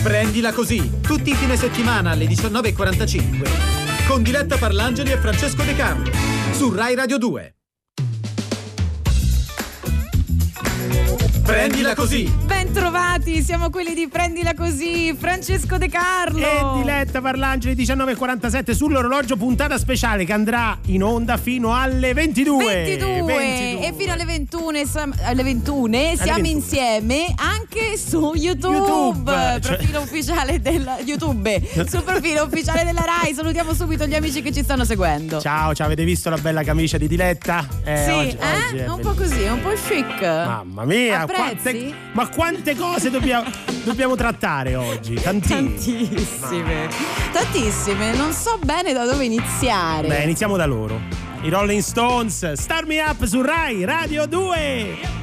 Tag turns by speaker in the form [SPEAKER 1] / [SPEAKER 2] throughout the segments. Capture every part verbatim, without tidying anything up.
[SPEAKER 1] Prendila così, tutti i fine settimana alle diciannove e quarantacinque, con Diletta Parlangeli e Francesco De Carlo, su Rai Radio due. Prendila così!
[SPEAKER 2] Ben trovati, siamo quelli di Prendila così, Francesco De Carlo
[SPEAKER 3] e Diletta Parlangeli, diciannove e quarantasette sull'orologio, puntata speciale che andrà in onda fino alle ventidue.
[SPEAKER 2] ventidue, ventidue. E fino alle ventuno, alle ventuno siamo
[SPEAKER 3] ventuno.
[SPEAKER 2] Insieme anche su YouTube,
[SPEAKER 3] YouTube.
[SPEAKER 2] profilo
[SPEAKER 3] Cioè...
[SPEAKER 2] ufficiale della YouTube, sul profilo ufficiale della Rai. Salutiamo subito gli amici che ci stanno seguendo.
[SPEAKER 3] Ciao, ciao, avete visto la bella camicia di Diletta? Eh,
[SPEAKER 2] sì,
[SPEAKER 3] oggi,
[SPEAKER 2] eh?
[SPEAKER 3] oggi è
[SPEAKER 2] un po' così, un po' chic.
[SPEAKER 3] Mamma mia, quante, ma quante cose dobbiamo, dobbiamo trattare oggi? Tantissime.
[SPEAKER 2] Tantissime. Tantissime, non so bene da dove iniziare.
[SPEAKER 3] Beh, iniziamo da loro. I Rolling Stones, Start Me Up su Rai Radio due.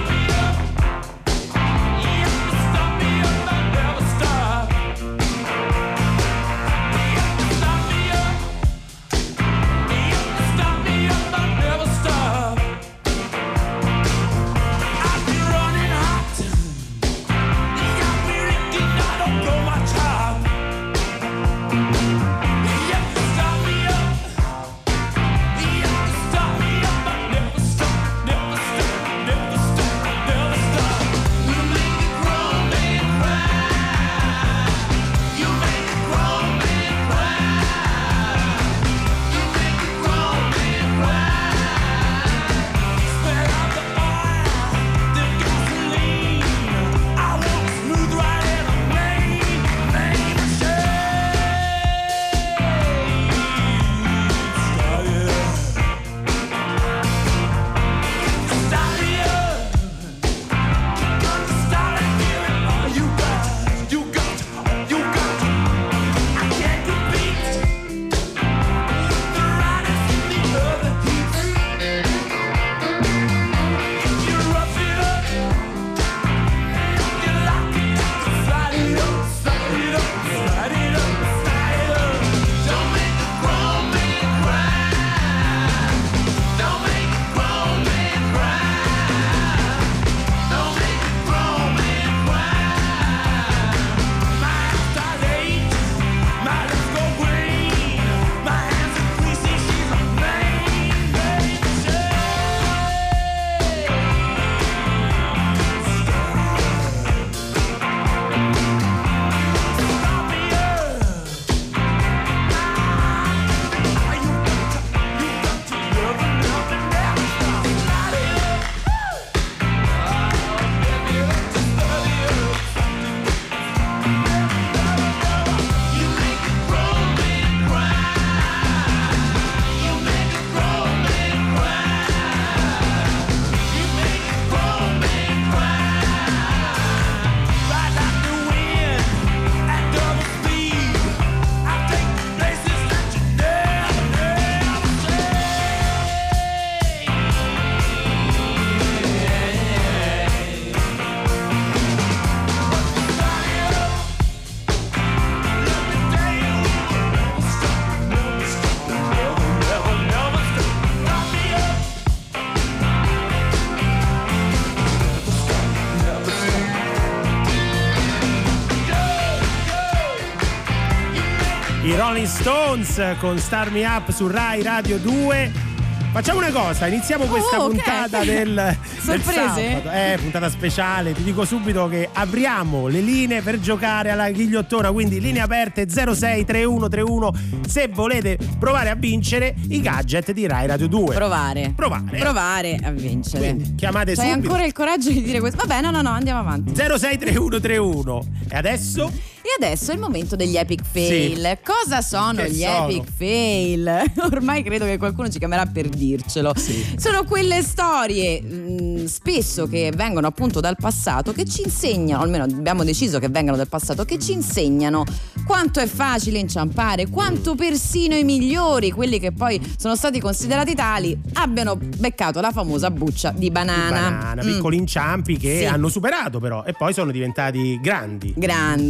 [SPEAKER 3] Rolling Stones con Start Me Up su Rai Radio due. Facciamo una cosa, iniziamo questa
[SPEAKER 2] oh, okay.
[SPEAKER 3] puntata del, del
[SPEAKER 2] Sorprese?
[SPEAKER 3] sabato. Eh, puntata speciale. Ti dico subito che apriamo le linee per giocare alla ghigliottona, quindi linee aperte zero sei tre uno tre uno se volete provare a vincere i gadget di Rai Radio due.
[SPEAKER 2] Provare.
[SPEAKER 3] Provare.
[SPEAKER 2] Provare a vincere.
[SPEAKER 3] Quindi chiamate
[SPEAKER 2] C'hai
[SPEAKER 3] subito.
[SPEAKER 2] ancora il coraggio di dire questo? Vabbè, no, no, no, andiamo avanti.
[SPEAKER 3] zero sei tre uno tre uno. E adesso?
[SPEAKER 2] E adesso è il momento degli epic fail.
[SPEAKER 3] Sì.
[SPEAKER 2] Cosa sono
[SPEAKER 3] Che
[SPEAKER 2] gli
[SPEAKER 3] sono?
[SPEAKER 2] epic fail? Ormai credo che qualcuno ci chiamerà per dircelo.
[SPEAKER 3] Sì.
[SPEAKER 2] Sono quelle storie mh, spesso che vengono appunto dal passato, che ci insegnano, almeno abbiamo deciso che vengano dal passato, che ci insegnano quanto è facile inciampare, quanto persino i migliori, quelli che poi sono stati considerati tali, abbiano beccato la famosa buccia di banana.
[SPEAKER 3] Di banana,
[SPEAKER 2] Mm.
[SPEAKER 3] piccoli inciampi che
[SPEAKER 2] Sì.
[SPEAKER 3] hanno superato però e poi sono diventati grandi.
[SPEAKER 2] Grandi, grandi.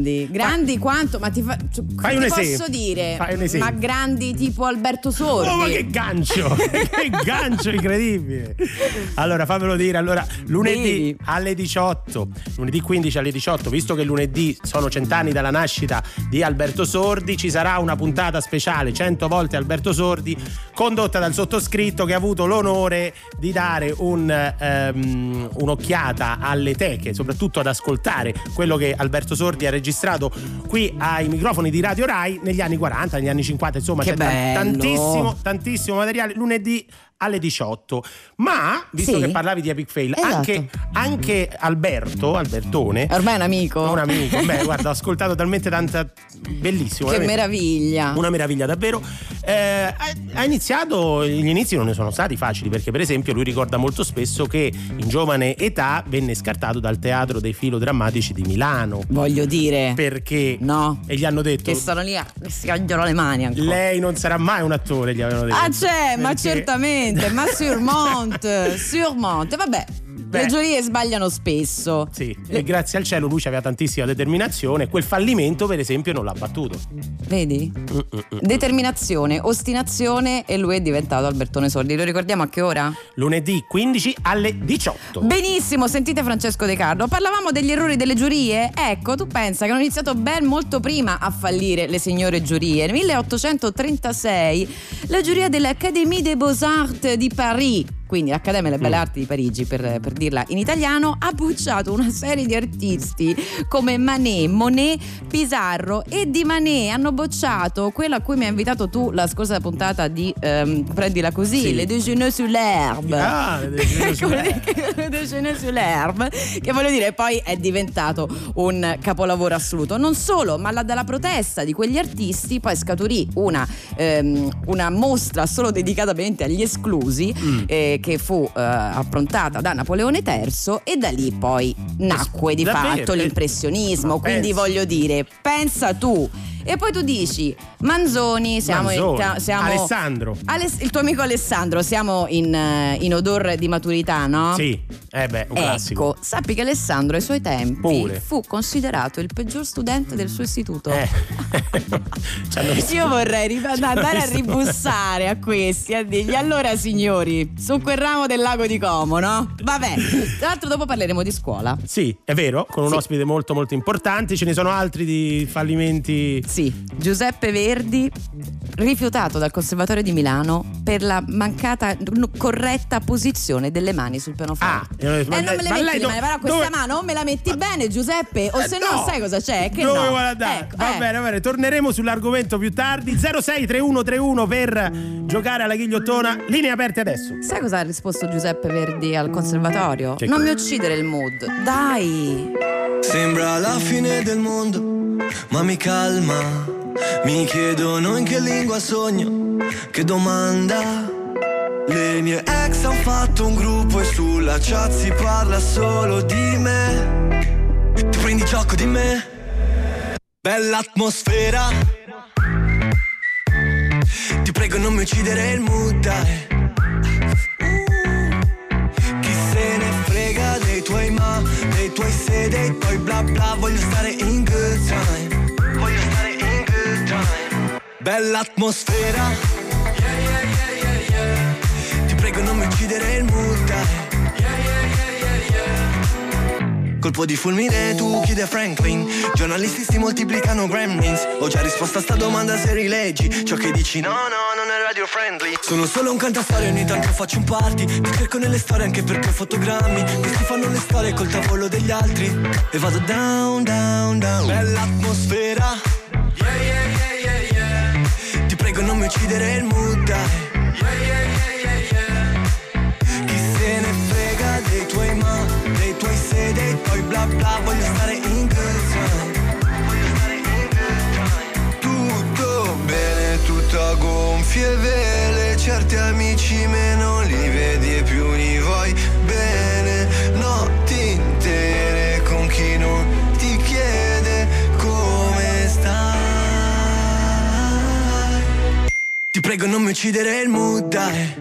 [SPEAKER 2] grandi quanto? Ma ti, fa, cioè,
[SPEAKER 3] Fai
[SPEAKER 2] ti
[SPEAKER 3] un
[SPEAKER 2] posso
[SPEAKER 3] esempio.
[SPEAKER 2] dire?
[SPEAKER 3] Fai un esempio.
[SPEAKER 2] Ma grandi tipo Alberto Sordi.
[SPEAKER 3] Oh, ma che gancio! Che gancio incredibile! Allora, fammelo dire. Allora, lunedì
[SPEAKER 2] Devi.
[SPEAKER 3] alle diciotto, lunedì quindici alle diciotto, visto che lunedì sono cent'anni dalla nascita di Alberto Sordi, ci sarà una puntata speciale cento volte Alberto Sordi, condotta dal sottoscritto, che ha avuto l'onore di dare un, um, un'occhiata alle teche, soprattutto ad ascoltare quello che Alberto Sordi ha registrato qui ai microfoni di Radio Rai negli anni quaranta, negli anni cinquanta, insomma
[SPEAKER 2] Che
[SPEAKER 3] c'è
[SPEAKER 2] bello.
[SPEAKER 3] tantissimo tantissimo materiale lunedì alle diciotto. Ma visto
[SPEAKER 2] Sì.
[SPEAKER 3] che parlavi di Epic Fail,
[SPEAKER 2] Esatto.
[SPEAKER 3] anche, anche Alberto Albertone,
[SPEAKER 2] Ormai è un amico.
[SPEAKER 3] un amico, beh guarda, ho ascoltato talmente tanta, bellissimo,
[SPEAKER 2] Che
[SPEAKER 3] veramente.
[SPEAKER 2] meraviglia.
[SPEAKER 3] Una meraviglia davvero. Eh, ha- ha iniziato, gli inizi non ne sono stati facili, perché per esempio lui ricorda molto spesso che in giovane età venne scartato dal teatro dei filodrammatici di Milano,
[SPEAKER 2] Voglio dire.
[SPEAKER 3] perché
[SPEAKER 2] No.
[SPEAKER 3] e gli hanno detto
[SPEAKER 2] Che stanno lì a si cangiano le mani ancora.
[SPEAKER 3] lei non sarà mai un attore, gli avevano detto.
[SPEAKER 2] Ah c'è, ma
[SPEAKER 3] Perché-
[SPEAKER 2] certamente, ma sûrement, sûrement. Vabbè,
[SPEAKER 3] Beh.
[SPEAKER 2] le giurie sbagliano spesso.
[SPEAKER 3] Sì,
[SPEAKER 2] Le-
[SPEAKER 3] e grazie al cielo lui aveva tantissima determinazione e quel fallimento per esempio non l'ha battuto.
[SPEAKER 2] Vedi?
[SPEAKER 3] Mm-mm-mm.
[SPEAKER 2] Determinazione, ostinazione e lui è diventato Albertone Sordi. Lo ricordiamo a che ora?
[SPEAKER 3] Lunedì quindici alle diciotto.
[SPEAKER 2] Benissimo, sentite Francesco De Carlo. Parlavamo degli errori delle giurie. Ecco, tu pensa che hanno iniziato ben molto prima a fallire le signore giurie. Nel milleottocentotrentasei la giuria dell'Académie des Beaux-Arts di Paris, quindi l'Accademia delle Belle
[SPEAKER 3] Mm.
[SPEAKER 2] Arti di Parigi per, per dirla in italiano, ha bocciato una serie di artisti come Manet, Monet, Pissarro, e di Manet hanno bocciato quello a cui mi hai invitato tu la scorsa puntata di ehm, Prendila così,
[SPEAKER 3] Sì.
[SPEAKER 2] Le Déjeuner sur l'herbe.
[SPEAKER 3] Ah, le Déjeuner sur l'herbe.
[SPEAKER 2] Le Déjeuner sur l'herbe, che voglio dire poi è diventato un capolavoro assoluto. Non solo, ma la, dalla protesta di quegli artisti poi scaturì una, ehm, una mostra solo dedicata ovviamente agli esclusi,
[SPEAKER 3] Mm.
[SPEAKER 2] eh, che fu eh, approntata da Napoleone terzo, e da lì poi nacque di
[SPEAKER 3] Davvero?
[SPEAKER 2] fatto l'impressionismo.
[SPEAKER 3] Ma
[SPEAKER 2] Quindi
[SPEAKER 3] pensa.
[SPEAKER 2] voglio dire, pensa tu. E poi tu dici Manzoni, siamo in
[SPEAKER 3] Manzoni.
[SPEAKER 2] ta- siamo
[SPEAKER 3] Alessandro.
[SPEAKER 2] Aless- il tuo amico Alessandro, siamo in, eh, in odor di maturità, no?
[SPEAKER 3] Sì, eh beh, un classico.
[SPEAKER 2] Ecco, sappi che Alessandro ai suoi tempi
[SPEAKER 3] Pure.
[SPEAKER 2] fu considerato il peggior studente del suo istituto.
[SPEAKER 3] Eh. Ci hanno messo-
[SPEAKER 2] Io vorrei ri-
[SPEAKER 3] ci hanno
[SPEAKER 2] andare a
[SPEAKER 3] messo-
[SPEAKER 2] ribussare a questi, a dirgli: allora signori, su quel ramo del lago di Como, no? Vabbè, tra l'altro dopo parleremo di scuola.
[SPEAKER 3] Sì, è vero, con un
[SPEAKER 2] Sì.
[SPEAKER 3] ospite molto molto importante. Ce ne sono altri di fallimenti.
[SPEAKER 2] Sì, Giuseppe Verdi rifiutato dal Conservatorio di Milano per la mancata n- corretta posizione delle mani sul pianoforte.
[SPEAKER 3] Ah, e allora,
[SPEAKER 2] eh,
[SPEAKER 3] ma
[SPEAKER 2] non
[SPEAKER 3] lei-
[SPEAKER 2] me le
[SPEAKER 3] ma
[SPEAKER 2] metti
[SPEAKER 3] lei
[SPEAKER 2] le
[SPEAKER 3] do-
[SPEAKER 2] mani, però questa
[SPEAKER 3] dove-
[SPEAKER 2] mano o me la metti bene, Giuseppe, o
[SPEAKER 3] Eh,
[SPEAKER 2] se
[SPEAKER 3] no.
[SPEAKER 2] no sai cosa c'è, che
[SPEAKER 3] Dove
[SPEAKER 2] no.
[SPEAKER 3] vuole andare?
[SPEAKER 2] Ecco,
[SPEAKER 3] va
[SPEAKER 2] eh.
[SPEAKER 3] bene, va bene, torneremo sull'argomento più tardi. zero sei trentuno trentuno per giocare alla ghigliottona. Linee aperte adesso.
[SPEAKER 2] Sai cosa ha risposto Giuseppe Verdi al Conservatorio?
[SPEAKER 3] Che
[SPEAKER 2] non
[SPEAKER 3] cosa?
[SPEAKER 2] mi uccidere il mood, dai.
[SPEAKER 4] Sembra la fine del mondo, ma mi calma. Mi chiedono in che lingua sogno, che domanda. Le mie ex han fatto un gruppo e sulla chat si parla solo di me. Ti prendi gioco di me? Bella atmosfera. Ti prego non mi uccidere il mood, dai. Chi se ne frega dei tuoi ma, dei tuoi se, dei tuoi bla bla. Voglio stare in good time. Voglio stare in good time. Bella atmosfera. Yeah, yeah, yeah, yeah, yeah. Ti prego non mi uccidere il mood, dai. Yeah, yeah, yeah, yeah, yeah. Colpo di fulmine, tu chiudi a Franklin. Giornalisti si moltiplicano gremlins. Ho già risposto a sta domanda se rileggi ciò che dici, no, no, non è radio friendly. Sono solo un cantastorie, ogni tanto faccio un party. Ti cerco nelle storie anche perché ho fotogrammi. Questi fanno le storie col tavolo degli altri. E vado down, down, down. Bella atmosfera. Yeah, yeah, yeah, yeah, yeah. Ti prego non mi uccidere il mood, dai. Yeah, yeah, yeah, yeah, yeah. Chi se ne frega dei tuoi ma, dei tuoi se, dei tuoi bla bla. Voglio stare in good time. Voglio stare in good time. Tutto bene, tutto a gonfie vele. Certi amici me non li vedi e più li vuoi bene. Notti intere con chi non ti chiede come stai. Ti prego non mi uccidere il mood, dai.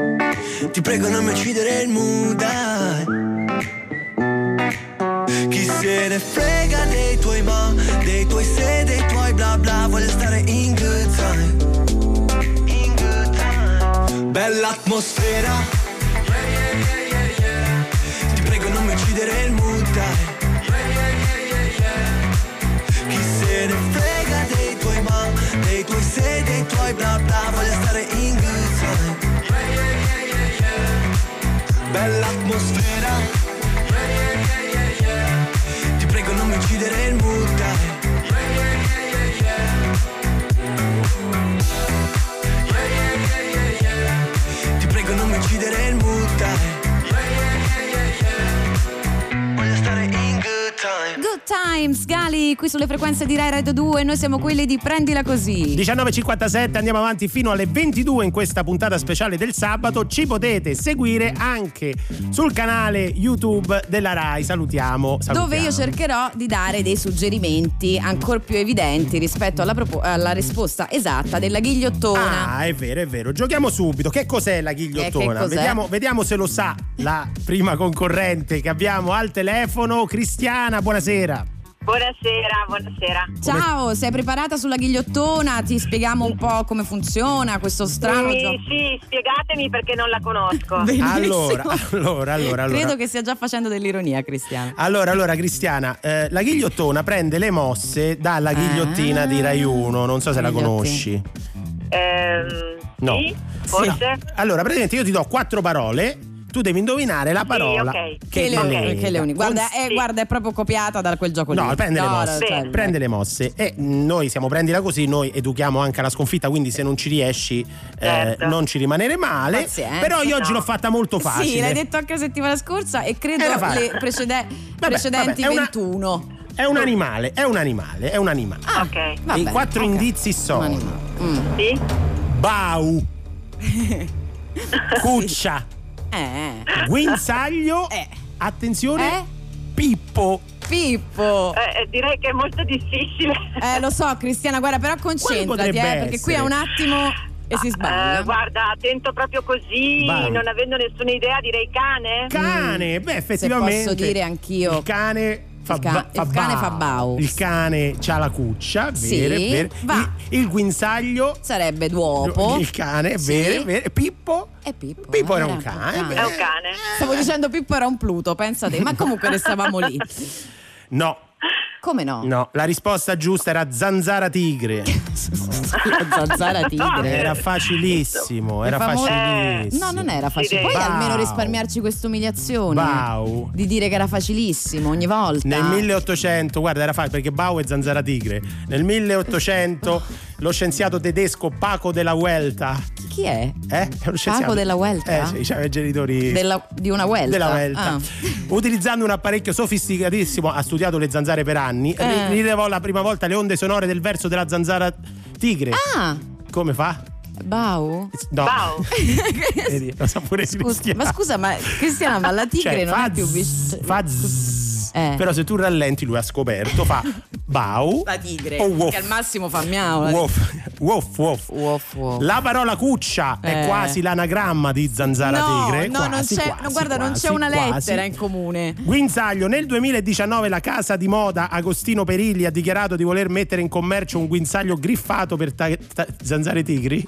[SPEAKER 4] Ti prego non mi uccidere il mood, dai. Chi se ne frega dei tuoi ma, dei tuoi se, dei tuoi bla bla. Voglio stare in good time, in good time. Bella atmosfera, yeah, yeah, yeah, yeah, yeah. Ti prego non mi uccidere il mood, dai. Yeah, yeah, yeah, yeah, yeah. Chi se ne frega dei tuoi ma, dei tuoi se, dei tuoi bla bla. Voglio stare in good time, yeah, yeah, yeah, yeah, yeah. Bella atmosfera, yeah, yeah, yeah, yeah, yeah. Ti prego non mi uccidere il mood, dai. Yeah, yeah, yeah, yeah, yeah. Yeah, yeah, yeah, yeah, yeah. Ti prego non mi uccidere il mood, dai. Yeah, yeah, yeah, yeah, yeah. Voglio stare in good time.
[SPEAKER 2] Good Times, Gali, qui sulle frequenze di Rai Radio due. Noi siamo quelli di Prendila Così.
[SPEAKER 3] diciannove e cinquantasette, andiamo avanti fino alle ventidue in questa puntata speciale del sabato. Ci potete seguire anche sul canale YouTube della Rai. Salutiamo, salutiamo.
[SPEAKER 2] Dove io cercherò di dare dei suggerimenti ancora più evidenti rispetto alla, propo- alla risposta esatta della ghigliottona.
[SPEAKER 3] Ah, è vero, è vero. Giochiamo subito. Che cos'è la ghigliottona?
[SPEAKER 2] Eh, che cos'è?
[SPEAKER 3] Vediamo, vediamo se lo sa la prima concorrente che abbiamo al telefono. Cristiana, buonasera.
[SPEAKER 5] Buonasera, buonasera.
[SPEAKER 2] Ciao, sei preparata sulla ghigliottona? Ti spieghiamo un po' come funziona questo strano
[SPEAKER 5] Sì,
[SPEAKER 2] gioco.
[SPEAKER 5] sì, spiegatemi perché non la conosco.
[SPEAKER 2] Bellissimo.
[SPEAKER 3] Allora, allora, allora, allora.
[SPEAKER 2] Credo che stia già facendo dell'ironia, Cristiana.
[SPEAKER 3] Allora, allora, Cristiana, eh, la ghigliottona prende le mosse dalla ghigliottina
[SPEAKER 2] Ah.
[SPEAKER 3] di Rai uno. Non so se la
[SPEAKER 2] Ghigliottina.
[SPEAKER 3] conosci.
[SPEAKER 5] Ehm,
[SPEAKER 3] No.
[SPEAKER 5] Sì, forse.
[SPEAKER 3] Sì. Allora, praticamente io ti do quattro parole. Tu devi indovinare la parola
[SPEAKER 5] ok.
[SPEAKER 3] che,
[SPEAKER 2] Che le,
[SPEAKER 5] ok.
[SPEAKER 3] lega.
[SPEAKER 2] che le uni. Guarda, è,
[SPEAKER 5] Sì.
[SPEAKER 2] guarda, è proprio copiata da quel gioco lì.
[SPEAKER 3] No, prende le
[SPEAKER 2] No,
[SPEAKER 3] mosse,
[SPEAKER 2] cioè,
[SPEAKER 3] prende le mosse e noi siamo Prendila Così, noi educhiamo anche alla sconfitta, quindi se non ci riesci eh,
[SPEAKER 5] Certo.
[SPEAKER 3] non ci rimanere male.
[SPEAKER 2] Pazienza.
[SPEAKER 3] Però io oggi
[SPEAKER 5] No.
[SPEAKER 3] l'ho fatta molto facile.
[SPEAKER 2] Sì, l'hai detto anche la settimana scorsa e credo
[SPEAKER 3] Era facile.
[SPEAKER 2] le precede-
[SPEAKER 3] Vabbè,
[SPEAKER 2] precedenti
[SPEAKER 3] vabbè, è una-
[SPEAKER 2] ventuno.
[SPEAKER 3] È un animale, è un animale, è un animale.
[SPEAKER 2] Ah,
[SPEAKER 5] Ok.
[SPEAKER 2] vabbè,
[SPEAKER 3] I quattro
[SPEAKER 2] ok.
[SPEAKER 3] indizi
[SPEAKER 2] Un
[SPEAKER 3] sono
[SPEAKER 2] animale. Mm.
[SPEAKER 5] Sì?
[SPEAKER 3] bau, cuccia,
[SPEAKER 2] Eh,
[SPEAKER 3] guinzaglio,
[SPEAKER 2] Eh.
[SPEAKER 3] attenzione,
[SPEAKER 2] Eh?
[SPEAKER 3] Pippo.
[SPEAKER 2] Pippo.
[SPEAKER 5] Eh, direi che è molto difficile.
[SPEAKER 2] Eh, lo so, Cristiana, guarda, però concentrati,
[SPEAKER 3] potrebbe
[SPEAKER 2] eh, perché qui è
[SPEAKER 3] essere?
[SPEAKER 2] un attimo e si sbaglia.
[SPEAKER 5] Eh, guarda, attento proprio così,
[SPEAKER 3] Vai.
[SPEAKER 5] non avendo nessuna idea, direi cane.
[SPEAKER 3] Cane, beh, effettivamente.
[SPEAKER 2] posso dire anch'io.
[SPEAKER 3] Il cane fa,
[SPEAKER 2] Il ca-
[SPEAKER 3] ba- fa
[SPEAKER 2] il cane
[SPEAKER 3] bau.
[SPEAKER 2] fa bau.
[SPEAKER 3] Il cane c'ha la cuccia,
[SPEAKER 2] Sì,
[SPEAKER 3] vero, è vero.
[SPEAKER 2] va.
[SPEAKER 3] Il, il guinzaglio.
[SPEAKER 2] Sarebbe d'uopo.
[SPEAKER 3] Il cane, è
[SPEAKER 2] Sì.
[SPEAKER 3] vero, è vero. Pippo.
[SPEAKER 2] E Pippo.
[SPEAKER 3] Pippo era
[SPEAKER 2] era
[SPEAKER 3] un cane.
[SPEAKER 5] È un cane.
[SPEAKER 2] Stavo dicendo Pippo era un Pluto, pensa te, ma comunque restavamo lì.
[SPEAKER 3] No,
[SPEAKER 2] Come no?
[SPEAKER 3] no, la risposta giusta era zanzara tigre.
[SPEAKER 2] La zanzara tigre.
[SPEAKER 3] Era facilissimo, era
[SPEAKER 2] Le famo-
[SPEAKER 3] facilissimo.
[SPEAKER 2] No, non era facile.
[SPEAKER 5] Sì,
[SPEAKER 2] Puoi
[SPEAKER 3] Bau.
[SPEAKER 2] almeno risparmiarci questa umiliazione
[SPEAKER 3] Bau.
[SPEAKER 2] di dire che era facilissimo ogni volta.
[SPEAKER 3] Nel milleottocento, guarda, era facile perché Bau è zanzara tigre. Nel milleottocento lo scienziato tedesco Paco della Vuelta,
[SPEAKER 2] Chi è?
[SPEAKER 3] eh? È uno scienziato.
[SPEAKER 2] Paco della Vuelta?
[SPEAKER 3] Eh, sì, c'aveva i genitori
[SPEAKER 2] Della- di una Vuelta?
[SPEAKER 3] della Vuelta.
[SPEAKER 2] Ah.
[SPEAKER 3] Utilizzando un apparecchio sofisticatissimo, ha studiato le zanzare per anni,
[SPEAKER 2] Eh.
[SPEAKER 3] rilevò la prima volta le onde sonore del verso della zanzara tigre.
[SPEAKER 2] Ah,
[SPEAKER 3] Come fa?
[SPEAKER 2] Bau?
[SPEAKER 3] No.
[SPEAKER 5] Bau.
[SPEAKER 3] Vedi, lo sa pure
[SPEAKER 2] Scusa,
[SPEAKER 3] Cristiana.
[SPEAKER 2] ma scusa, ma Cristiana, ma la tigre
[SPEAKER 3] Cioè,
[SPEAKER 2] non
[SPEAKER 3] fa
[SPEAKER 2] è più
[SPEAKER 3] zzz,
[SPEAKER 2] vis-
[SPEAKER 3] fa zzz.
[SPEAKER 2] Eh.
[SPEAKER 3] Però se tu rallenti lui ha scoperto, fa bau
[SPEAKER 2] La tigre,
[SPEAKER 3] o woff.
[SPEAKER 2] che al massimo fa miau. la-
[SPEAKER 3] Woff, woff, woff.
[SPEAKER 2] Woff, woff.
[SPEAKER 3] La parola cuccia è
[SPEAKER 2] Eh.
[SPEAKER 3] quasi l'anagramma di zanzara
[SPEAKER 2] No,
[SPEAKER 3] tigre.
[SPEAKER 2] no, non
[SPEAKER 3] Quasi,
[SPEAKER 2] c'è,
[SPEAKER 3] quasi,
[SPEAKER 2] no, guarda, non
[SPEAKER 3] quasi,
[SPEAKER 2] c'è una
[SPEAKER 3] quasi.
[SPEAKER 2] lettera in comune.
[SPEAKER 3] Guinzaglio, nel duemiladiciannove la casa di moda Agostino Perilli ha dichiarato di voler mettere in commercio un guinzaglio griffato per ta- ta- zanzare tigri.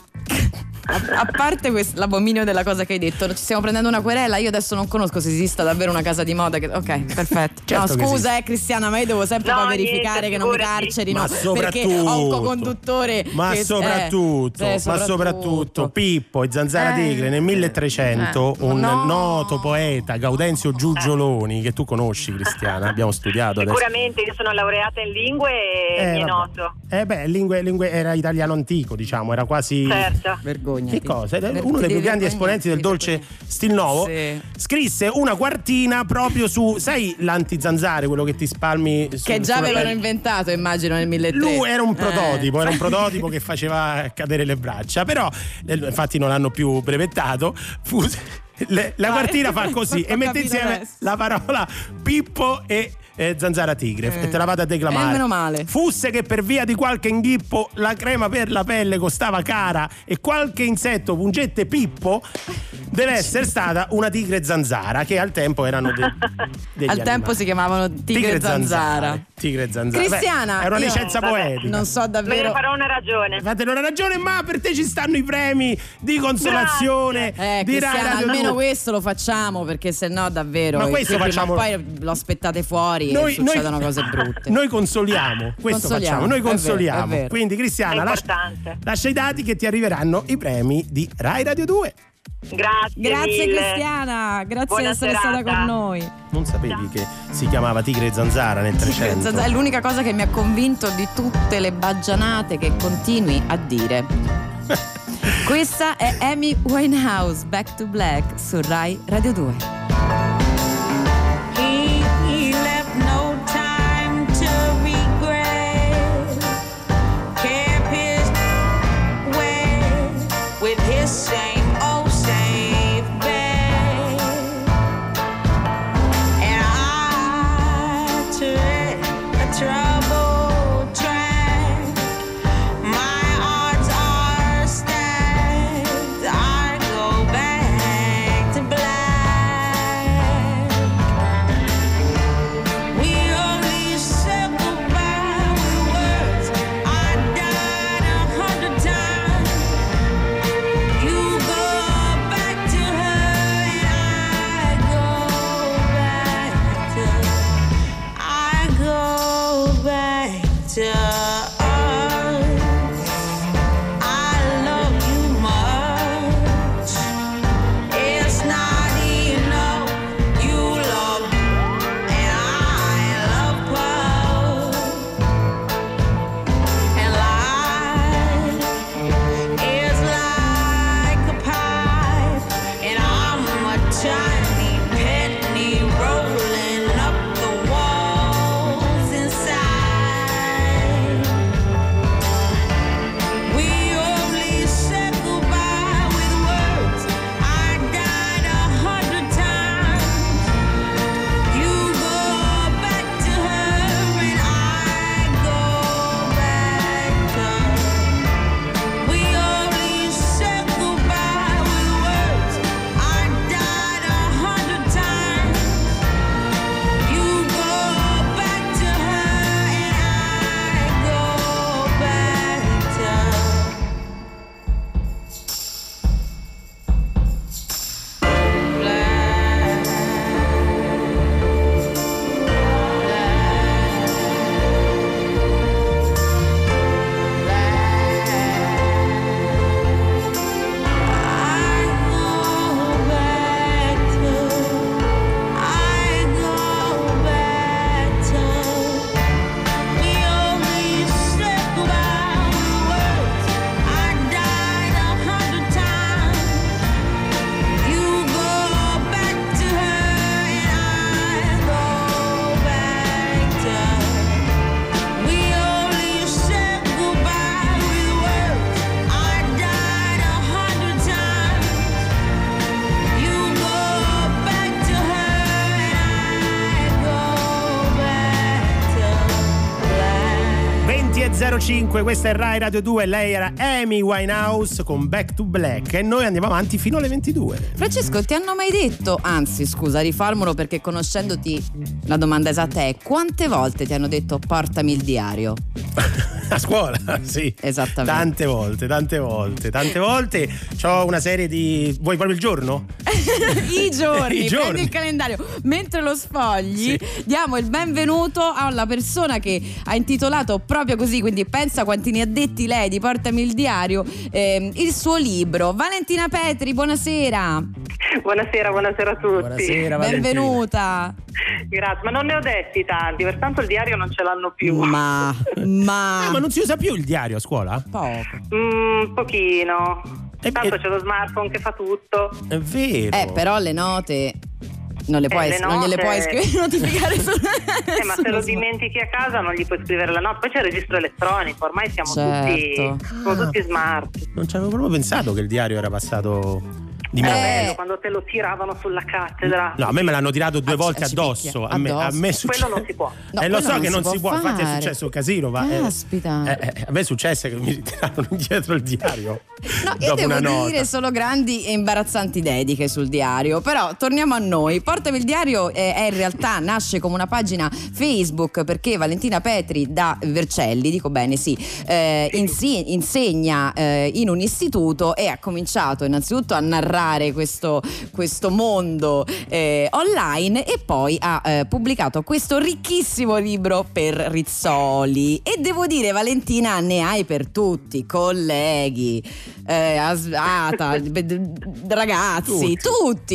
[SPEAKER 2] A, a parte questo, l'abominio della cosa che hai detto, ci stiamo prendendo una querela. Io adesso non conosco se esista davvero una casa di moda che... Ok, perfetto.
[SPEAKER 3] Certo che
[SPEAKER 2] no, scusa,
[SPEAKER 3] esiste.
[SPEAKER 2] eh, Cristiana, ma io devo sempre
[SPEAKER 5] No,
[SPEAKER 2] poi verificare
[SPEAKER 5] niente,
[SPEAKER 2] che non mi
[SPEAKER 5] figurati.
[SPEAKER 2] carcerino.
[SPEAKER 3] Ma
[SPEAKER 2] Perché
[SPEAKER 3] soprattutto-
[SPEAKER 2] ho un co-conduttore.
[SPEAKER 3] Ma
[SPEAKER 2] che,
[SPEAKER 3] soprattutto,
[SPEAKER 2] eh,
[SPEAKER 3] ma
[SPEAKER 2] sì,
[SPEAKER 3] soprattutto Pippo e Zanzara
[SPEAKER 2] Eh,
[SPEAKER 3] Tigre nel milletrecento,
[SPEAKER 2] eh,
[SPEAKER 3] un
[SPEAKER 2] no.
[SPEAKER 3] noto poeta, Gaudenzio Giugioloni, che tu conosci, Cristiana, abbiamo studiato adesso.
[SPEAKER 5] Sicuramente, io sono laureata in lingue e
[SPEAKER 3] Eh,
[SPEAKER 5] mi è
[SPEAKER 3] vabbè.
[SPEAKER 5] noto.
[SPEAKER 3] Eh beh, lingue, lingue era italiano antico, diciamo, era quasi
[SPEAKER 5] Certo.
[SPEAKER 2] Vergogna.
[SPEAKER 3] Che cosa? Ed è uno dei più grandi esponenti del dolce stil nuovo.
[SPEAKER 2] Sì.
[SPEAKER 3] Scrisse una quartina proprio su, sai, l'antizanzare, quello che ti spalmi su,
[SPEAKER 2] Che già
[SPEAKER 3] sulla
[SPEAKER 2] avevano
[SPEAKER 3] pelle?
[SPEAKER 2] inventato, immagino, nel milletrecento.
[SPEAKER 3] Lui era un
[SPEAKER 2] Eh.
[SPEAKER 3] prototipo, era un prototipo che faceva cadere le braccia, però eh, infatti non l'hanno più brevettato. Fu, le- la
[SPEAKER 2] Vai.
[SPEAKER 3] quartina fa così
[SPEAKER 2] Ho
[SPEAKER 3] e mette
[SPEAKER 2] capito
[SPEAKER 3] insieme
[SPEAKER 2] adesso.
[SPEAKER 3] la parola Pippo e eh, Zanzara Tigre
[SPEAKER 2] Eh.
[SPEAKER 3] e te la vado a declamare.
[SPEAKER 2] Eh, meno male.
[SPEAKER 3] Fusse che per via di qualche inghippo la crema per la pelle costava cara e qualche insetto pungette Pippo, deve essere stata una tigre zanzara, che al tempo erano de- degli
[SPEAKER 2] Al tempo
[SPEAKER 3] animali.
[SPEAKER 2] si chiamavano tigre,
[SPEAKER 3] Tigre
[SPEAKER 2] zanzara.
[SPEAKER 3] zanzare. Tigre zanzara.
[SPEAKER 2] Cristiana,
[SPEAKER 3] Beh, è una
[SPEAKER 2] io-
[SPEAKER 3] licenza
[SPEAKER 5] vabbè,
[SPEAKER 3] poetica.
[SPEAKER 2] Non so
[SPEAKER 5] Me ne
[SPEAKER 2] davvero.
[SPEAKER 5] farò una ragione.
[SPEAKER 3] Fatene una ragione, ma per te ci stanno i premi di consolazione
[SPEAKER 2] Eh,
[SPEAKER 3] di Rai
[SPEAKER 2] Cristiana,
[SPEAKER 3] Radio
[SPEAKER 2] almeno
[SPEAKER 3] due.
[SPEAKER 2] questo lo facciamo, perché se no davvero
[SPEAKER 3] Ma questo
[SPEAKER 2] io prima
[SPEAKER 3] facciamo-
[SPEAKER 2] o poi lo aspettate fuori
[SPEAKER 3] Noi-
[SPEAKER 2] e succedono
[SPEAKER 3] noi-
[SPEAKER 2] cose brutte.
[SPEAKER 3] Noi consoliamo, questo
[SPEAKER 2] Consoliamo,
[SPEAKER 3] facciamo, noi
[SPEAKER 2] è vero,
[SPEAKER 3] consoliamo.
[SPEAKER 2] è vero.
[SPEAKER 3] Quindi
[SPEAKER 5] È
[SPEAKER 3] Cristiana, lascia,
[SPEAKER 5] importante.
[SPEAKER 3] lascia i dati che ti arriveranno i premi di Rai Radio due.
[SPEAKER 5] Grazie
[SPEAKER 2] Grazie
[SPEAKER 5] mille.
[SPEAKER 2] Cristiana, grazie
[SPEAKER 5] Buona
[SPEAKER 2] di essere
[SPEAKER 5] serata.
[SPEAKER 2] stata con noi.
[SPEAKER 3] Non sapevi che si chiamava Tigre Zanzara nel trecento?
[SPEAKER 2] È l'unica cosa che mi ha convinto di tutte le baggianate che continui a dire. Questa è Amy Winehouse, Back to Black, su Rai Radio due.
[SPEAKER 6] He left no time to regret. Kept his way with his same old safe bet. And I took a troubled track. My odds are stacked. I go back to black. We only said goodbye with words. I died a hundred times. You go back to her and I go back to, I go back to us. I love you much. It's not enough. You love and I love both. And life is like a pipe, and I'm a tiny penny rolling up the walls inside. We only said goodbye with words. I died a hundred times. You go back to her and I go back to her. We only said goodbye with words. I died a hundred times. You go back to her and I go back to
[SPEAKER 3] venti e zero cinque, questa è Rai Radio due, lei era Amy Winehouse con Back to Black e noi andiamo avanti fino alle ventidue.
[SPEAKER 2] Francesco, ti hanno mai detto, anzi scusa, riformulo perché conoscendoti la domanda esatta è: quante volte ti hanno detto portami il diario?
[SPEAKER 3] A scuola, sì.
[SPEAKER 2] Esattamente.
[SPEAKER 3] Tante volte, tante volte, tante volte. C'ho una serie di... Vuoi proprio il giorno?
[SPEAKER 2] I giorni,
[SPEAKER 3] I giorni.
[SPEAKER 2] prendi il calendario. Mentre lo sfogli, diamo il benvenuto alla persona che ha intitolato proprio così, quindi pensa quanti ne ha detti lei di Portami il diario, ehm, il suo libro. Valentina Petri, buonasera.
[SPEAKER 5] Buonasera, buonasera a tutti.
[SPEAKER 3] Buonasera, Valentina.
[SPEAKER 2] Benvenuta.
[SPEAKER 5] Grazie, ma non ne ho detti tanti, pertanto il diario non ce l'hanno più.
[SPEAKER 2] Ma, ma,
[SPEAKER 3] Ah, ma non si usa più il diario a scuola?
[SPEAKER 2] poco.
[SPEAKER 5] Mm, pochino.
[SPEAKER 3] E-
[SPEAKER 5] Tanto
[SPEAKER 3] e-
[SPEAKER 5] c'è lo smartphone che fa tutto.
[SPEAKER 3] È vero.
[SPEAKER 2] Eh, però le note non le puoi,
[SPEAKER 5] le
[SPEAKER 2] non gliele
[SPEAKER 5] note-
[SPEAKER 2] puoi scrivere, notificare su,
[SPEAKER 5] Eh, ma se
[SPEAKER 2] sullo
[SPEAKER 5] lo
[SPEAKER 2] smartphone.
[SPEAKER 5] dimentichi a casa non gli puoi scrivere la nota. Poi c'è il registro elettronico, ormai siamo
[SPEAKER 2] Certo.
[SPEAKER 5] tutti, siamo tutti smart.
[SPEAKER 3] Non ci avevo proprio pensato che il diario era passato. Dimmi.
[SPEAKER 5] Era
[SPEAKER 2] Eh.
[SPEAKER 5] bello quando te lo tiravano sulla cattedra.
[SPEAKER 3] No, a me me l'hanno tirato due
[SPEAKER 2] Ah,
[SPEAKER 3] volte
[SPEAKER 2] ci
[SPEAKER 3] addosso.
[SPEAKER 2] picchia.
[SPEAKER 3] A me, a
[SPEAKER 2] Addosso.
[SPEAKER 3] me è successo.
[SPEAKER 5] Quello non si può.
[SPEAKER 2] No,
[SPEAKER 3] eh, lo
[SPEAKER 2] quello
[SPEAKER 3] so che non si può,
[SPEAKER 2] fare.
[SPEAKER 3] infatti è successo un casino. Ma, eh,
[SPEAKER 2] Caspita.
[SPEAKER 3] eh, eh, a me è successo che mi ritirarono indietro il diario.
[SPEAKER 2] No, io
[SPEAKER 3] dopo
[SPEAKER 2] devo
[SPEAKER 3] una nota.
[SPEAKER 2] dire solo grandi e imbarazzanti dediche sul diario, però torniamo a noi. Portami il diario eh, è in realtà nasce come una pagina Facebook perché Valentina Petri da Vercelli, dico bene sì, eh, insi- insegna eh, in un istituto e ha cominciato innanzitutto a narrare questo, questo mondo eh, online e poi ha eh, pubblicato questo ricchissimo libro per Rizzoli e devo dire Valentina ne hai per tutti, colleghi, eh, asata, ragazzi, tutti.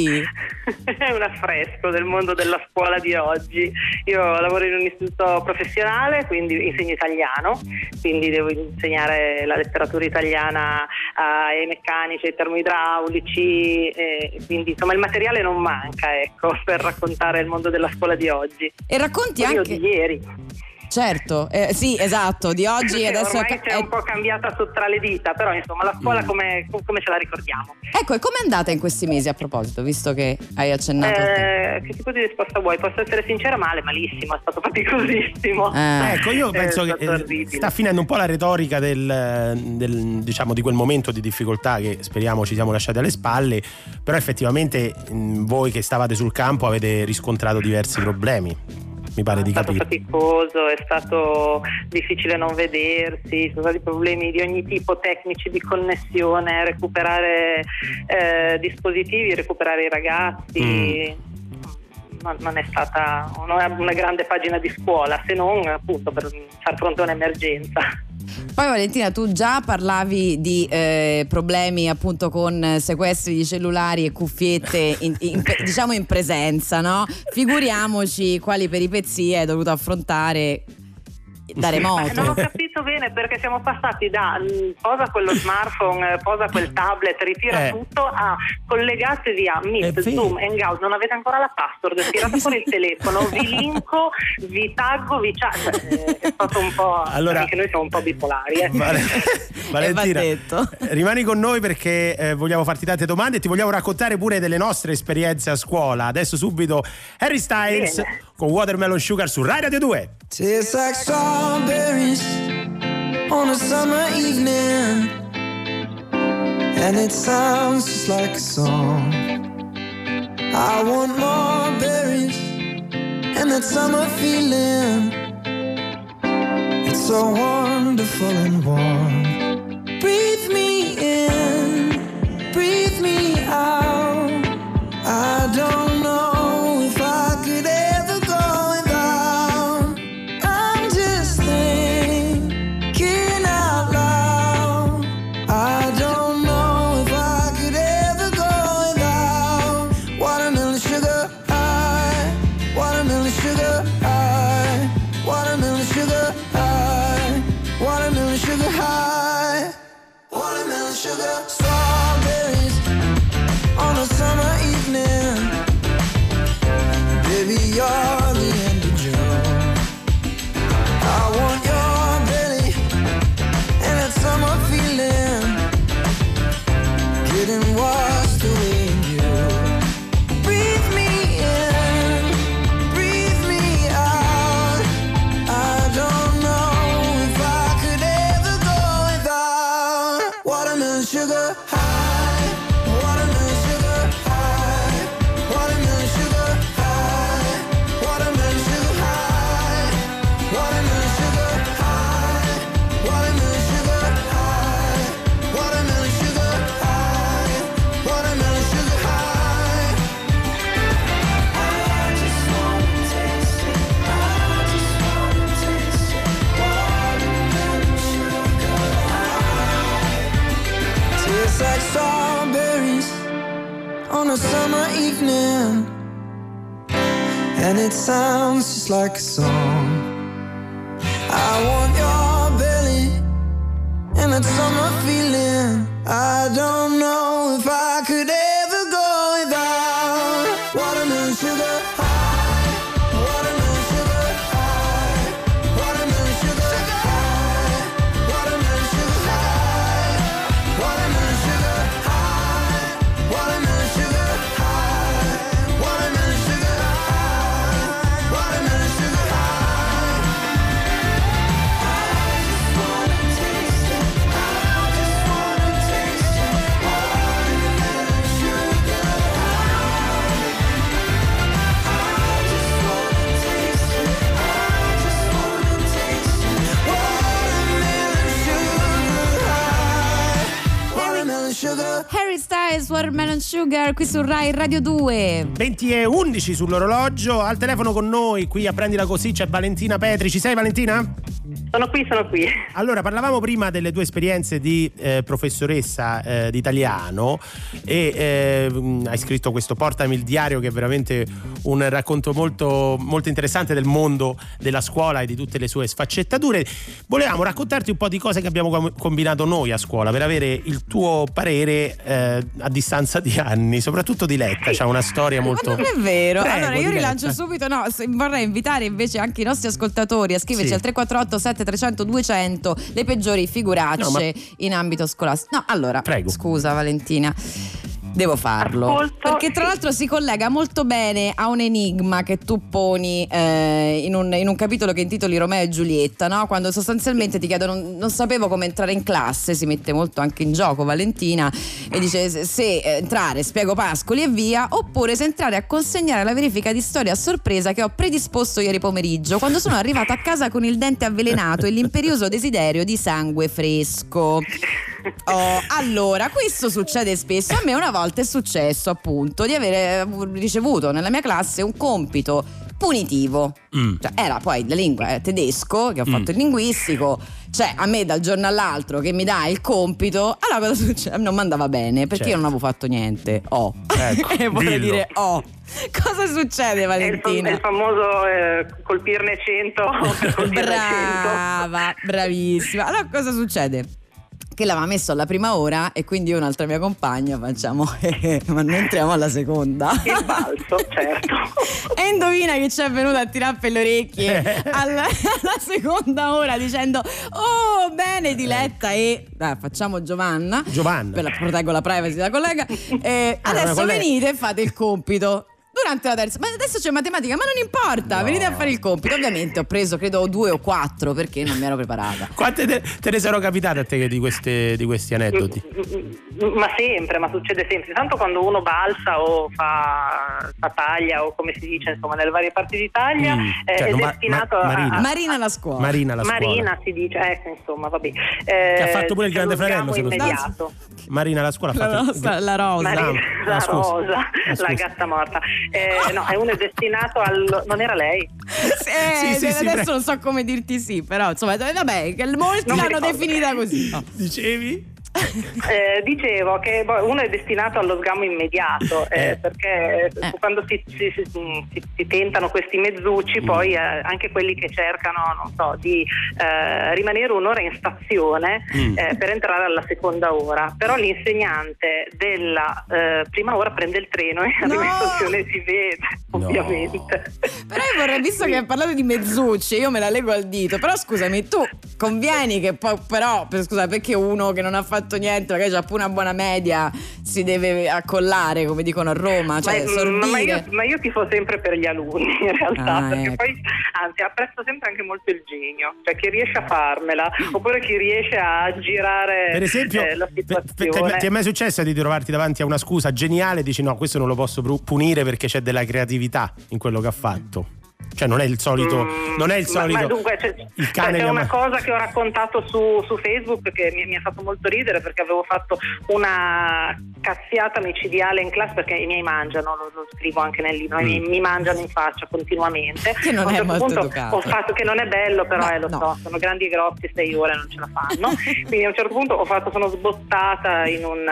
[SPEAKER 5] È un affresco del mondo della scuola di oggi. Io lavoro in un istituto professionale, quindi insegno italiano, quindi devo insegnare la letteratura italiana ai meccanici, ai termoidraulici, e quindi insomma il materiale non manca, ecco, per raccontare il mondo della scuola di oggi.
[SPEAKER 2] E racconti
[SPEAKER 5] Io
[SPEAKER 2] anche
[SPEAKER 5] di ieri.
[SPEAKER 2] certo, eh, sì, esatto, di oggi
[SPEAKER 5] Sì,
[SPEAKER 2] adesso
[SPEAKER 5] ormai
[SPEAKER 2] è,
[SPEAKER 5] c'è un po' cambiata sotto tra le dita, però insomma la scuola come, come ce la ricordiamo.
[SPEAKER 2] Ecco, e com'è andata in questi mesi a proposito, visto che hai accennato?
[SPEAKER 5] Eh, che tipo di risposta vuoi? Posso essere sincera? Male, malissimo, è stato faticosissimo.
[SPEAKER 2] Eh.
[SPEAKER 3] Ecco, io
[SPEAKER 5] È
[SPEAKER 3] penso che
[SPEAKER 5] stato
[SPEAKER 3] eh,
[SPEAKER 5] orribile.
[SPEAKER 3] sta finendo un po' la retorica del, del, diciamo, di quel momento di difficoltà che speriamo ci siamo lasciati alle spalle, però effettivamente mh, voi che stavate sul campo avete riscontrato diversi problemi. Mi pare di
[SPEAKER 5] È stato
[SPEAKER 3] capire.
[SPEAKER 5] faticoso, è stato difficile non vedersi, ci sono stati problemi di ogni tipo, tecnici di connessione, recuperare eh, dispositivi, recuperare i ragazzi.
[SPEAKER 3] Mm.
[SPEAKER 5] Non, non è stata non è una grande pagina di scuola, se non appunto per far fronte a un'emergenza.
[SPEAKER 2] Poi Valentina, tu già parlavi di eh, problemi appunto con sequestri di cellulari e cuffiette in, in- diciamo in presenza, no? Figuriamoci quali peripezie hai dovuto affrontare da
[SPEAKER 5] Ma non ho
[SPEAKER 2] remoto.
[SPEAKER 5] capito bene perché siamo passati da mh, posa quello smartphone, eh, posa quel tablet, ritira
[SPEAKER 3] Eh.
[SPEAKER 5] tutto a collegatevi a
[SPEAKER 3] È
[SPEAKER 5] Meet,
[SPEAKER 3] vero.
[SPEAKER 5] Zoom, Hangout, non avete ancora la password, tirate fuori il telefono, vi linko, vi taggo, vi chat, cioè, è stato un po',
[SPEAKER 3] Allora-
[SPEAKER 5] anche noi siamo un po' bipolari. Eh.
[SPEAKER 3] Vale- Valentina,
[SPEAKER 2] va detto.
[SPEAKER 3] rimani con noi perché eh, vogliamo farti tante domande e ti vogliamo raccontare pure delle nostre esperienze a scuola. Adesso subito Harry Styles
[SPEAKER 5] Bene.
[SPEAKER 3] con Watermelon Sugar su Rai Radio due.
[SPEAKER 4] Tastes like strawberries on a summer evening, and it sounds just like a song. I want more berries and that summer feeling. It's so wonderful and warm. Breathe me in, breathe me out. I don't know if I could ever go without. I'm just thinking out loud. I don't know if I could ever go without watermelon sugar high, watermelon sugar high, watermelon sugar high, watermelon sugar high, watermelon sugar. Strawberries on a summer evening. Baby, you're the end of June. I want your belly and that summer feeling, getting washed away in you. Breathe me in, breathe me out. I don't know if I could ever go without watermelon sugar high, watermelon sugar high, watermelon sugar high, watermelon sugar high, watermelon sugar high, watermelon sugar high, watermelon sugar high, watermelon sugar high. I just wanna taste it, I just wanna taste it, watermelon sugar high. Tastes like strawberries on a summer evening, and it sounds just like a song. I want your belly and that summer feeling. I don't know if I could ever go without watermelon sugar high, watermelon sugar high, watermelon sugar high, watermelon sugar high, watermelon sugar high, watermelon
[SPEAKER 2] Harry Styles, Watermelon Sugar, qui su Rai Radio due.
[SPEAKER 3] venti e undici sull'orologio. Al telefono con noi, qui a Prendila Così, c'è Valentina Petri. Ci sei, Valentina?
[SPEAKER 5] Sono qui, sono qui.
[SPEAKER 3] Allora, parlavamo prima delle tue esperienze di eh, professoressa eh, di italiano e eh, hai scritto questo Portami il diario, che è veramente un racconto molto, molto interessante del mondo della scuola e di tutte le sue sfaccettature. Volevamo raccontarti un po' di cose che abbiamo com- combinato noi a scuola per avere il tuo parere eh, a distanza di anni, soprattutto Diletta. C'ha una storia molto...
[SPEAKER 2] Ma non è vero.
[SPEAKER 3] Prego,
[SPEAKER 2] allora io
[SPEAKER 3] Diletta.
[SPEAKER 2] rilancio subito, no, se- vorrei invitare invece anche i nostri ascoltatori a scriverci
[SPEAKER 3] Sì.
[SPEAKER 2] al tre quattro otto sette trecento duecento le peggiori figuracce
[SPEAKER 3] No, ma-
[SPEAKER 2] in ambito scolastico. No, allora,
[SPEAKER 3] Prego.
[SPEAKER 2] scusa Valentina, devo farlo.
[SPEAKER 5] Ascolto.
[SPEAKER 2] Perché tra l'altro si collega molto bene a un enigma che tu poni eh, in, un, in un capitolo che intitoli Romeo e Giulietta, no? Quando sostanzialmente ti chiedono, non, non sapevo come entrare in classe, si mette molto anche in gioco Valentina e dice se, se entrare, spiego Pascoli e via, oppure se entrare a consegnare la verifica di storia a sorpresa che ho predisposto ieri pomeriggio, quando sono arrivata a casa con il dente avvelenato e l'imperioso desiderio di sangue fresco. Oh, allora, questo succede spesso. A me una volta è successo appunto di avere ricevuto nella mia classe un compito punitivo.
[SPEAKER 3] Mm.
[SPEAKER 2] Cioè, era poi la lingua eh, tedesco, che ho fatto il linguistico. Cioè, a me dal giorno all'altro che mi dai il compito, allora cosa succede? Non mi andava bene perché
[SPEAKER 3] Certo.
[SPEAKER 2] io non avevo fatto niente. Oh,
[SPEAKER 3] Ecco,
[SPEAKER 2] e voglio
[SPEAKER 3] dillo.
[SPEAKER 2] dire, oh, cosa succede,
[SPEAKER 5] È il, fam-
[SPEAKER 2] Valentina?
[SPEAKER 5] è il famoso eh, colpirne cento per colpirne cento.
[SPEAKER 2] Brava, bravissima. Allora cosa succede? Che l'aveva messo alla prima ora e quindi io e un'altra mia compagna facciamo eh, ma noi entriamo alla seconda.
[SPEAKER 5] Il balzo, certo.
[SPEAKER 2] E indovina che ci è venuta a tirare per le orecchie alla, alla seconda ora dicendo oh bene Diletta e dai, facciamo Giovanna
[SPEAKER 3] Giovanna.
[SPEAKER 2] per la, proteggo la privacy della collega e
[SPEAKER 3] Ah, una
[SPEAKER 2] adesso
[SPEAKER 3] collega.
[SPEAKER 2] venite e fate il compito. Durante la terza, ma adesso c'è matematica, ma non importa,
[SPEAKER 3] No.
[SPEAKER 2] venite a fare il compito. Ovviamente ho preso credo due o quattro perché non mi ero preparata.
[SPEAKER 3] Quante te, te ne sono capitate a te di, queste, di questi aneddoti?
[SPEAKER 5] Ma sempre, ma succede sempre. Tanto quando uno balsa o fa, fa taglia o come si dice insomma nelle varie parti d'Italia
[SPEAKER 3] Mm,
[SPEAKER 5] eh,
[SPEAKER 3] cioè,
[SPEAKER 5] è
[SPEAKER 3] ma-
[SPEAKER 5] destinato
[SPEAKER 3] ma-
[SPEAKER 5] a,
[SPEAKER 3] Marina.
[SPEAKER 5] a-
[SPEAKER 2] Marina la scuola.
[SPEAKER 3] Marina la scuola.
[SPEAKER 5] Marina si dice, ecco insomma vabbè.
[SPEAKER 3] Che ha fatto pure il
[SPEAKER 5] c'è
[SPEAKER 3] Grande
[SPEAKER 5] lo
[SPEAKER 3] Fratello,
[SPEAKER 5] sgamo
[SPEAKER 3] se non sbaglio.
[SPEAKER 5] immediato.
[SPEAKER 3] Marina la scuola ha
[SPEAKER 2] La,
[SPEAKER 3] fatto
[SPEAKER 2] rosa, la rosa.
[SPEAKER 5] Marina,
[SPEAKER 3] Ah,
[SPEAKER 5] la
[SPEAKER 3] scusa.
[SPEAKER 5] rosa,
[SPEAKER 3] Ah,
[SPEAKER 5] la
[SPEAKER 3] scusa.
[SPEAKER 5] gatta morta. Eh, no, è uno è destinato al. Non era lei?
[SPEAKER 2] Eh,
[SPEAKER 3] Sì, sì, sì,
[SPEAKER 2] adesso
[SPEAKER 3] prego.
[SPEAKER 2] non so come dirti sì, però insomma, vabbè, che molti
[SPEAKER 5] Non mi
[SPEAKER 2] l'hanno
[SPEAKER 5] ricordo.
[SPEAKER 2] definita così. No.
[SPEAKER 3] Dicevi?
[SPEAKER 5] Eh, dicevo che boh, uno è destinato allo sgamo immediato eh,
[SPEAKER 3] Eh.
[SPEAKER 5] perché
[SPEAKER 2] Eh.
[SPEAKER 5] quando si, si, si, si- si tentano questi mezzucci poi eh, anche quelli che cercano non so di eh, rimanere un'ora in stazione
[SPEAKER 3] Mm.
[SPEAKER 5] eh, per entrare alla seconda ora, però l'insegnante della eh, prima ora prende il treno e arriva in
[SPEAKER 2] No.
[SPEAKER 5] stazione e si vede
[SPEAKER 3] No.
[SPEAKER 5] ovviamente.
[SPEAKER 2] Però io vorrei, visto che hai parlato di mezzucci, io me la leggo al dito. Però scusami, tu convieni che poi, però, per, scusa, perché uno che non ha fatto niente, magari c'ha pure una buona media, si deve accollare, come dicono a Roma, cioè
[SPEAKER 5] ma,
[SPEAKER 2] sorbire.
[SPEAKER 5] ma io, ma io tifo sempre per gli alunni in realtà,
[SPEAKER 2] Ah,
[SPEAKER 5] perché
[SPEAKER 2] ecco.
[SPEAKER 5] poi anzi apprezzo sempre anche molto il genio, cioè chi riesce a farmela oppure chi riesce a girare
[SPEAKER 3] Per esempio,
[SPEAKER 5] eh, la
[SPEAKER 3] per-
[SPEAKER 5] situazione.
[SPEAKER 3] per- ti è mai successo di trovarti davanti a una scusa geniale e dici no, questo non lo posso pru- punire perché c'è della creatività in quello che ha fatto? Cioè non è il solito,
[SPEAKER 5] Mm,
[SPEAKER 3] non è il
[SPEAKER 5] ma-
[SPEAKER 3] solito
[SPEAKER 5] ma dunque c'è,
[SPEAKER 3] il
[SPEAKER 5] cioè,
[SPEAKER 3] cane
[SPEAKER 5] c'è
[SPEAKER 3] che
[SPEAKER 5] una
[SPEAKER 3] ama-
[SPEAKER 5] cosa che ho raccontato su, su Facebook che mi, mi ha fatto molto ridere, perché avevo fatto una cazziata micidiale in classe, perché i miei mangiano, lo, lo scrivo anche nel libro, mi, mi mangiano in faccia continuamente.
[SPEAKER 2] Che non
[SPEAKER 5] A un
[SPEAKER 2] è
[SPEAKER 5] certo
[SPEAKER 2] molto
[SPEAKER 5] punto
[SPEAKER 2] educato.
[SPEAKER 5] ho fatto, che non è bello, però
[SPEAKER 2] No,
[SPEAKER 5] eh, lo
[SPEAKER 2] no.
[SPEAKER 5] so, sono grandi e grossi, sei ore non ce la fanno. Quindi a un certo punto ho fatto, sono sbottata in un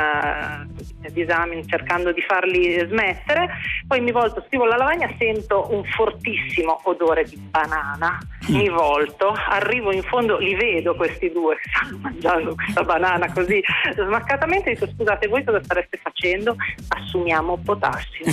[SPEAKER 5] uh, disamine cercando di farli smettere, poi mi volto, scrivo la lavagna, sento un fortissimo odore di banana, mi volto, arrivo in fondo, li vedo questi due che stanno mangiando questa banana così smaccatamente, dico scusate, voi cosa stareste facendo? Assumiamo potassio.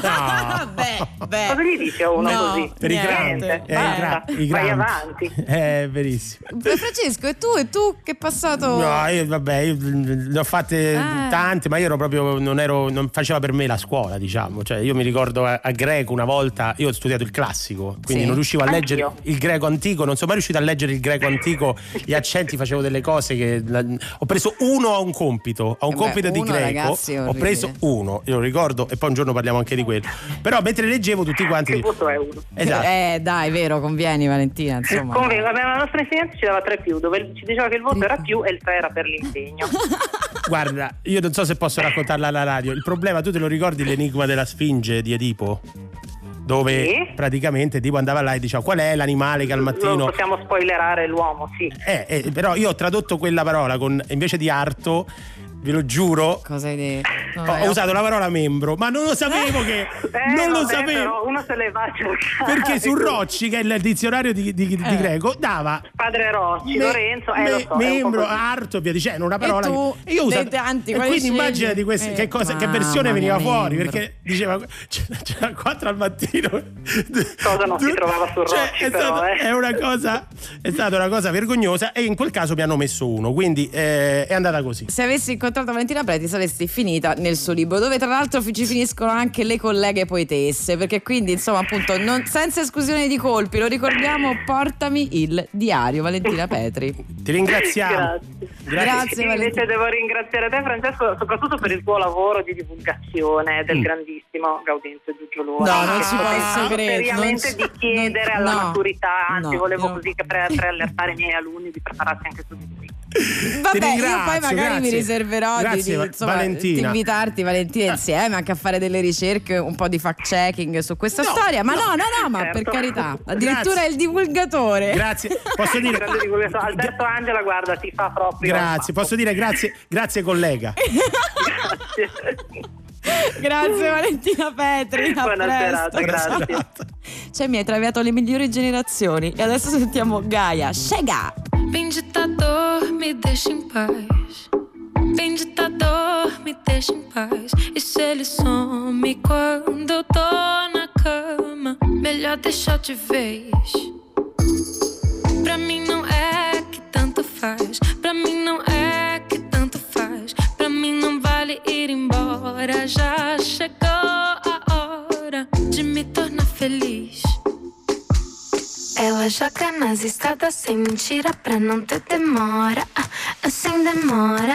[SPEAKER 3] No.
[SPEAKER 2] beh, beh.
[SPEAKER 5] Cosa gli dice a uno
[SPEAKER 2] No,
[SPEAKER 5] così?
[SPEAKER 3] Per i
[SPEAKER 2] niente.
[SPEAKER 3] gram, eh, i
[SPEAKER 5] basta,
[SPEAKER 3] gra- i
[SPEAKER 5] vai
[SPEAKER 3] gram.
[SPEAKER 5] avanti.
[SPEAKER 3] È verissimo.
[SPEAKER 2] Beh, Francesco, e tu? E tu che passato?
[SPEAKER 3] No, io vabbè, io ne ho fatte
[SPEAKER 2] Ah.
[SPEAKER 3] tante, ma io ero proprio non ero non faceva per me la scuola, diciamo. Cioè, io mi ricordo a, a greco una volta, io ho studiato il classico, quindi
[SPEAKER 2] Sì.
[SPEAKER 3] non riuscivo a
[SPEAKER 5] Anch'io.
[SPEAKER 3] leggere il greco antico, non sono mai riuscito a leggere il greco antico, gli accenti, facevo delle cose che la- ho preso uno a un compito, a un
[SPEAKER 2] Eh beh,
[SPEAKER 3] compito di
[SPEAKER 2] uno,
[SPEAKER 3] greco,
[SPEAKER 2] ragazzi, è
[SPEAKER 3] ho
[SPEAKER 2] orribile.
[SPEAKER 3] preso uno, io lo ricordo e poi un giorno parliamo anche di quello. Però mentre leggevo tutti quanti
[SPEAKER 5] Che voto è uno?
[SPEAKER 3] esatto.
[SPEAKER 2] Eh, dai, vero, convieni, Valentina, insomma.
[SPEAKER 5] Conviene, vabbè, la nostra insegnante ci dava tre più, dove ci diceva che il voto era più e il tre era per l'impegno.
[SPEAKER 3] Guarda, io non so se posso raccontarla alla radio. Il problema, tu te lo ricordi l'enigma della Sfinge di Edipo? Dove
[SPEAKER 5] Sì.
[SPEAKER 3] praticamente tipo andava là e diceva qual è l'animale che al mattino...
[SPEAKER 5] Non possiamo spoilerare l'uomo, sì.
[SPEAKER 3] Eh, eh, però io ho tradotto quella parola con, invece di arto, ve lo giuro,
[SPEAKER 2] Cosa hai detto?
[SPEAKER 3] ho,
[SPEAKER 2] Vabbè,
[SPEAKER 3] ho usato la parola membro, ma non lo sapevo che...
[SPEAKER 5] Eh,
[SPEAKER 3] non lo
[SPEAKER 5] vabbè,
[SPEAKER 3] sapevo.
[SPEAKER 5] però uno se le va a cercare.
[SPEAKER 3] Perché su Rocci, che è il dizionario di, di- di
[SPEAKER 2] Eh.
[SPEAKER 3] greco, dava
[SPEAKER 5] Padre Rocci,
[SPEAKER 3] me-
[SPEAKER 5] Lorenzo, eh,
[SPEAKER 3] me-
[SPEAKER 5] lo so, è un po'
[SPEAKER 3] membro,
[SPEAKER 5] così.
[SPEAKER 3] arto e via dicendo, una parola.
[SPEAKER 2] E tu,
[SPEAKER 3] che- io ho
[SPEAKER 2] dei
[SPEAKER 3] usato-
[SPEAKER 2] tanti,
[SPEAKER 3] e
[SPEAKER 2] quali
[SPEAKER 3] quindi
[SPEAKER 2] scegli?
[SPEAKER 3] immaginati questi-
[SPEAKER 2] Eh,
[SPEAKER 3] che, cosa, che
[SPEAKER 2] mamma
[SPEAKER 3] versione veniva
[SPEAKER 2] mia,
[SPEAKER 3] fuori,
[SPEAKER 2] membro.
[SPEAKER 3] perché diceva c'era, c'era quattro al mattino.
[SPEAKER 5] Cosa non si trovava su
[SPEAKER 3] Cioè,
[SPEAKER 5] Rocci,
[SPEAKER 3] è,
[SPEAKER 5] però,
[SPEAKER 3] stato-
[SPEAKER 5] eh.
[SPEAKER 3] è una cosa è stata una cosa vergognosa, e in quel caso mi hanno messo uno, quindi eh, è andata così.
[SPEAKER 2] Se avessi incontrato Valentina Preti saresti finita nel suo libro, dove tra l'altro ci finiscono anche le colleghe poetesse, perché quindi insomma appunto non, senza esclusione di colpi, lo ricordiamo, portami il diario, Valentina Petri.
[SPEAKER 3] Ti ringraziamo.
[SPEAKER 5] Grazie.
[SPEAKER 2] Grazie,
[SPEAKER 5] Sì,
[SPEAKER 2] Valentina.
[SPEAKER 5] invece devo ringraziare te, Francesco, soprattutto per il tuo lavoro di divulgazione del
[SPEAKER 3] Mm.
[SPEAKER 5] grandissimo Gaudenzio Giugiolora.
[SPEAKER 2] No, non
[SPEAKER 5] Che
[SPEAKER 2] ci
[SPEAKER 5] sto
[SPEAKER 2] posso
[SPEAKER 5] pensando
[SPEAKER 2] credere,
[SPEAKER 5] seriamente
[SPEAKER 2] non
[SPEAKER 5] di
[SPEAKER 2] ci-
[SPEAKER 5] chiedere
[SPEAKER 2] non-
[SPEAKER 5] alla
[SPEAKER 2] no,
[SPEAKER 5] maturità, anzi
[SPEAKER 2] no,
[SPEAKER 5] volevo
[SPEAKER 2] io-
[SPEAKER 5] così che pre- preallertare i miei alunni di prepararsi anche su di lui.
[SPEAKER 2] Vabbè,
[SPEAKER 3] Ti
[SPEAKER 2] io
[SPEAKER 3] ringrazio,
[SPEAKER 2] poi magari
[SPEAKER 3] grazie.
[SPEAKER 2] mi riserverò di-
[SPEAKER 3] Grazie,
[SPEAKER 2] di,
[SPEAKER 3] Va-
[SPEAKER 2] insomma,
[SPEAKER 3] Valentina.
[SPEAKER 2] di invitarti, Valentina, insieme anche a fare delle ricerche, un po' di fact checking su questa
[SPEAKER 3] No,
[SPEAKER 2] storia. Ma
[SPEAKER 3] no.
[SPEAKER 2] no, no, no, ma
[SPEAKER 5] Certo.
[SPEAKER 2] per carità, addirittura
[SPEAKER 3] Grazie.
[SPEAKER 2] il divulgatore.
[SPEAKER 3] Grazie, posso dire
[SPEAKER 5] Grande divulgatore. Alberto Angela, guarda, ti fa proprio.
[SPEAKER 3] grazie, posso dire grazie, grazie collega.
[SPEAKER 5] Grazie.
[SPEAKER 2] Grazie Valentina Petri. A
[SPEAKER 5] Buona
[SPEAKER 2] presto.
[SPEAKER 5] serata, grazie.
[SPEAKER 2] Cioè, mi hai traviato le migliori generazioni. E adesso sentiamo Gaia Scega.
[SPEAKER 7] Bem ditador, me deixa em paz. Bem ditador, me deixa em paz. E se ele some quando eu tô na cama, melhor deixar de vez. Pra mim não é que tanto faz. Pra mim não é que tanto faz. Pra mim não vale ir embora. Já chegou a hora de me tornar feliz. Ela joga nas estradas sem mentira pra não ter demora, ah, sem demora.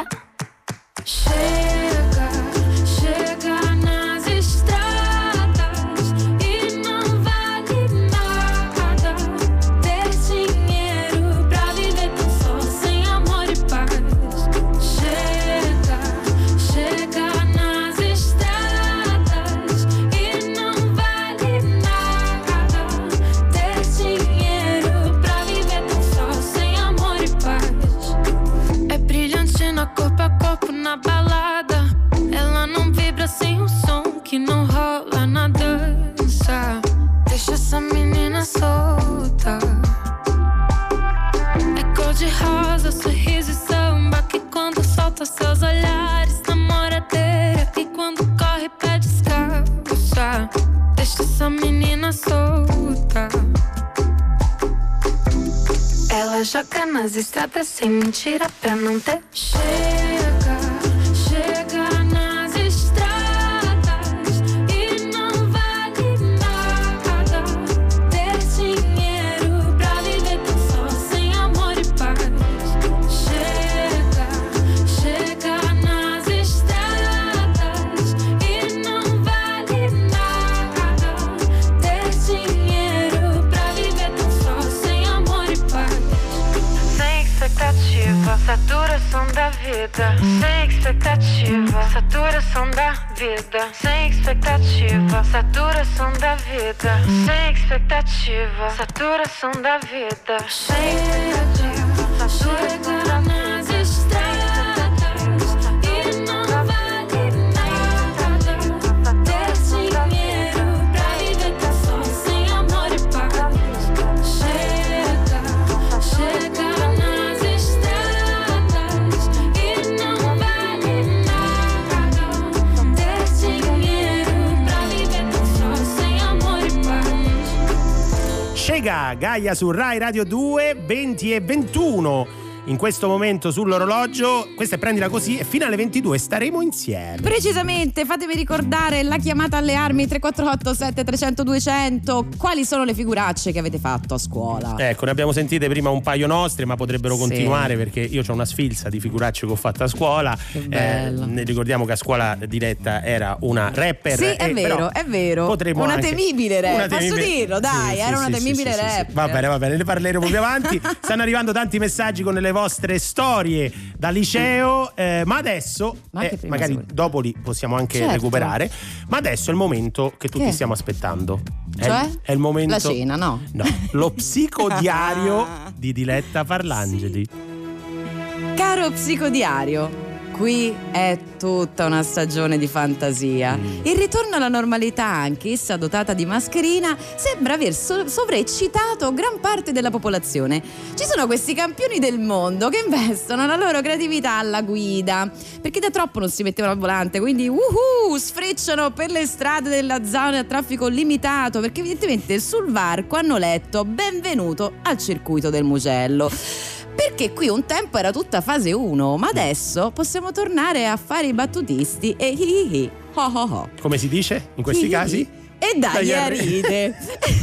[SPEAKER 7] Chega, chega nas estradas e não vale nada ter dinheiro pra viver tão só sem amor e paz. Chega, chega nas estradas e não vale nada ter dinheiro pra viver tão só sem amor e paz. É brilhante na corpo a corpo na balada. Ela não vibra sem um som que não rola na dança. Deixa essa menina solta. É cor de rosa, sorriso e samba, que quando solta seus olhares namoradeira, e quando corre pede descalça. Deixa essa menina solta. Ela joga nas estradas sem mentira pra não ter. Chega, chega nas estradas e não vale nada ter dinheiro pra viver tão só sem amor e paz. Chega, chega nas estradas e não vale nada ter dinheiro pra viver tão só sem amor e paz. Sem expectativa, saturação da vida. Sem expectativa, saturação da vida. Sem expectativa, saturação da vida. Sem expectativa, saturação da vida. Sem expectativa, saturação nas estradas e não vale nada ter dinheiro pra viver tão só sem amor e paz. Chega, chega nas estradas e não vale nada ter dinheiro pra viver tão só sem amor e paz.
[SPEAKER 3] Scega, Gaia su Rai Radio due, venti e ventuno in questo momento sull'orologio. Questa è Prendila Così, e fino alle ventidue staremo insieme.
[SPEAKER 2] Precisamente, fatemi ricordare la chiamata alle armi tre quattro otto sette tre zero zero due zero zero. Quali sono le figuracce che avete fatto a scuola?
[SPEAKER 3] Ecco, ne abbiamo sentite prima un paio nostre, ma potrebbero
[SPEAKER 2] Sì.
[SPEAKER 3] continuare, perché io ho una sfilza di figuracce che ho fatto a scuola.
[SPEAKER 2] Che bello.
[SPEAKER 3] ne ricordiamo che a scuola Diletta era una rapper.
[SPEAKER 2] Sì,
[SPEAKER 3] e
[SPEAKER 2] è vero,
[SPEAKER 3] però
[SPEAKER 2] è vero.
[SPEAKER 3] potremmo
[SPEAKER 2] Una
[SPEAKER 3] anche-
[SPEAKER 2] temibile rap,
[SPEAKER 3] una
[SPEAKER 2] posso
[SPEAKER 3] temibile-
[SPEAKER 2] dirlo, dai,
[SPEAKER 3] Sì,
[SPEAKER 2] era
[SPEAKER 3] sì,
[SPEAKER 2] una
[SPEAKER 3] sì,
[SPEAKER 2] temibile
[SPEAKER 3] sì, sì, sì.
[SPEAKER 2] rap.
[SPEAKER 3] Va bene, va bene, ne parleremo più avanti. Stanno arrivando tanti messaggi con le vostre storie da liceo, eh, ma adesso
[SPEAKER 2] Ma anche
[SPEAKER 3] eh,
[SPEAKER 2] prima,
[SPEAKER 3] magari
[SPEAKER 2] sicuro.
[SPEAKER 3] dopo li possiamo anche
[SPEAKER 2] Certo.
[SPEAKER 3] recuperare, ma adesso è il momento che tutti
[SPEAKER 2] Che?
[SPEAKER 3] stiamo aspettando. È,
[SPEAKER 2] Cioè?
[SPEAKER 3] è il momento,
[SPEAKER 2] La cena, no?
[SPEAKER 3] No, lo psicodiario di Diletta Parlangeli.
[SPEAKER 2] Caro psicodiario, qui è tutta una stagione di fantasia. Il ritorno alla normalità, anch'essa dotata di mascherina, sembra aver so- sovraeccitato gran parte della popolazione. Ci sono questi campioni del mondo che investono la loro creatività alla guida, perché da troppo non si mettevano al volante, quindi uhu, sfrecciano per le strade della zona a traffico limitato, perché evidentemente sul varco hanno letto benvenuto al circuito del Mugello. Perché qui un tempo era tutta fase uno, ma adesso possiamo tornare a fare i battutisti e hi hi hi, ho ho ho.
[SPEAKER 3] Come si dice in questi
[SPEAKER 2] Hi hi
[SPEAKER 3] casi?
[SPEAKER 2] hi. E dai,
[SPEAKER 3] Dai,
[SPEAKER 2] a
[SPEAKER 3] arri-
[SPEAKER 2] ride.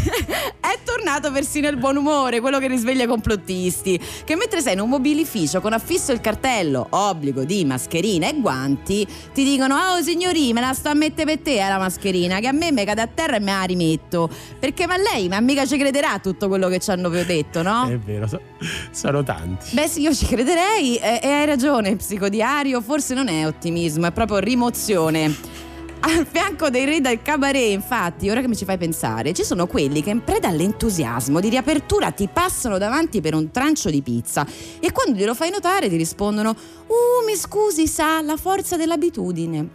[SPEAKER 2] È tornato persino il buon umore, quello che risveglia i complottisti, che mentre sei in un mobilificio con affisso il cartello obbligo di mascherina e guanti, ti dicono: oh signori, me la sto a mettere per te eh, la mascherina, che a me mi cade a terra e me la rimetto. Perché ma lei, ma mica ci crederà a tutto quello che ci hanno detto, no?
[SPEAKER 3] È vero, so- sono tanti.
[SPEAKER 2] Beh sì, io ci crederei e, e hai ragione, il psicodiario forse non è ottimismo, è proprio rimozione. Al fianco dei re del cabaret, infatti, ora che mi ci fai pensare, ci sono quelli che in preda all'entusiasmo di riapertura ti passano davanti per un trancio di pizza e quando glielo fai notare ti rispondono: uh, mi scusi, sa, la forza dell'abitudine.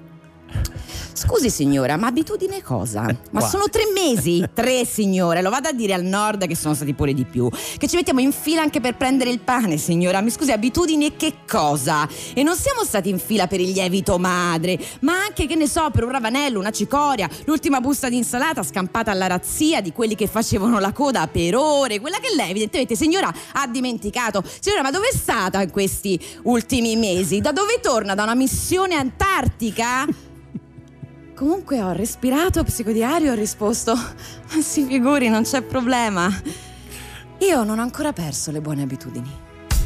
[SPEAKER 2] Scusi signora, ma abitudine cosa? Ma
[SPEAKER 3] Qua.
[SPEAKER 2] sono tre mesi? Tre signore, lo vado a dire al nord che sono stati pure di più. Che ci mettiamo in fila anche per prendere il pane, signora. Mi scusi, abitudine che cosa? E non siamo stati in fila per il lievito madre, ma anche, che ne so, per un ravanello, una cicoria, l'ultima busta di insalata scampata alla razzia di quelli che facevano la coda per ore, quella che lei evidentemente, signora, ha dimenticato. Signora, ma dove è stata in questi ultimi mesi? Da dove torna? Da una missione antartica? Comunque ho respirato psicodiario e ho risposto: ma si figuri, non c'è problema. Io non ho ancora perso le buone abitudini.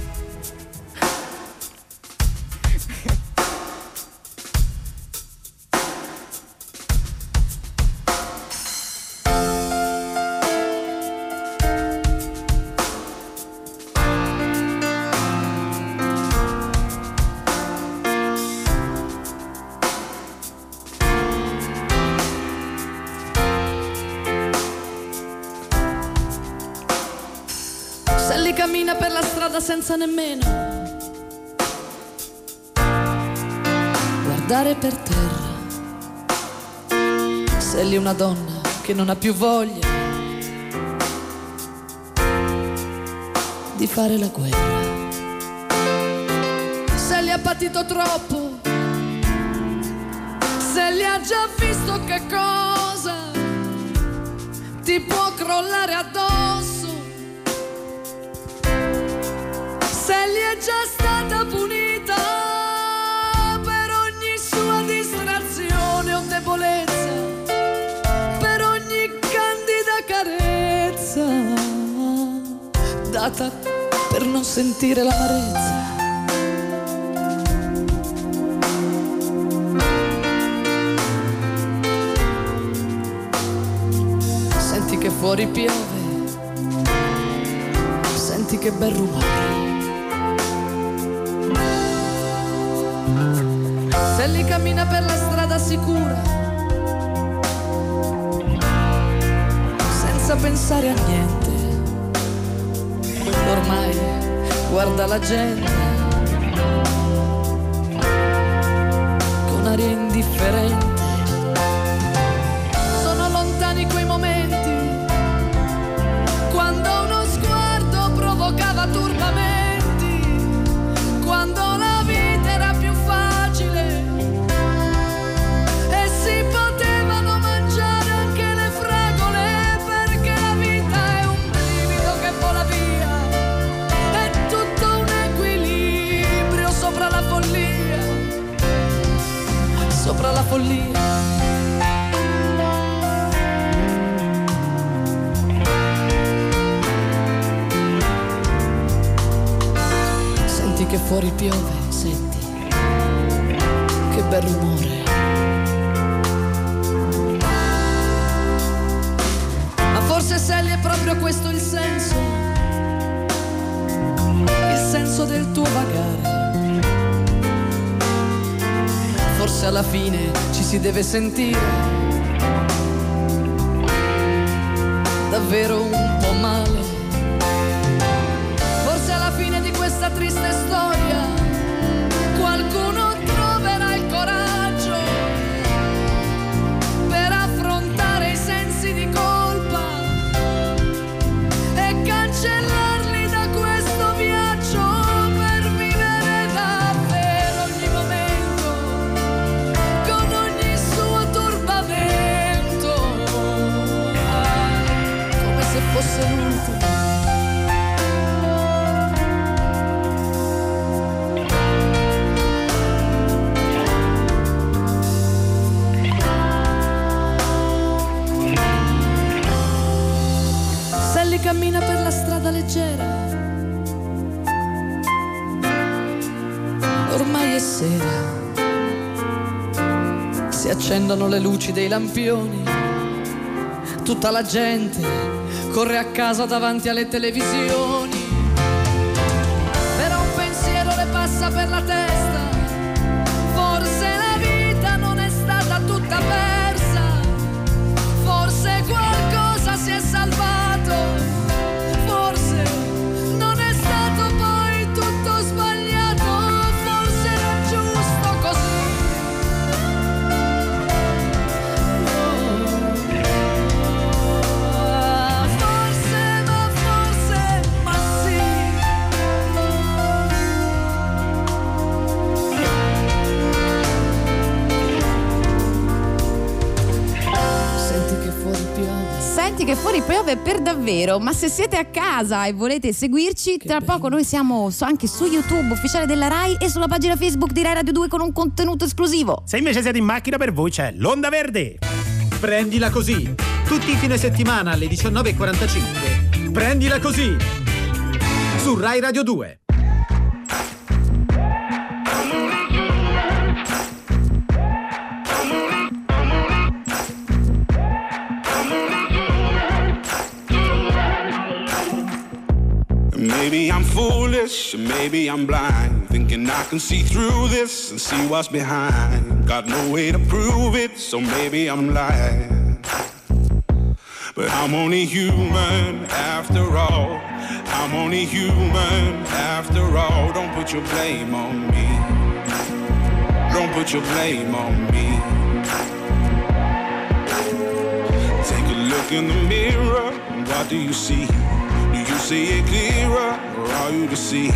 [SPEAKER 8] Sally cammina per la strada senza nemmeno guardare per terra. Sally è una donna che non ha più voglia di fare la guerra. Sally ha patito troppo, Sally ha già visto che cosa ti può crollare addosso. Sally è già stata punita per ogni sua distrazione o debolezza, per ogni candida carezza data per non sentire l'amarezza. Senti che fuori piove, senti che bel rumore. Sally cammina per la strada sicura, senza pensare a niente. Ormai guarda la gente con aria indifferente. Sono lontani quei momenti quando uno sguardo provocava turbamenti, quando la vita era più facile e si potevano mangiare anche le fragole, perché la vita è un brivido che vola via, è tutto un equilibrio sopra la follia, sopra la follia. Senti che fuori piove, senti che bel rumore. Ma forse Sally è proprio questo il senso, il senso senso del tuo vagare. Forse alla fine ci si deve sentire davvero un po' male. Forse alla fine di questa triste storia qualcuno troverà il coraggio per affrontare i sensi di colpa e cancellarli da questo viaggio, per vivere davvero ogni momento con ogni suo turbamento, ah, come se fosse l'ultimo. Sally cammina per la strada leggera, ormai è sera, si accendono le luci dei lampioni, tutta la gente corre a casa davanti alle televisioni, però un pensiero le passa per la testa, forse la vita non è stata tutta persa, forse qualcosa si è salvato, forse non è stato poi tutto sbagliato, forse era giusto così. Ah, forse, ma forse, ma sì. Senti che fuori piove.
[SPEAKER 2] Senti che fuori piove per davvero, ma se siete a casa e volete seguirci, tra poco noi siamo su- anche su YouTube ufficiale della Rai e sulla pagina Facebook di Rai Radio due con un contenuto esclusivo.
[SPEAKER 3] Se invece siete in macchina, per voi c'è l'Onda Verde.
[SPEAKER 1] Prendila così. Tutti i fine settimana alle diciannove e quarantacinque. Prendila così. Su Rai Radio due.
[SPEAKER 9] Maybe I'm foolish, maybe I'm blind, thinking I can see through this and see what's behind. Got no way to prove it, so maybe I'm lying. But I'm only human after all. I'm only human after all. Don't put your blame on me. Don't put your blame on me. Take a look in the mirror, what do you see? Do you see it clearer, or are you deceived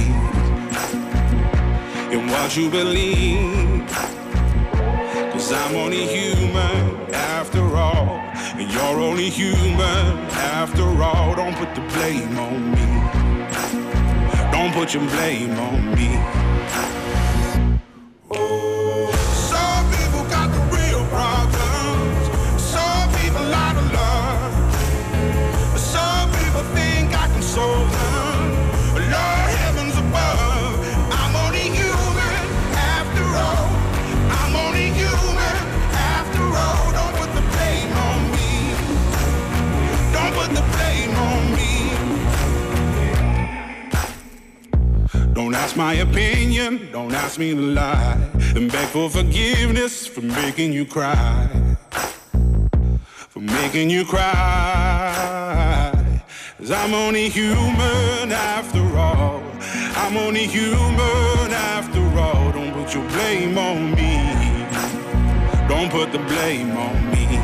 [SPEAKER 9] in what you believe? 'Cause I'm only human after all, and you're only human after all. Don't put the blame on me. Don't put your blame on me. Some people got the real problems. Some people out of love. Some people think I can solve them. Lord heavens above, I'm only human after all. I'm only human after all. Don't put the blame on me. Don't put the blame on me. Don't ask my opinion, don't ask me to lie, and beg for forgiveness for making you cry. For making you cry. 'Cause I'm only human after all. I'm only human after all. Don't put your blame on me. Don't put the blame on me.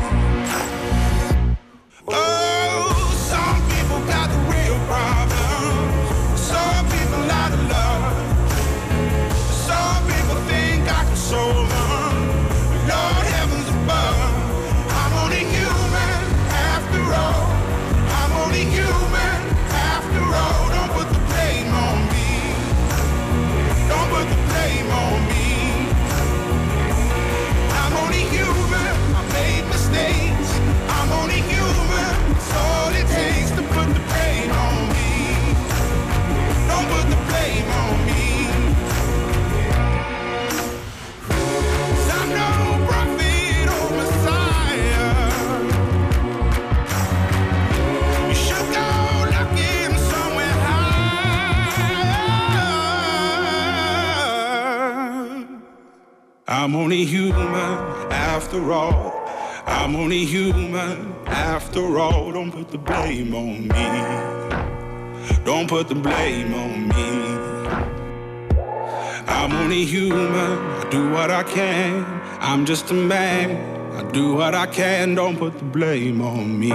[SPEAKER 9] Oh, some people got the real problems. Some people out of love. Some people think I can solve them. Lord heavens above, I'm only human after all. I'm only human after all. Don't put the blame on me. Don't put the blame on me. I'm only human. I made mistakes. I'm only human after all. I'm only human after all. Don't put the blame on me. Don't put the blame on me. I'm only human. I do what I can. I'm just a man. I do what I can. Don't put the blame on me.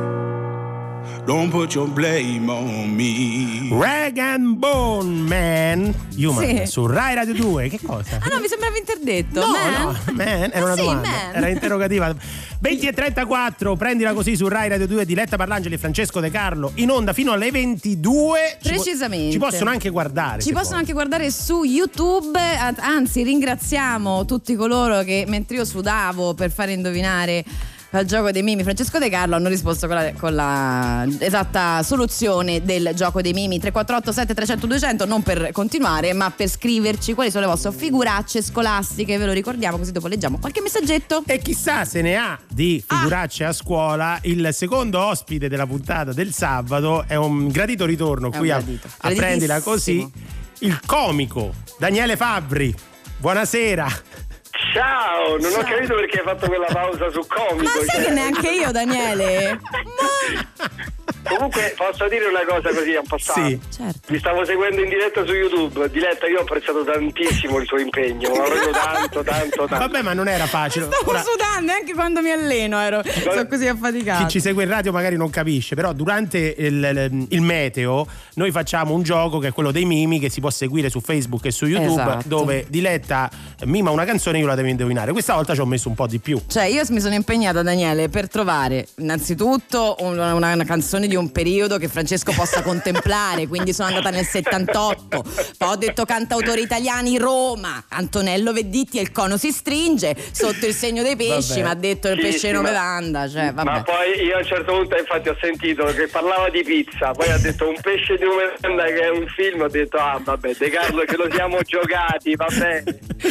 [SPEAKER 9] Don't put your blame on me.
[SPEAKER 3] Rag and Bone Man Human
[SPEAKER 2] Sì.
[SPEAKER 3] su Rai Radio due. Che cosa?
[SPEAKER 2] Ah no, mi sembrava interdetto.
[SPEAKER 3] No,
[SPEAKER 2] Man?
[SPEAKER 3] no, man, era una
[SPEAKER 2] Ah, sì,
[SPEAKER 3] domanda,
[SPEAKER 2] man.
[SPEAKER 3] era interrogativa. venti e trentaquattro, prendila così su Rai Radio due, Diletta Parlangeli e Francesco De Carlo in onda fino alle ventidue. Ci po-
[SPEAKER 2] Precisamente.
[SPEAKER 3] Ci possono anche guardare.
[SPEAKER 2] Ci
[SPEAKER 3] se
[SPEAKER 2] possono
[SPEAKER 3] vuoi.
[SPEAKER 2] anche guardare su YouTube, eh, anzi ringraziamo tutti coloro che mentre io sudavo per fare indovinare al gioco dei mimi Francesco De Carlo hanno risposto con la, con la esatta soluzione del gioco dei mimi. Tre quattro otto sette tre zero zero due zero zero, non per continuare ma per scriverci quali sono le vostre figuracce scolastiche, ve lo ricordiamo così dopo leggiamo qualche messagetto.
[SPEAKER 3] E chissà se ne ha di figuracce a scuola. Il secondo ospite della puntata del sabato è un gradito ritorno
[SPEAKER 2] È
[SPEAKER 3] qui
[SPEAKER 2] un
[SPEAKER 3] a,
[SPEAKER 2] gradito.
[SPEAKER 3] a prendila così,
[SPEAKER 2] Graditissimo.
[SPEAKER 3] il comico Daniele Fabbri. Buonasera.
[SPEAKER 10] Ciao, non
[SPEAKER 2] Ciao.
[SPEAKER 10] ho capito perché hai fatto quella pausa su comico.
[SPEAKER 2] Ma sai
[SPEAKER 10] cioè.
[SPEAKER 2] che neanche io Daniele?
[SPEAKER 10] Comunque posso dire una cosa così a passato?
[SPEAKER 3] Sì.
[SPEAKER 2] Certo.
[SPEAKER 10] Vi stavo seguendo in diretta su YouTube. Diletta, io ho apprezzato tantissimo il tuo impegno, ma proprio tanto, tanto, tanto.
[SPEAKER 3] Vabbè, ma non era facile.
[SPEAKER 2] Stavo
[SPEAKER 3] Ora,
[SPEAKER 2] sudando anche quando mi alleno, ero sono così affaticata.
[SPEAKER 3] chi ci segue in radio magari non capisce, però durante il, il- il meteo noi facciamo un gioco che è quello dei mimi, che si può seguire su Facebook e su YouTube,
[SPEAKER 2] Esatto.
[SPEAKER 3] dove Diletta mima una canzone e io la devo indovinare. Questa volta ci ho messo un po' di più.
[SPEAKER 2] Cioè io mi sono impegnata, Daniele, per trovare innanzitutto una, una- una canzone di un periodo che Francesco possa contemplare, quindi sono andata nel settantotto, poi ho detto cantautori italiani, Roma, Antonello Venditti e il cono si stringe, sotto il segno dei pesci,
[SPEAKER 3] Vabbè.
[SPEAKER 2] mi ha detto il
[SPEAKER 10] Sì,
[SPEAKER 2] pesce
[SPEAKER 10] sì,
[SPEAKER 2] nome
[SPEAKER 10] ma-
[SPEAKER 2] d'anda, cioè vabbè.
[SPEAKER 10] Ma poi io a un certo punto infatti ho sentito che parlava di pizza, poi ha detto un pesce di Umanda che è un film, ho detto ah vabbè De Carlo ce lo siamo giocati, va bene.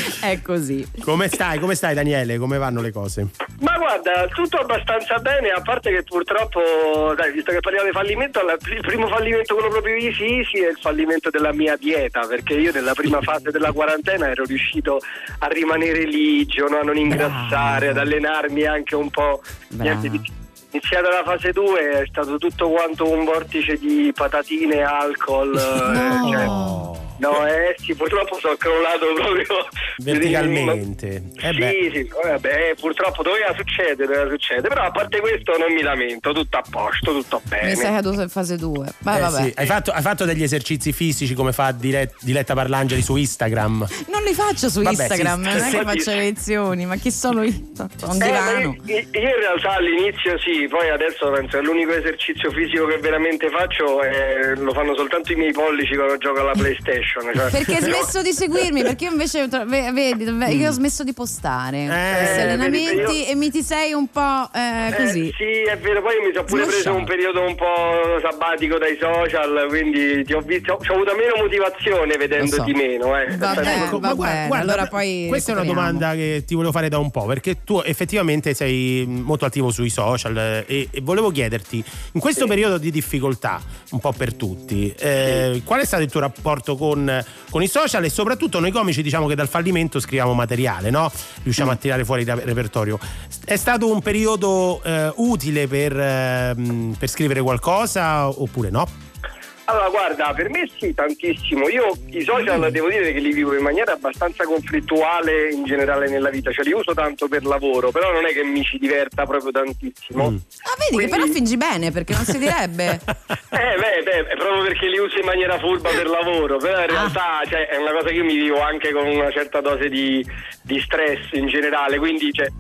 [SPEAKER 2] È così.
[SPEAKER 3] Come stai? Come stai Daniele? Come vanno le cose?
[SPEAKER 10] Ma guarda, tutto abbastanza bene, a parte che purtroppo, dai, visto che parliamo di fallimento, la- il primo fallimento, quello proprio easy easy, è il fallimento della mia dieta, perché io nella prima fase della quarantena ero riuscito a rimanere ligio, no? A non ingrassare, ad allenarmi anche un po'.
[SPEAKER 2] Bravo.
[SPEAKER 10] Niente di- Iniziata la fase due è stato tutto quanto un vortice di patatine, alcol.
[SPEAKER 2] No.
[SPEAKER 10] eh, cioè, no, eh sì, purtroppo sono crollato proprio
[SPEAKER 3] Verticalmente. Eh beh.
[SPEAKER 10] sì, sì, vabbè, purtroppo doveva succedere, doveva succedere, però a parte questo non mi lamento, tutto a posto, tutto bene.
[SPEAKER 2] Mi sei caduto in fase due. Vai,
[SPEAKER 3] Eh,
[SPEAKER 2] vabbè.
[SPEAKER 3] sì. Hai, fatto, hai fatto degli esercizi fisici come fa Dile- Diletta Parlangeli su Instagram?
[SPEAKER 2] Non li faccio su
[SPEAKER 3] Vabbè,
[SPEAKER 2] Instagram,
[SPEAKER 3] sì,
[SPEAKER 2] non è
[SPEAKER 3] sì.
[SPEAKER 2] che faccio le lezioni, ma chi sono io? Ho un
[SPEAKER 10] Eh,
[SPEAKER 2] divano.
[SPEAKER 10] ma io, io in realtà all'inizio sì, poi adesso penso che l'unico esercizio fisico che veramente faccio è, lo fanno soltanto i miei pollici quando gioco alla PlayStation. Cioè,
[SPEAKER 2] Perché hai
[SPEAKER 10] no,
[SPEAKER 2] smesso di seguirmi? Perché io invece tra- ve- vedi, io ho smesso di postare questi
[SPEAKER 3] Eh,
[SPEAKER 2] allenamenti
[SPEAKER 10] vedi, io-
[SPEAKER 2] e mi ti sei un po' eh,
[SPEAKER 10] eh,
[SPEAKER 2] così.
[SPEAKER 10] sì, è vero, poi mi sono pure preso
[SPEAKER 2] Smosciato.
[SPEAKER 10] un periodo un po' sabbatico dai social, quindi ti ho, visto, ho avuto meno motivazione vedendoti
[SPEAKER 2] Lo so.
[SPEAKER 10] meno. Eh.
[SPEAKER 2] Va bene,
[SPEAKER 3] Ecco,
[SPEAKER 2] va bene, allora poi
[SPEAKER 3] questa è una
[SPEAKER 2] recuperiamo.
[SPEAKER 3] domanda che ti volevo fare da un po', perché tu effettivamente sei molto attivo sui social eh, e, e volevo chiederti, in questo
[SPEAKER 10] Sì.
[SPEAKER 3] periodo di difficoltà un po' per tutti, eh, qual è stato il tuo rapporto con, con i social? E soprattutto noi comici diciamo che dal fallimento scriviamo materiale, no? Riusciamo a tirare fuori il repertorio. È stato un periodo eh, utile per, ehm, per scrivere qualcosa oppure no?
[SPEAKER 10] Allora guarda, per me sì, tantissimo. Io i social devo dire che li vivo in maniera abbastanza conflittuale in generale nella vita, cioè li uso tanto per lavoro, però non è che mi ci diverta proprio tantissimo.
[SPEAKER 3] Mm.
[SPEAKER 2] Ah, vedi
[SPEAKER 10] Quindi-
[SPEAKER 2] che però fingi bene, perché non si direbbe.
[SPEAKER 10] Eh beh, beh, è proprio perché li uso in maniera furba per lavoro, però in realtà cioè, è una cosa che io mi vivo anche con una certa dose di, di stress in generale, quindi cioè,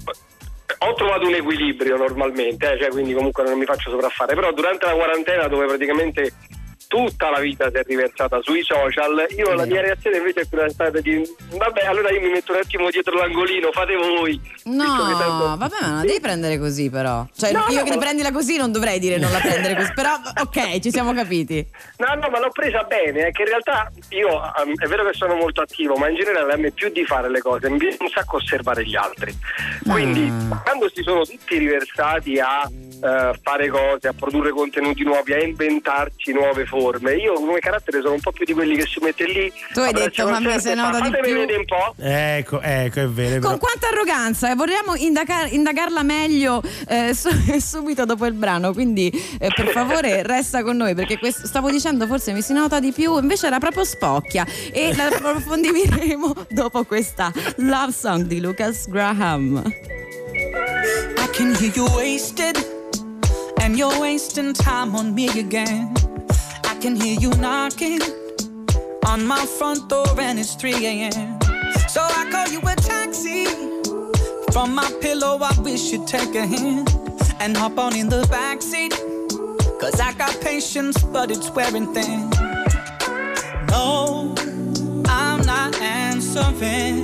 [SPEAKER 10] ho trovato un equilibrio normalmente, eh, cioè, quindi comunque non mi faccio sopraffare, però durante la quarantena dove praticamente tutta la vita si è riversata sui social, io la mia reazione invece è quella stata di vabbè, allora io mi metto un attimo dietro l'angolino, fate voi. Visto che tanto-
[SPEAKER 2] No, vabbè, ma non la devi prendere così però. Cioè,
[SPEAKER 10] No,
[SPEAKER 2] io
[SPEAKER 10] no,
[SPEAKER 2] che
[SPEAKER 10] ma-
[SPEAKER 2] prendila così non dovrei dire non la prendere così. Però ok, ci siamo capiti.
[SPEAKER 10] No, no, ma l'ho presa bene, è che in realtà io um, è vero che sono molto attivo, ma in generale a me più di fare le cose mi viene un sacco osservare gli altri. Quindi
[SPEAKER 2] Ah.
[SPEAKER 10] quando si sono tutti riversati a uh, fare cose, a produrre contenuti nuovi, a inventarci nuove forme. Io come carattere sono un po' più di quelli che si mette lì.
[SPEAKER 2] Tu hai detto fammi se nota di più.
[SPEAKER 10] Vedere un po'.
[SPEAKER 3] Ecco, ecco, è vero.
[SPEAKER 2] Con quanta arroganza, vogliamo indagar- indagarla meglio eh, su- subito dopo il brano, quindi eh, per favore resta con noi, perché questo, stavo dicendo forse mi si nota di più, invece era proprio spocchia, e la approfondiremo dopo questa Love Song di Lucas Graham.
[SPEAKER 11] I can hear you wasted, and you're wasting time on me again. I can hear you knocking on my front door and it's three a.m. So I call you a taxi. From my pillow I wish you'd take a hand and hop on in the backseat, 'cause I got patience but it's wearing thin. No, I'm not answering.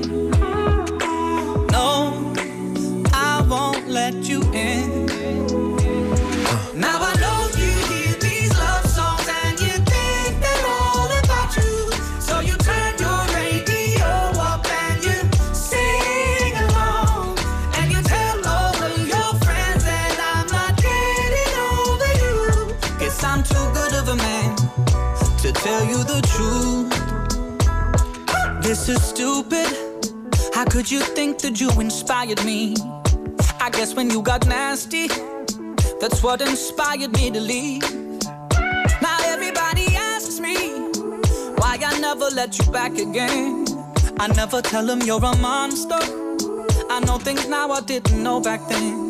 [SPEAKER 11] No, I won't let you in. Now I know you hear these love songs and you think they're all about you. So you turn your radio up and you sing along, and you tell all of your friends that I'm not getting over you. 'Cause I'm too good of a man to tell you the truth. This is stupid. How could you think that you inspired me? I guess when you got nasty, that's what inspired me to leave. Now everybody asks me why I never let you back again. I never tell them you're a monster. I know things now I didn't know back then.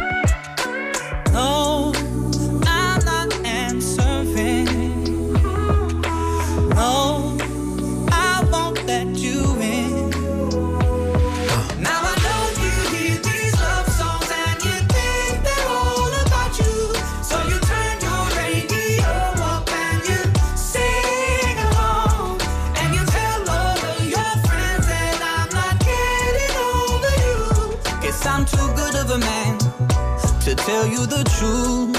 [SPEAKER 11] No, I'm not answering. No, I won't let you in. Now I know you hear these love songs and you think they're all about you. So you turn your radio up and you sing along, and you tell all of your friends that I'm not getting over you. 'Cause I'm too good of a man to tell you the truth.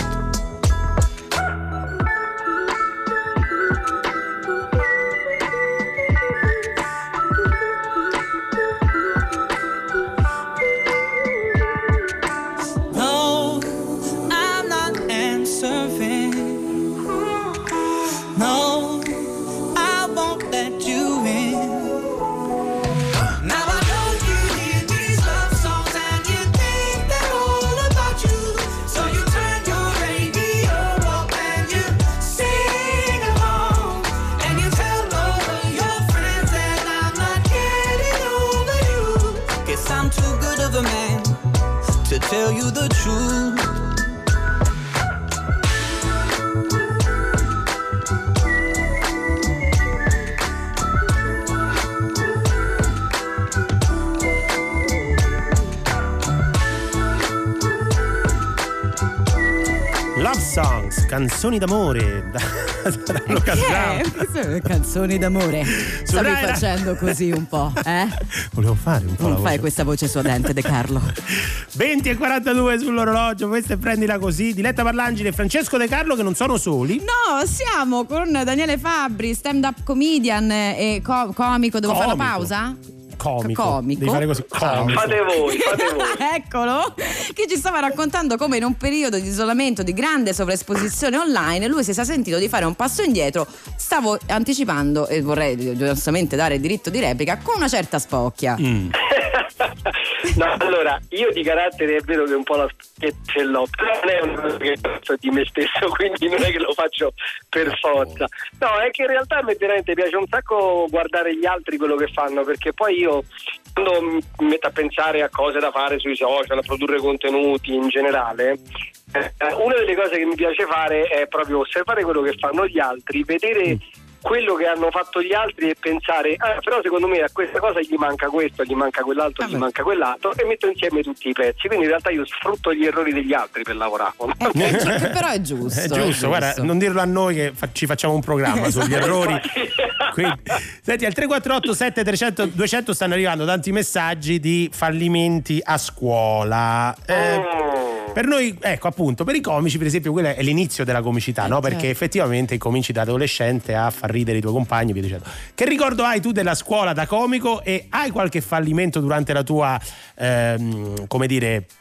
[SPEAKER 11] No, I'm not answering. No, I won't let you in. Now I know you hear these love songs and you think they're all about you. So you turn your radio up and you sing along, and you tell all of your friends that I'm not getting over you. 'Cause I'm too good of a man to tell you the truth.
[SPEAKER 3] Love Songs, canzoni d'amore da, da Lucas Graham.
[SPEAKER 2] Eh, queste canzoni d'amore. Stavi
[SPEAKER 3] Rai-
[SPEAKER 2] facendo così un po', eh?
[SPEAKER 3] Volevo fare un po'
[SPEAKER 2] Non
[SPEAKER 3] la
[SPEAKER 2] fai
[SPEAKER 3] voce.
[SPEAKER 2] questa voce suadente, De Carlo.
[SPEAKER 3] venti e quarantadue sull'orologio, questa è Prendila Così. Diletta Parlangeli e Francesco De Carlo, che non sono soli.
[SPEAKER 2] No, siamo con Daniele Fabbri, stand-up comedian e co- comico. Devo fare la
[SPEAKER 3] Comico.
[SPEAKER 2] pausa?
[SPEAKER 3] Comico.
[SPEAKER 2] Comico.
[SPEAKER 3] Devi fare così. Comico.
[SPEAKER 10] Fate voi, fate voi.
[SPEAKER 2] Eccolo, che ci stava raccontando come in un periodo di isolamento, di grande sovraesposizione online, lui si sia sentito di fare un passo indietro. Stavo anticipando, e vorrei giustamente dare il diritto di replica, con una certa spocchia.
[SPEAKER 3] Mm.
[SPEAKER 10] No, allora, io di carattere è vero che un po' la spocchia ce l'ho, però non è una cosa che penso di me stesso, quindi non è che lo faccio per forza. No, è che in realtà a me veramente piace un sacco guardare gli altri quello che fanno, perché poi io quando mi metto a pensare a cose da fare sui social, a produrre contenuti in generale, eh, una delle cose che mi piace fare è proprio osservare quello che fanno gli altri, vedere quello che hanno fatto gli altri e pensare ah, però secondo me a questa cosa gli manca questo, gli manca quell'altro, gli manca quell'altro, e metto insieme tutti i pezzi. Quindi in realtà io sfrutto gli errori degli altri per lavorare.
[SPEAKER 2] Eh, che però è giusto.
[SPEAKER 3] È giusto, guarda, non dirlo a noi che fa- ci facciamo un programma sugli errori. Quindi, senti, al tre quattro otto sette trecento duecento stanno arrivando tanti messaggi di fallimenti a scuola. Eh, per noi, ecco, appunto, per i comici, per esempio, quello è l'inizio della comicità, no? Perché effettivamente cominci da adolescente a far ridere i tuoi compagni e via dicendo. Che ricordo hai tu della scuola da comico, e hai qualche fallimento durante la tua, ehm, come dire,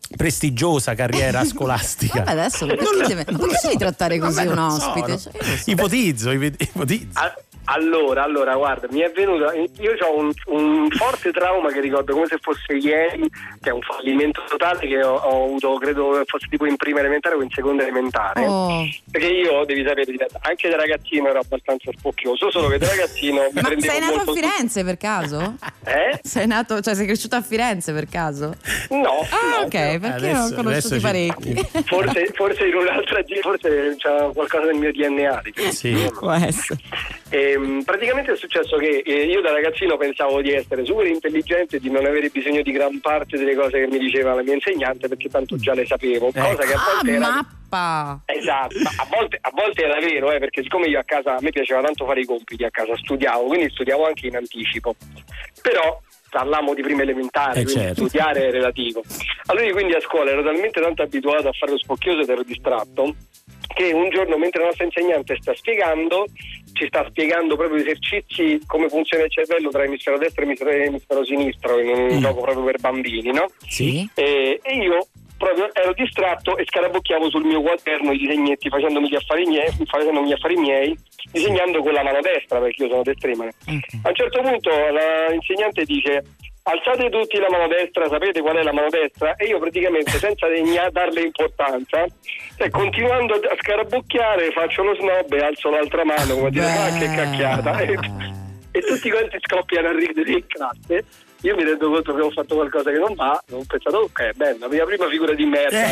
[SPEAKER 3] prestigiosa carriera scolastica.
[SPEAKER 2] Vabbè, adesso perché, deve, perché devi trattare così
[SPEAKER 3] Vabbè,
[SPEAKER 2] un
[SPEAKER 3] non so,
[SPEAKER 2] ospite?
[SPEAKER 3] no.
[SPEAKER 2] Cioè, io lo so.
[SPEAKER 3] Ipotizzo, ipotizzo.
[SPEAKER 10] Ah, Allora, allora, guarda, mi è venuto, io ho un, un forte trauma che ricordo come se fosse ieri, che è un fallimento totale che ho, ho avuto, credo fosse tipo in prima elementare o in seconda elementare,
[SPEAKER 2] Oh.
[SPEAKER 10] perché io, devi sapere, anche da ragazzino ero abbastanza spocchioso, solo che da ragazzino mi
[SPEAKER 2] Ma
[SPEAKER 10] prendevo
[SPEAKER 2] sei nato
[SPEAKER 10] molto
[SPEAKER 2] a Firenze per caso?
[SPEAKER 10] Eh?
[SPEAKER 2] Sei nato, cioè sei cresciuto a Firenze per caso?
[SPEAKER 10] No.
[SPEAKER 2] Ah,
[SPEAKER 10] no,
[SPEAKER 2] ok,
[SPEAKER 10] però-
[SPEAKER 2] perché
[SPEAKER 3] Adesso-
[SPEAKER 2] non ho conosciuto
[SPEAKER 3] adesso ci-
[SPEAKER 2] parecchi.
[SPEAKER 10] Forse, forse in un'altra gi- forse c'è qualcosa nel mio D N A. diciamo.
[SPEAKER 3] Sì.
[SPEAKER 2] Può essere.
[SPEAKER 10] Ehm, praticamente è successo che eh, io da ragazzino pensavo di essere super intelligente e di non avere bisogno di gran parte delle cose che mi diceva la mia insegnante, perché tanto già le sapevo, cosa che a
[SPEAKER 2] Ah,
[SPEAKER 10] volte era
[SPEAKER 2] mappa!
[SPEAKER 10] esatto, ma a volte, a volte era vero, eh, perché siccome io a casa, a me piaceva tanto fare i compiti a casa, studiavo, quindi studiavo anche in anticipo, però parliamo di prima elementare,
[SPEAKER 3] Eh,
[SPEAKER 10] quindi
[SPEAKER 3] certo.
[SPEAKER 10] studiare è relativo. Allora io quindi a scuola ero talmente tanto abituato a fare lo spocchioso ed ero distratto che un giorno, mentre la nostra insegnante sta spiegando, ci sta spiegando proprio esercizi, come funziona il cervello tra emisfero destro e emisfero, emisfero sinistro, in un
[SPEAKER 3] Mm.
[SPEAKER 10] gioco proprio per bambini, no?
[SPEAKER 3] Sì.
[SPEAKER 10] E, e io proprio ero distratto e scarabocchiavo sul mio quaderno i disegnetti, facendomi gli affari miei, facendomi gli affari miei, disegnando con la mano destra, perché io sono destremane. A un certo punto l'insegnante dice: alzate tutti la mano destra, sapete qual è la mano destra? E io praticamente, senza degna, darle importanza, e continuando a scarabocchiare, faccio lo snob e alzo l'altra mano, come dire, ah, che cacchiata. E, e tutti quanti scoppiano a ridere in classe. Io mi rendo conto che ho fatto qualcosa che non va, ho pensato, ok, bella, la mia prima figura di merda.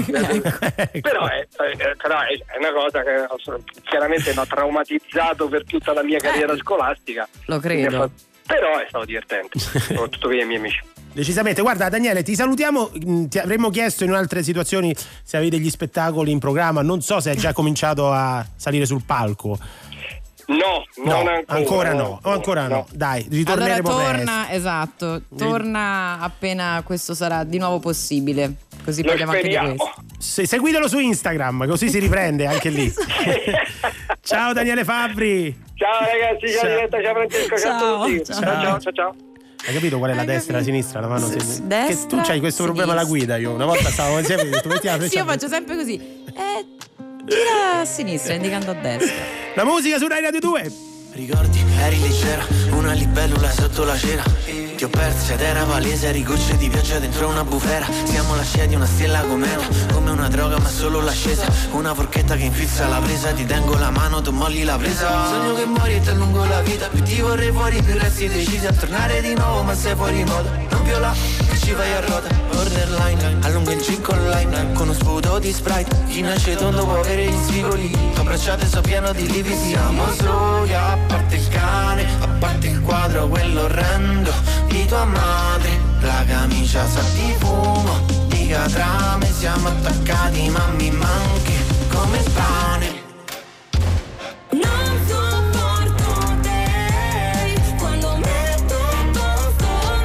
[SPEAKER 3] Eh,
[SPEAKER 10] Però, è, è- però è, è una cosa che ho- chiaramente mi ha traumatizzato per tutta la mia carriera scolastica.
[SPEAKER 2] Lo
[SPEAKER 10] Quindi
[SPEAKER 2] credo.
[SPEAKER 10] ha fatto- Però è stato divertente, soprattutto per i miei amici.
[SPEAKER 3] Decisamente. Guarda Daniele, ti salutiamo, mm, ti avremmo chiesto in altre situazioni se avevi degli spettacoli in programma, non so se hai già cominciato a salire sul palco.
[SPEAKER 10] No, non
[SPEAKER 3] No,
[SPEAKER 10] ancora.
[SPEAKER 3] ancora no, o ancora no. Dai,
[SPEAKER 2] Allora
[SPEAKER 3] ritorneremo
[SPEAKER 2] torna, esatto, torna appena questo sarà di nuovo possibile. Così
[SPEAKER 10] Lo
[SPEAKER 2] parliamo anche di
[SPEAKER 10] speriamo.
[SPEAKER 2] questo.
[SPEAKER 3] presto. Se- seguitelo su Instagram, così si riprende anche lì. Ciao Daniele Fabbri.
[SPEAKER 10] Ciao ragazzi, ciao
[SPEAKER 3] Ciao.
[SPEAKER 10] Diletta, ciao Francesco, ciao,
[SPEAKER 2] Ciao,
[SPEAKER 10] a tutti.
[SPEAKER 2] ciao.
[SPEAKER 10] Ciao, ciao, ciao, ciao.
[SPEAKER 3] Hai capito qual è la
[SPEAKER 2] Hai
[SPEAKER 3] destra e la
[SPEAKER 2] capito?
[SPEAKER 3] sinistra? La mano
[SPEAKER 2] S-
[SPEAKER 3] sem-
[SPEAKER 2] destra,
[SPEAKER 3] che tu c'hai questo problema alla
[SPEAKER 2] sinistra.
[SPEAKER 3] guida. Io una volta stavo insieme e ho detto metti la
[SPEAKER 2] Sì, io
[SPEAKER 3] freccia.
[SPEAKER 2] faccio sempre così. Eh, gira a sinistra, indicando a destra.
[SPEAKER 3] La musica su Rai Radio due.
[SPEAKER 11] Ricordi, eri leggera, una libellula sotto la cera. Ti ho perso ed era palese, eri gocce di pioggia dentro una bufera. Siamo lasciati una stella cometa, come una droga ma solo l'ascesa. Una forchetta che infilza la presa, ti tengo la mano, tu molli la presa. Sogno che muori e ti allungo la vita, più ti vorrei fuori, più resti decisi a tornare di nuovo, ma sei fuori moda. Non più là, che ci vai a ruota, borderline, allungo il gin con lime, con uno sputo di Sprite. Chi nasce tondo può avere gli spigoli, t'ho abbracciato e so pieno di livi. Siamo soli, a parte il cane, a parte il quadro, quello orrendo di tua madre. La camicia sa di fumo, di catrame, siamo attaccati ma mi manchi come il pane.
[SPEAKER 7] Non sopporto te quando metto posto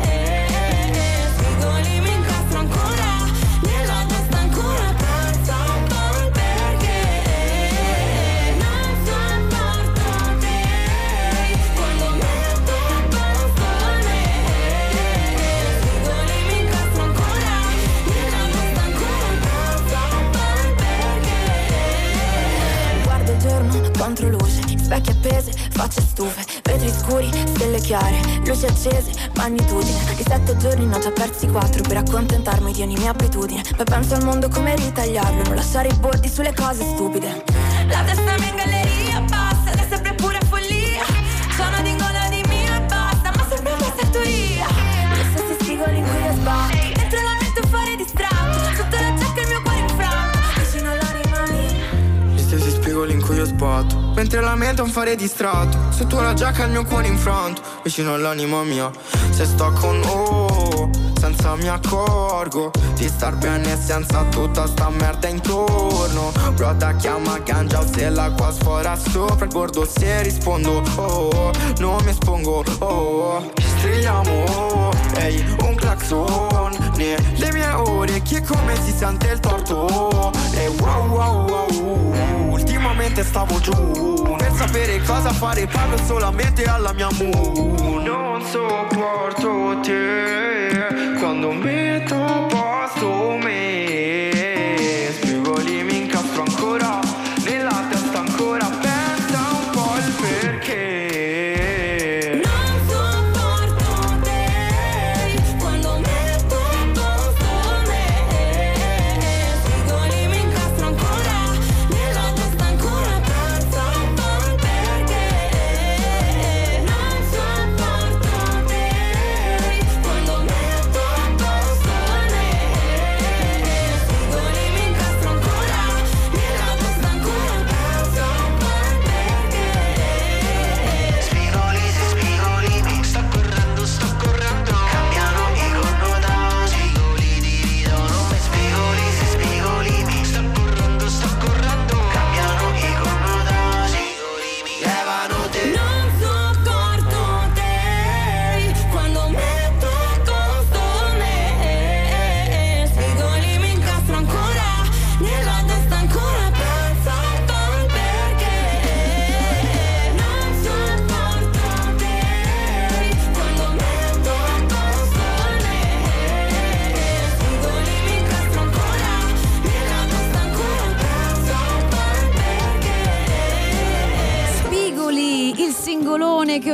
[SPEAKER 7] me. Spigoli mi incastro ancora, nella testa ancora penso poi perché. Non sopporto te quando metto posto me. Spigoli mi incastro ancora, nella testa ancora penso poi perché. Guardo il giorno contro luce, specchi appese, facce stufe, vetri scuri, stelle chiare, luci accese, magnitudine. Di sette giorni ne ho già persi quattro per accontentarmi di ogni mia abitudine. Poi penso al mondo come ritagliarlo, non lasciare i bordi sulle cose stupide. La testa mia in galleria passa, ed è sempre pura follia. Sono di ingola di mio e basta, ma sempre una fattoria. Gli stessi spigoli in cui io sbatto, mentre la metto fuori distratto, sotto la giacca il mio cuore infranto, vicino all'anima mia.
[SPEAKER 12] Gli stessi spigoli in cui io sbatto, mentre la mente è un fare distratto, sotto la giacca il mio cuore infranto, vicino all'anima mia. Se sto con oh, senza mi accorgo di star bene senza tutta sta merda intorno. Broda chiama ganja se l'acqua sfora sopra il bordo, se rispondo oh, non mi espongo oh, strilliamo oh, ehi, un clacson nelle mie orecchie come si sente il torto. E wow wow wow, ultimamente stavo giù, per sapere cosa fare parlo solamente alla mia moon. Non sopporto te quando metto a posto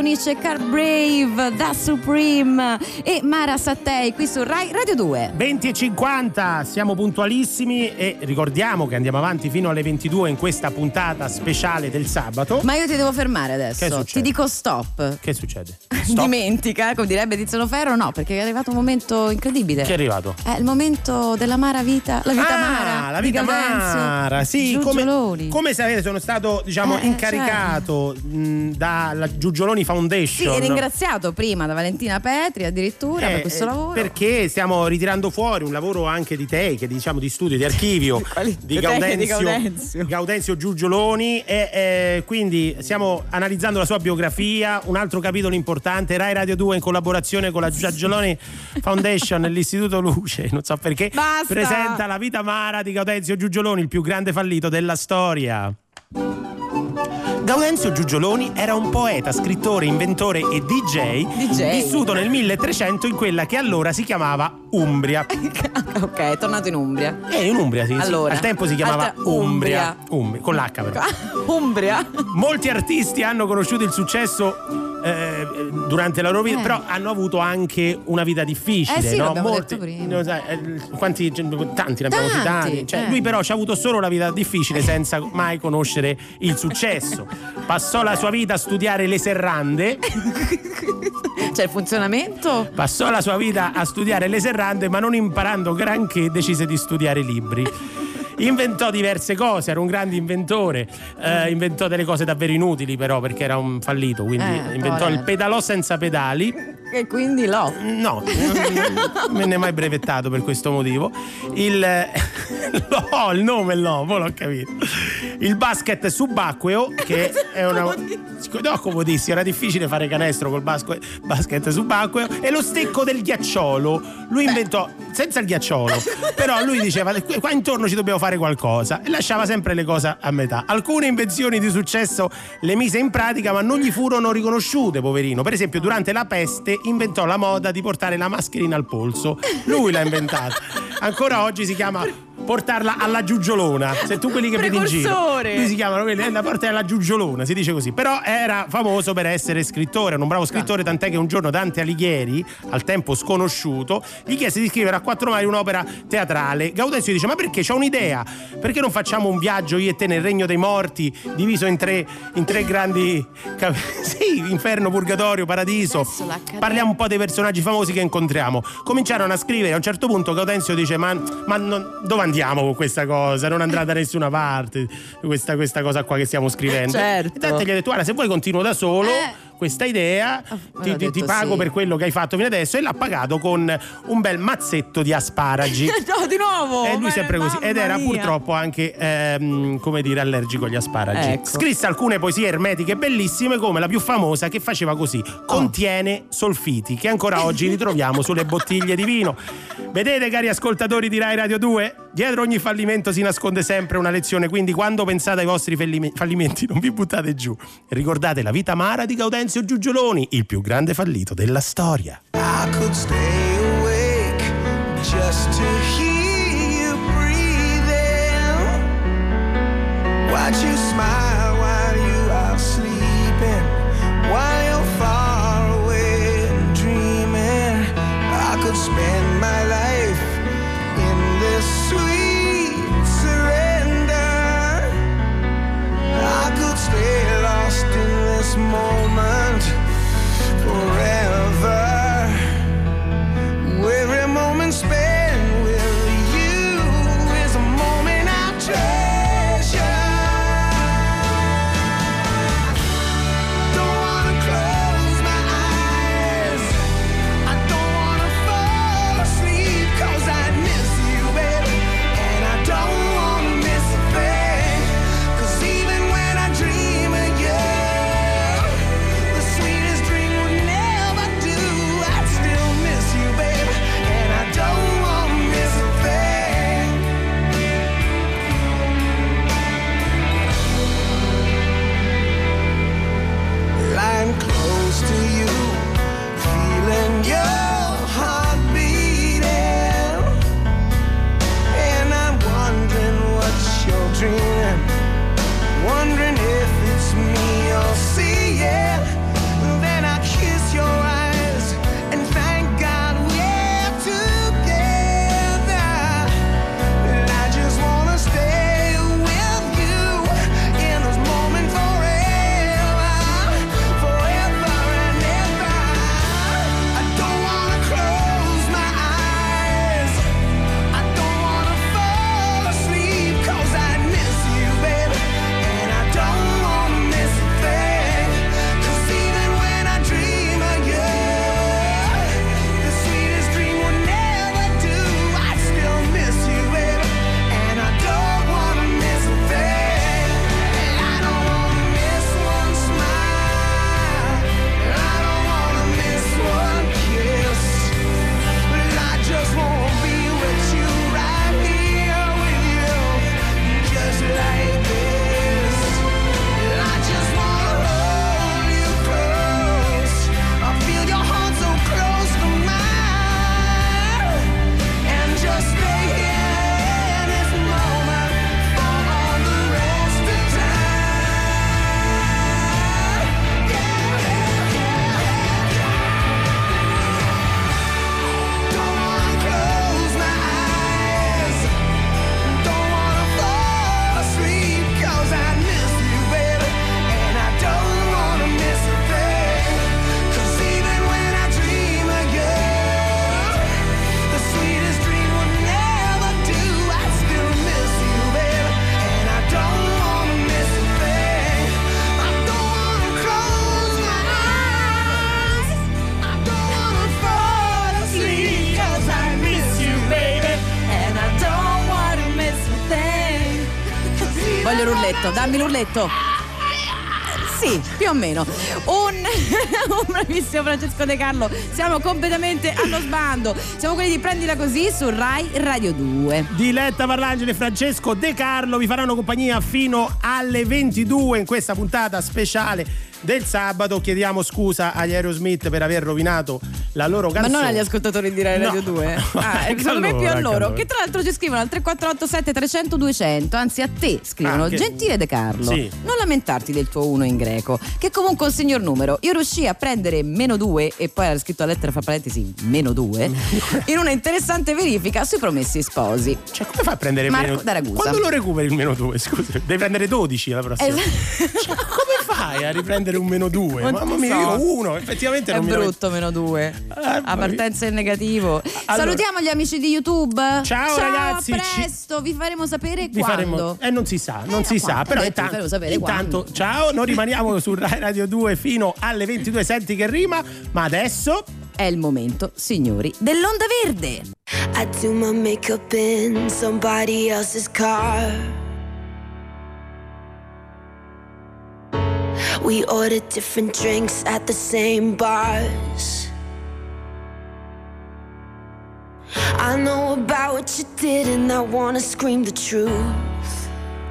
[SPEAKER 2] unisce Car Brave, Da Supreme e Mara Sattei qui su Rai Radio due.
[SPEAKER 3] venti e cinquanta, siamo puntualissimi e ricordiamo che andiamo avanti fino alle ventidue in questa puntata speciale del sabato.
[SPEAKER 2] Ma io ti devo fermare
[SPEAKER 3] Che
[SPEAKER 2] adesso.
[SPEAKER 3] succede?
[SPEAKER 2] Ti dico stop.
[SPEAKER 3] Che succede? Stop.
[SPEAKER 2] Dimentica, come direbbe Tiziano Ferro, no, perché è arrivato un momento incredibile.
[SPEAKER 3] Che è arrivato?
[SPEAKER 2] È il momento della Mara Vita, la vita
[SPEAKER 3] ah,
[SPEAKER 2] Mara.
[SPEAKER 3] la vita
[SPEAKER 2] di Gaudenzio
[SPEAKER 3] Mara, sì, come,
[SPEAKER 2] Giugioloni.
[SPEAKER 3] come sapete sono stato diciamo
[SPEAKER 2] Eh,
[SPEAKER 3] incaricato mh, dalla Giugioloni
[SPEAKER 2] Sì,
[SPEAKER 3] Foundation.
[SPEAKER 2] e ringraziato prima da Valentina Petri addirittura
[SPEAKER 3] Eh,
[SPEAKER 2] per questo
[SPEAKER 3] eh,
[SPEAKER 2] lavoro.
[SPEAKER 3] Perché stiamo ritirando fuori un lavoro anche di te, che diciamo di studio, di archivio
[SPEAKER 2] Quali-
[SPEAKER 3] di
[SPEAKER 2] le tecniche di
[SPEAKER 3] Gaudenzio,
[SPEAKER 2] Gaudenzio.
[SPEAKER 3] Gaudenzio Giugioloni e eh, quindi stiamo analizzando la sua biografia, un altro capitolo importante. Rai Radio due in collaborazione con la Giugioloni Foundation e l'Istituto Luce, non so perché,
[SPEAKER 2] Basta!
[SPEAKER 3] presenta La vita Mara di Gaudenzio Giugioloni, il più grande fallito della storia. Gaudenzio Giugioloni era un poeta, scrittore, inventore e D J,
[SPEAKER 2] D J.
[SPEAKER 3] vissuto nel milletrecento in quella che allora si chiamava Umbria.
[SPEAKER 2] Ok, è tornato in Umbria.
[SPEAKER 3] E in Umbria sì, sì.
[SPEAKER 2] Allora,
[SPEAKER 3] Al tempo si chiamava
[SPEAKER 2] altra-
[SPEAKER 3] Umbria.
[SPEAKER 2] Umbria.
[SPEAKER 3] Umbria, con l'H però.
[SPEAKER 2] Umbria.
[SPEAKER 3] Molti artisti hanno conosciuto il successo eh, durante la loro vita,
[SPEAKER 2] Eh.
[SPEAKER 3] però hanno avuto anche una vita difficile.
[SPEAKER 2] Eh sì,
[SPEAKER 3] no?
[SPEAKER 2] l'abbiamo
[SPEAKER 3] Molti-
[SPEAKER 2] detto prima.
[SPEAKER 3] non sai, eh, quanti, tanti ne abbiamo
[SPEAKER 2] Tanti,
[SPEAKER 3] citati. Cioè,
[SPEAKER 2] eh.
[SPEAKER 3] lui però ci ha avuto solo la vita difficile senza mai conoscere il successo. Passò la sua vita a studiare le serrande.
[SPEAKER 2] C'è il funzionamento?
[SPEAKER 3] Passò la sua vita a studiare le serrande, ma non imparando granché decise di studiare libri. Inventò diverse cose, era un grande inventore, eh, inventò delle cose davvero inutili però perché era un fallito, quindi
[SPEAKER 2] Eh,
[SPEAKER 3] inventò
[SPEAKER 2] poveretto.
[SPEAKER 3] il pedalò senza pedali.
[SPEAKER 2] E quindi l'ho.
[SPEAKER 3] No, non me ne è mai brevettato per questo motivo. Il l'ho, il nome l'ho, mo l'ho capito. Il basket subacqueo, che è una no, comodissimo, era difficile fare canestro col basque- basket subacqueo, e lo stecco del ghiacciolo. Lui inventò senza il ghiacciolo, però lui diceva qua intorno ci dobbiamo fare qualcosa e lasciava sempre le cose a metà. Alcune invenzioni di successo le mise in pratica, ma non gli furono riconosciute, poverino. Per esempio, durante la peste inventò la moda di portare la mascherina al polso. Lui l'ha inventata. Ancora oggi si chiama portarla alla giugiolona. Se tu quelli che vedi in giro,
[SPEAKER 2] Precursore.
[SPEAKER 3] lui si chiamano quelli, la porta alla giugiolona, si dice così. Però era famoso per essere scrittore, era un bravo scrittore, tant'è che un giorno Dante Alighieri, al tempo sconosciuto, gli chiese di scrivere a quattro mani un'opera teatrale. Gaudenzio dice: ma perché c'ho un'idea, perché non facciamo un viaggio io e te nel regno dei morti, diviso in tre, in tre grandi cap- sì, inferno, purgatorio, paradiso.
[SPEAKER 2] Adesso l'accademia.
[SPEAKER 3] Parliamo un po' dei personaggi famosi che incontriamo. Cominciarono a scrivere. A un certo punto Gaudenzio dice: ma, ma non- dove andiamo con questa cosa? Non andrà da nessuna parte questa, questa cosa qua che stiamo scrivendo.
[SPEAKER 2] Certo.
[SPEAKER 3] E Dante gli ha detto: guarda, se vuoi continuo da solo
[SPEAKER 2] Eh.
[SPEAKER 3] questa idea,
[SPEAKER 2] Oh,
[SPEAKER 3] ti,
[SPEAKER 2] ho
[SPEAKER 3] ti- ti
[SPEAKER 2] detto
[SPEAKER 3] pago
[SPEAKER 2] sì.
[SPEAKER 3] per quello che hai fatto fino adesso. E l'ha pagato con un bel mazzetto di asparagi.
[SPEAKER 2] No, di nuovo.
[SPEAKER 3] E lui
[SPEAKER 2] Ma-
[SPEAKER 3] sempre così. Ed
[SPEAKER 2] mamma
[SPEAKER 3] era
[SPEAKER 2] mia.
[SPEAKER 3] purtroppo anche, ehm, come dire, allergico agli asparagi.
[SPEAKER 2] Ecco.
[SPEAKER 3] Scrisse alcune poesie ermetiche bellissime, come la più famosa, che faceva così: contiene solfiti, che ancora oggi ritroviamo sulle bottiglie di vino. Vedete, cari ascoltatori di Rai Radio due? Dietro ogni fallimento si nasconde sempre una lezione, quindi quando pensate ai vostri fallime- fallimenti non vi buttate giù. Ricordate la vita amara di Gaudenzio Giugioloni, il più grande fallito della storia.
[SPEAKER 4] I could stay awake just to hear you breathing. Watch you smile while you are sleeping, while you're far away and dreaming. I could spend my life in this sweet surrender. I could stay lost in this moment forever. Every moment spent with you is a moment I treasure.
[SPEAKER 2] l'urletto, dammi l'urletto. Sì, più o meno. Un, un bravissimo Francesco De Carlo. Siamo completamente allo sbando. Siamo quelli di Prendila Così su Rai Radio due.
[SPEAKER 3] Diletta Parlangeli e Francesco De Carlo vi faranno compagnia fino alle ventidue in questa puntata speciale del sabato. Chiediamo scusa agli Aerosmith per aver rovinato la loro canzone.
[SPEAKER 2] Ma non agli ascoltatori di Rai Radio
[SPEAKER 3] No.
[SPEAKER 2] due. Ah,
[SPEAKER 3] Ecco
[SPEAKER 2] secondo me più a
[SPEAKER 3] allora,
[SPEAKER 2] loro.
[SPEAKER 3] ecco
[SPEAKER 2] Che tra l'altro ci scrivono al tre quattro otto sette trecento duecento. Anzi a te scrivono:
[SPEAKER 3] Ah, che-
[SPEAKER 2] Gentile De Carlo,
[SPEAKER 3] Sì.
[SPEAKER 2] non lamentarti del tuo uno in greco, che comunque è un signor numero. Io riuscii a prendere meno due, e poi era scritto a lettera fra parentesi meno due, in una interessante verifica sui promessi sposi.
[SPEAKER 3] Cioè, come fai a prendere
[SPEAKER 2] Marco
[SPEAKER 3] meno?
[SPEAKER 2] da Ragusa.
[SPEAKER 3] Quando lo recuperi il meno due? Scusa, devi prendere dodici la prossima.
[SPEAKER 2] Esatto.
[SPEAKER 3] Cioè, come fai a riprendere un meno due?
[SPEAKER 2] Non
[SPEAKER 3] Mamma
[SPEAKER 2] so.
[SPEAKER 3] mia, io uno, effettivamente
[SPEAKER 2] È
[SPEAKER 3] non mi
[SPEAKER 2] brutto meno due.
[SPEAKER 3] Ah,
[SPEAKER 2] A partenza in negativo.
[SPEAKER 3] Allora-
[SPEAKER 2] Salutiamo gli amici di YouTube.
[SPEAKER 3] Ciao, ragazzi,
[SPEAKER 2] A
[SPEAKER 3] ci-
[SPEAKER 2] presto, vi faremo sapere
[SPEAKER 3] Vi
[SPEAKER 2] quando.
[SPEAKER 3] faremo, eh, non si sa, non
[SPEAKER 2] Eh,
[SPEAKER 3] si
[SPEAKER 2] no,
[SPEAKER 3] sa,
[SPEAKER 2] quando?
[SPEAKER 3] però
[SPEAKER 2] Ho detto, vi
[SPEAKER 3] intanto,
[SPEAKER 2] faremo sapere
[SPEAKER 3] intanto
[SPEAKER 2] quando.
[SPEAKER 3] ciao, noi rimaniamo su Rai Radio due fino alle ventidue, senti che rima, ma adesso
[SPEAKER 2] È il momento, signori, dell'Onda Verde.
[SPEAKER 13] I do my makeup in somebody else's car. We ordered different drinks at the same bars. I know about what you did and I wanna scream the truth.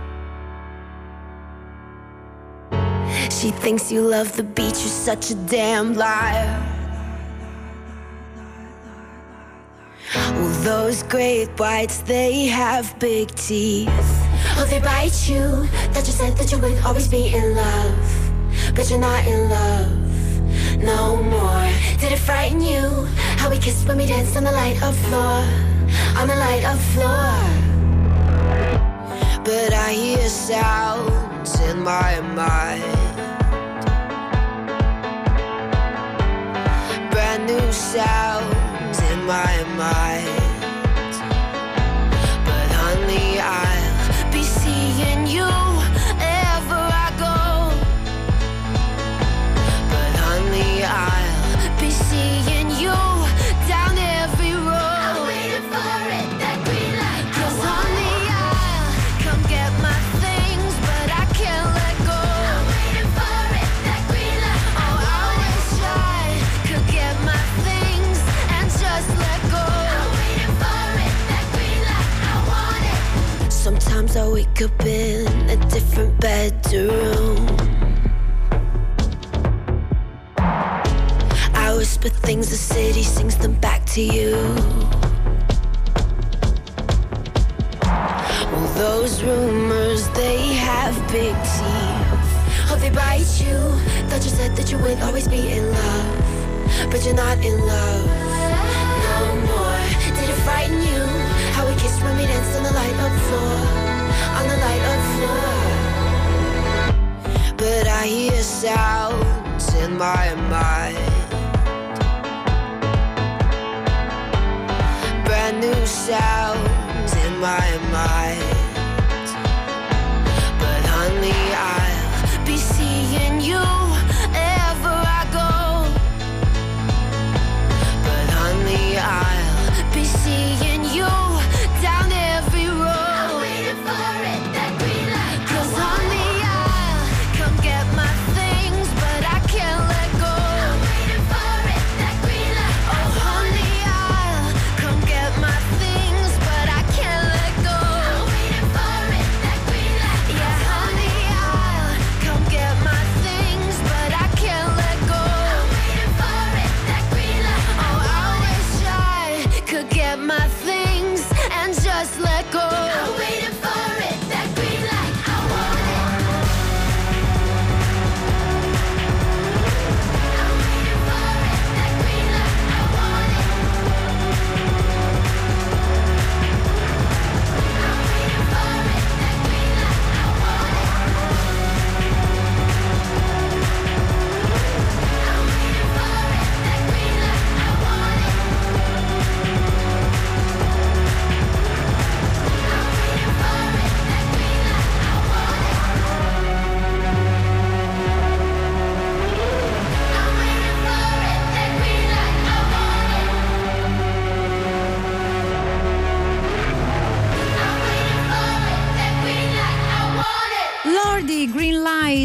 [SPEAKER 13] She thinks you love the beach, you're such a damn liar. Well, those great whites, they have big teeth. Oh, they bite you. That you said that you would always be in love, but you're not in love no more. Did it frighten you? How we kissed when we danced on the light of floor, on the light of floor. But I hear sounds in my mind, brand new sounds in my mind. But honey, I'll be seeing you ever I go. But honey, I'll be seeing you down every road. I'm waiting for it, that green light. 'Cause honey, I'll come get my things, but I can't let go. I'm waiting for it, that green light. Oh, I wish I could get my things and just let go. I'm waiting for it, that green light. I want it. Sometimes I wake up in a different bedroom. I whisper things, the city sings them back to you. Well, those rumors, they have big teeth. Oh, they bite you. Thought you said that you would always be in love, but you're not in love no more. Did it frighten you? How we kissed when we danced on the light of floor, on the light of floor. But I hear sounds in my mind, brand new sounds in my mind. But honey, I'll be seeing you ever I go. But honey, I'll be seeing you down every road. I'm waiting for it, that green light. 'Cause honey, I'll come get my things, but I can't let go. I'm waiting for it, that green light. Oh honey, I'll come get my things, but I can't let go.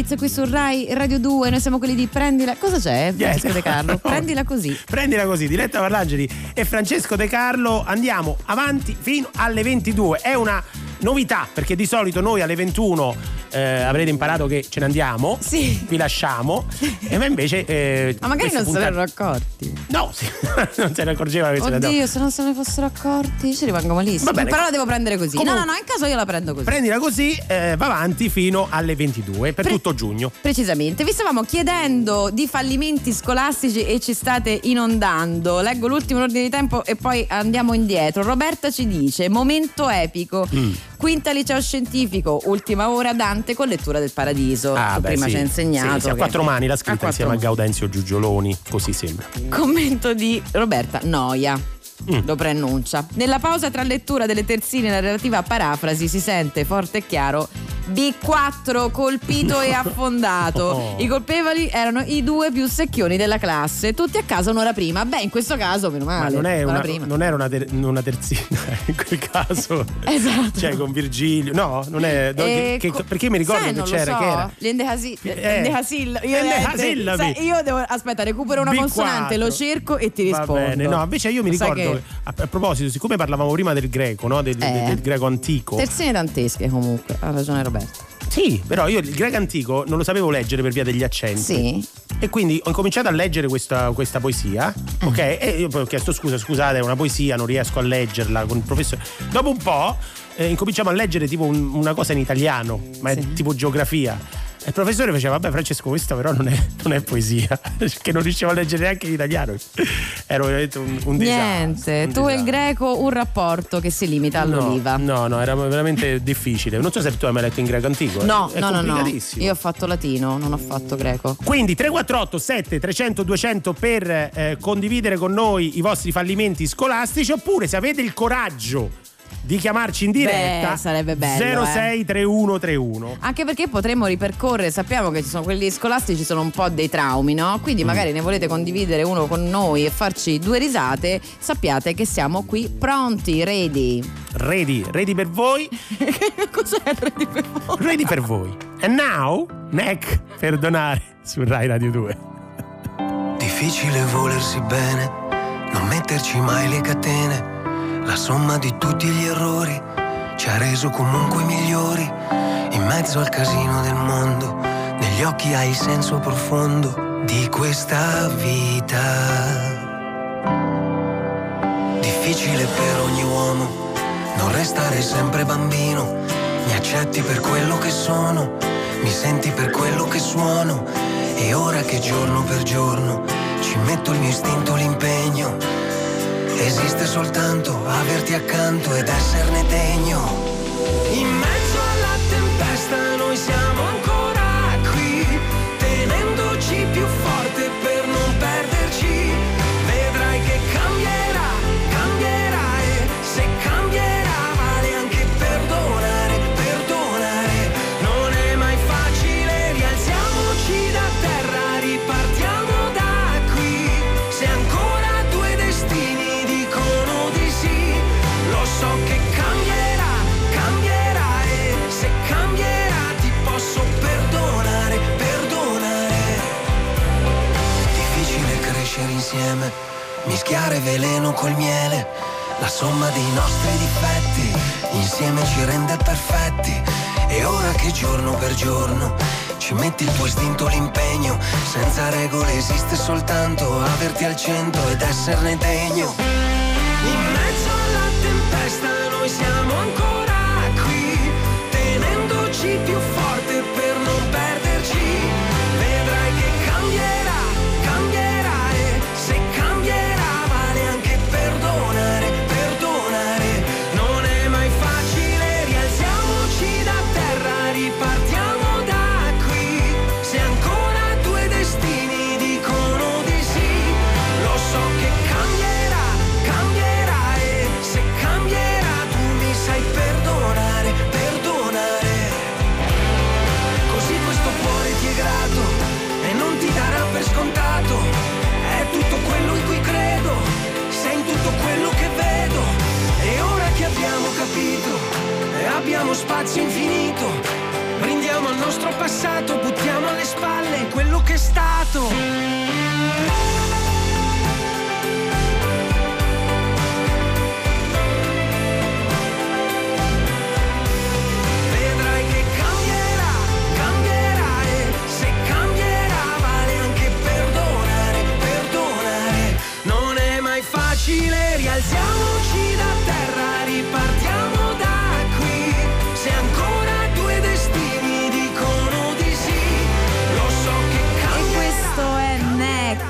[SPEAKER 2] Diaz qui su Rai Radio due, noi siamo quelli di Prendila. Cosa c'è? Francesco
[SPEAKER 3] Yes.
[SPEAKER 2] De Carlo, prendila così.
[SPEAKER 3] Prendila così, Diletta Parlangeli e Francesco De Carlo. Andiamo avanti fino alle ventidue. È una novità perché di solito noi alle ventuno eh, avrete imparato che ce ne andiamo,
[SPEAKER 2] sì.
[SPEAKER 3] vi lasciamo, e ma invece eh,
[SPEAKER 2] Ma magari non
[SPEAKER 3] questa
[SPEAKER 2] se ne
[SPEAKER 3] puntata-
[SPEAKER 2] erano accorti.
[SPEAKER 3] No, sì, non se ne accorgeva che se ne andava.
[SPEAKER 2] Oddio, se non se ne fossero accorti ci rimango malissimo.
[SPEAKER 3] Va bene.
[SPEAKER 2] Però la devo prendere così.
[SPEAKER 3] Comunque-
[SPEAKER 2] no, no, no, in caso io la prendo così.
[SPEAKER 3] Prendila così, eh, va avanti fino alle ventidue per
[SPEAKER 2] Pre-
[SPEAKER 3] tutto giugno.
[SPEAKER 2] Precisamente, vi stavamo chiedendo di fallimenti scolastici e ci state inondando. Leggo l'ultimo ordine di tempo e poi andiamo indietro. Roberta ci dice: momento epico.
[SPEAKER 3] Mm.
[SPEAKER 2] Quinta liceo scientifico, ultima ora Dante con lettura del Paradiso.
[SPEAKER 3] Ah,
[SPEAKER 2] Tu
[SPEAKER 3] beh,
[SPEAKER 2] prima
[SPEAKER 3] sì.
[SPEAKER 2] ci hai insegnato.
[SPEAKER 3] Sì, sì, a
[SPEAKER 2] che-
[SPEAKER 3] quattro mani l'ha
[SPEAKER 2] A
[SPEAKER 3] scritta
[SPEAKER 2] quattro
[SPEAKER 3] insieme a
[SPEAKER 2] mani.
[SPEAKER 3] Gaudenzio Giugioloni, così sembra.
[SPEAKER 2] Commento di Roberta: noia.
[SPEAKER 3] Mm.
[SPEAKER 2] Lo preannuncia. Nella pausa tra lettura delle terzine e la relativa parafrasi si sente forte e chiaro B quattro colpito e affondato.
[SPEAKER 3] Oh.
[SPEAKER 2] I colpevoli erano i due più secchioni della classe, tutti a casa un'ora prima. Beh, in questo caso meno
[SPEAKER 3] Ma
[SPEAKER 2] male.
[SPEAKER 3] non, è
[SPEAKER 2] un'ora
[SPEAKER 3] una,
[SPEAKER 2] prima.
[SPEAKER 3] non era una, ter- una terzina in quel caso.
[SPEAKER 2] Esatto.
[SPEAKER 3] Cioè con Virgilio. No, non è. do-
[SPEAKER 2] Eh,
[SPEAKER 3] che-
[SPEAKER 2] co-
[SPEAKER 3] perché mi ricordo
[SPEAKER 2] sai,
[SPEAKER 3] che
[SPEAKER 2] non lo
[SPEAKER 3] c'era.
[SPEAKER 2] so.
[SPEAKER 3] Che era.
[SPEAKER 2] Gli endehasi-
[SPEAKER 3] Eh,
[SPEAKER 2] endehasill- io,
[SPEAKER 3] endehasillabi.
[SPEAKER 2] sai, io devo. Aspetta, recupero una
[SPEAKER 3] B
[SPEAKER 2] consonante,
[SPEAKER 3] quattro.
[SPEAKER 2] lo cerco e ti
[SPEAKER 3] Va
[SPEAKER 2] rispondo.
[SPEAKER 3] bene, no, invece io mi
[SPEAKER 2] Lo sai
[SPEAKER 3] ricordo,
[SPEAKER 2] che-
[SPEAKER 3] a, a proposito, siccome parlavamo prima del greco, no? del,
[SPEAKER 2] Eh.
[SPEAKER 3] del- del greco antico.
[SPEAKER 2] Terzine dantesche comunque, ha ragione Roberto.
[SPEAKER 3] Sì, però io il greco antico non lo sapevo leggere per via degli accenti.
[SPEAKER 2] Sì.
[SPEAKER 3] E quindi ho incominciato a leggere questa, questa poesia, ok? E io poi ho chiesto scusa, scusate, è una poesia, non riesco a leggerla con il professore. Dopo un po' eh, incominciamo a leggere tipo un- una cosa in italiano, ma è
[SPEAKER 2] Sì.
[SPEAKER 3] tipo geografia. E il professore faceva: vabbè Francesco, questa però non è, non è poesia, che non riuscivo a leggere neanche in italiano. Ero veramente un, un disastro.
[SPEAKER 2] Niente,
[SPEAKER 3] un
[SPEAKER 2] tu e il
[SPEAKER 3] disastro.
[SPEAKER 2] greco un rapporto che si limita all'oliva.
[SPEAKER 3] No, no, no, era veramente difficile. Non so se tu hai mai letto in greco antico. eh.
[SPEAKER 2] No,
[SPEAKER 3] è
[SPEAKER 2] no, no, no.
[SPEAKER 3] complicatissimo.
[SPEAKER 2] Io ho fatto latino, non ho fatto greco.
[SPEAKER 3] Quindi tre quattro otto sette trecento duecento per eh, condividere con noi i vostri fallimenti scolastici, oppure se avete il coraggio di chiamarci in diretta,
[SPEAKER 2] Beh, sarebbe bello,
[SPEAKER 3] zero
[SPEAKER 2] eh.
[SPEAKER 3] sei tre uno tre uno.
[SPEAKER 2] Anche perché potremmo ripercorrere, sappiamo che ci sono quelli scolastici, sono un po' dei traumi, no?
[SPEAKER 3] Mm.
[SPEAKER 2] Quindi magari ne volete condividere uno con noi e farci due risate, sappiate che siamo qui pronti, ready.
[SPEAKER 3] Ready, ready per voi,
[SPEAKER 2] Cos'è ready per voi?
[SPEAKER 3] ready per voi. And now, Neck, perdonare su Rai Radio due.
[SPEAKER 14] Difficile volersi bene, non metterci mai le catene. La somma di tutti gli errori ci ha reso comunque migliori. In mezzo al casino del mondo, negli occhi hai il senso profondo di questa vita. Difficile per ogni uomo non restare sempre bambino. Mi accetti per quello che sono, mi senti per quello che suono. E ora che giorno per giorno ci metto il mio istinto, l'impegno. Esiste soltanto averti accanto ed esserne degno. In mezzo alla tempesta noi siamo ancora qui, tenendoci più forte per non perderci. Vedrai che cambierà, cambierà e se cambierà vale anche perdonare, perdonare. Non è mai facile, rialziamoci da terra, ripartiamo da qui. Se ancora due destini dicono di sì, lo so che cambierà, cambierà e se cambierà ti posso perdonare, perdonare. Difficile crescere insieme, mischiare veleno col miele. La somma dei nostri difetti insieme ci rende perfetti. E ora che giorno per giorno ci metti il tuo istinto, l'impegno. Senza regole esiste soltanto averti al centro ed esserne degno. In mezzo alla tempesta noi siamo ancora qui, tenendoci più forte per non perderci. Vedrai che cambierà, cambierà e se cambierà vale anche perdonare, perdonare. Non è mai facile, rialziamoci da terra, ripartiamo da qui. Se ancora due destini dicono di sì, lo so che cambierà, cambierà e se cambierà tu mi sai perdonare, perdonare.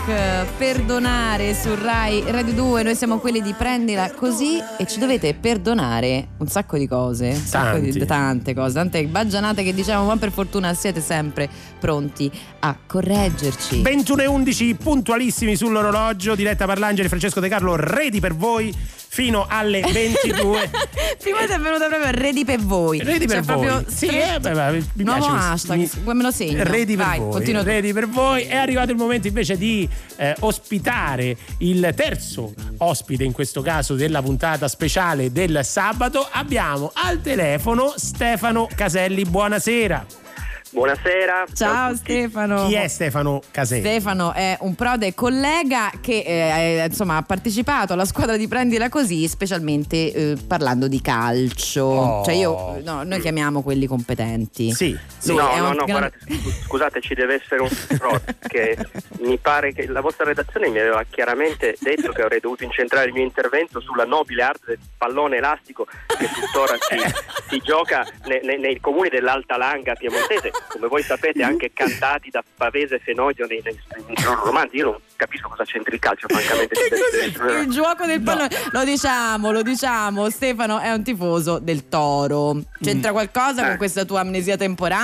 [SPEAKER 2] eh, Perdonare su Rai Radio due. Noi siamo quelli di Prendila Così e ci dovete perdonare un sacco di cose, un sacco di, tante cose, tante baggianate che diciamo, ma per fortuna siete sempre pronti a correggerci.
[SPEAKER 3] ventuno e undici puntualissimi sull'orologio. Diretta Parlangeli, Francesco De Carlo, ready per voi fino alle ventidue.
[SPEAKER 2] Prima ti è venuta proprio ready per voi.
[SPEAKER 3] Ready per
[SPEAKER 2] cioè,
[SPEAKER 3] voi.
[SPEAKER 2] proprio
[SPEAKER 3] Sì, eh, beh, beh, mi
[SPEAKER 2] nuovo
[SPEAKER 3] piace
[SPEAKER 2] hashtag,
[SPEAKER 3] mi...
[SPEAKER 2] me lo segno.
[SPEAKER 3] Ready per
[SPEAKER 2] Vai,
[SPEAKER 3] voi.
[SPEAKER 2] continua tu.
[SPEAKER 3] Ready per voi. È arrivato il momento invece di eh, ospitare il terzo ospite, in questo caso della puntata speciale del sabato. Abbiamo al telefono Stefano Caselli. Buonasera.
[SPEAKER 15] Buonasera.
[SPEAKER 2] Ciao Stefano.
[SPEAKER 3] Chi è Stefano Caselli?
[SPEAKER 2] Stefano è un prode collega che eh, insomma ha partecipato alla squadra di Prendila Così, specialmente eh, parlando di calcio.
[SPEAKER 15] Oh.
[SPEAKER 2] Cioè io no, noi chiamiamo quelli competenti.
[SPEAKER 3] Sì.
[SPEAKER 2] Sì,
[SPEAKER 15] no,
[SPEAKER 2] è
[SPEAKER 15] no,
[SPEAKER 2] un
[SPEAKER 15] no,
[SPEAKER 2] gran-
[SPEAKER 15] guardate, scu- scusate, ci deve essere un errore, che mi pare che la vostra redazione mi aveva chiaramente detto che avrei dovuto incentrare il mio intervento sulla nobile arte del pallone elastico che tuttora si, si gioca ne, ne, nei comuni dell'Alta Langa piemontese, come voi sapete anche cantati da Pavese Fenoglio nei, nei, nei loro romanzi. Io non capisco cosa c'entri il calcio, francamente.
[SPEAKER 2] Il gioco del pallone, lo diciamo, lo diciamo, Stefano è un tifoso del Toro. C'entra qualcosa
[SPEAKER 15] Eh.
[SPEAKER 2] con questa tua amnesia temporanea?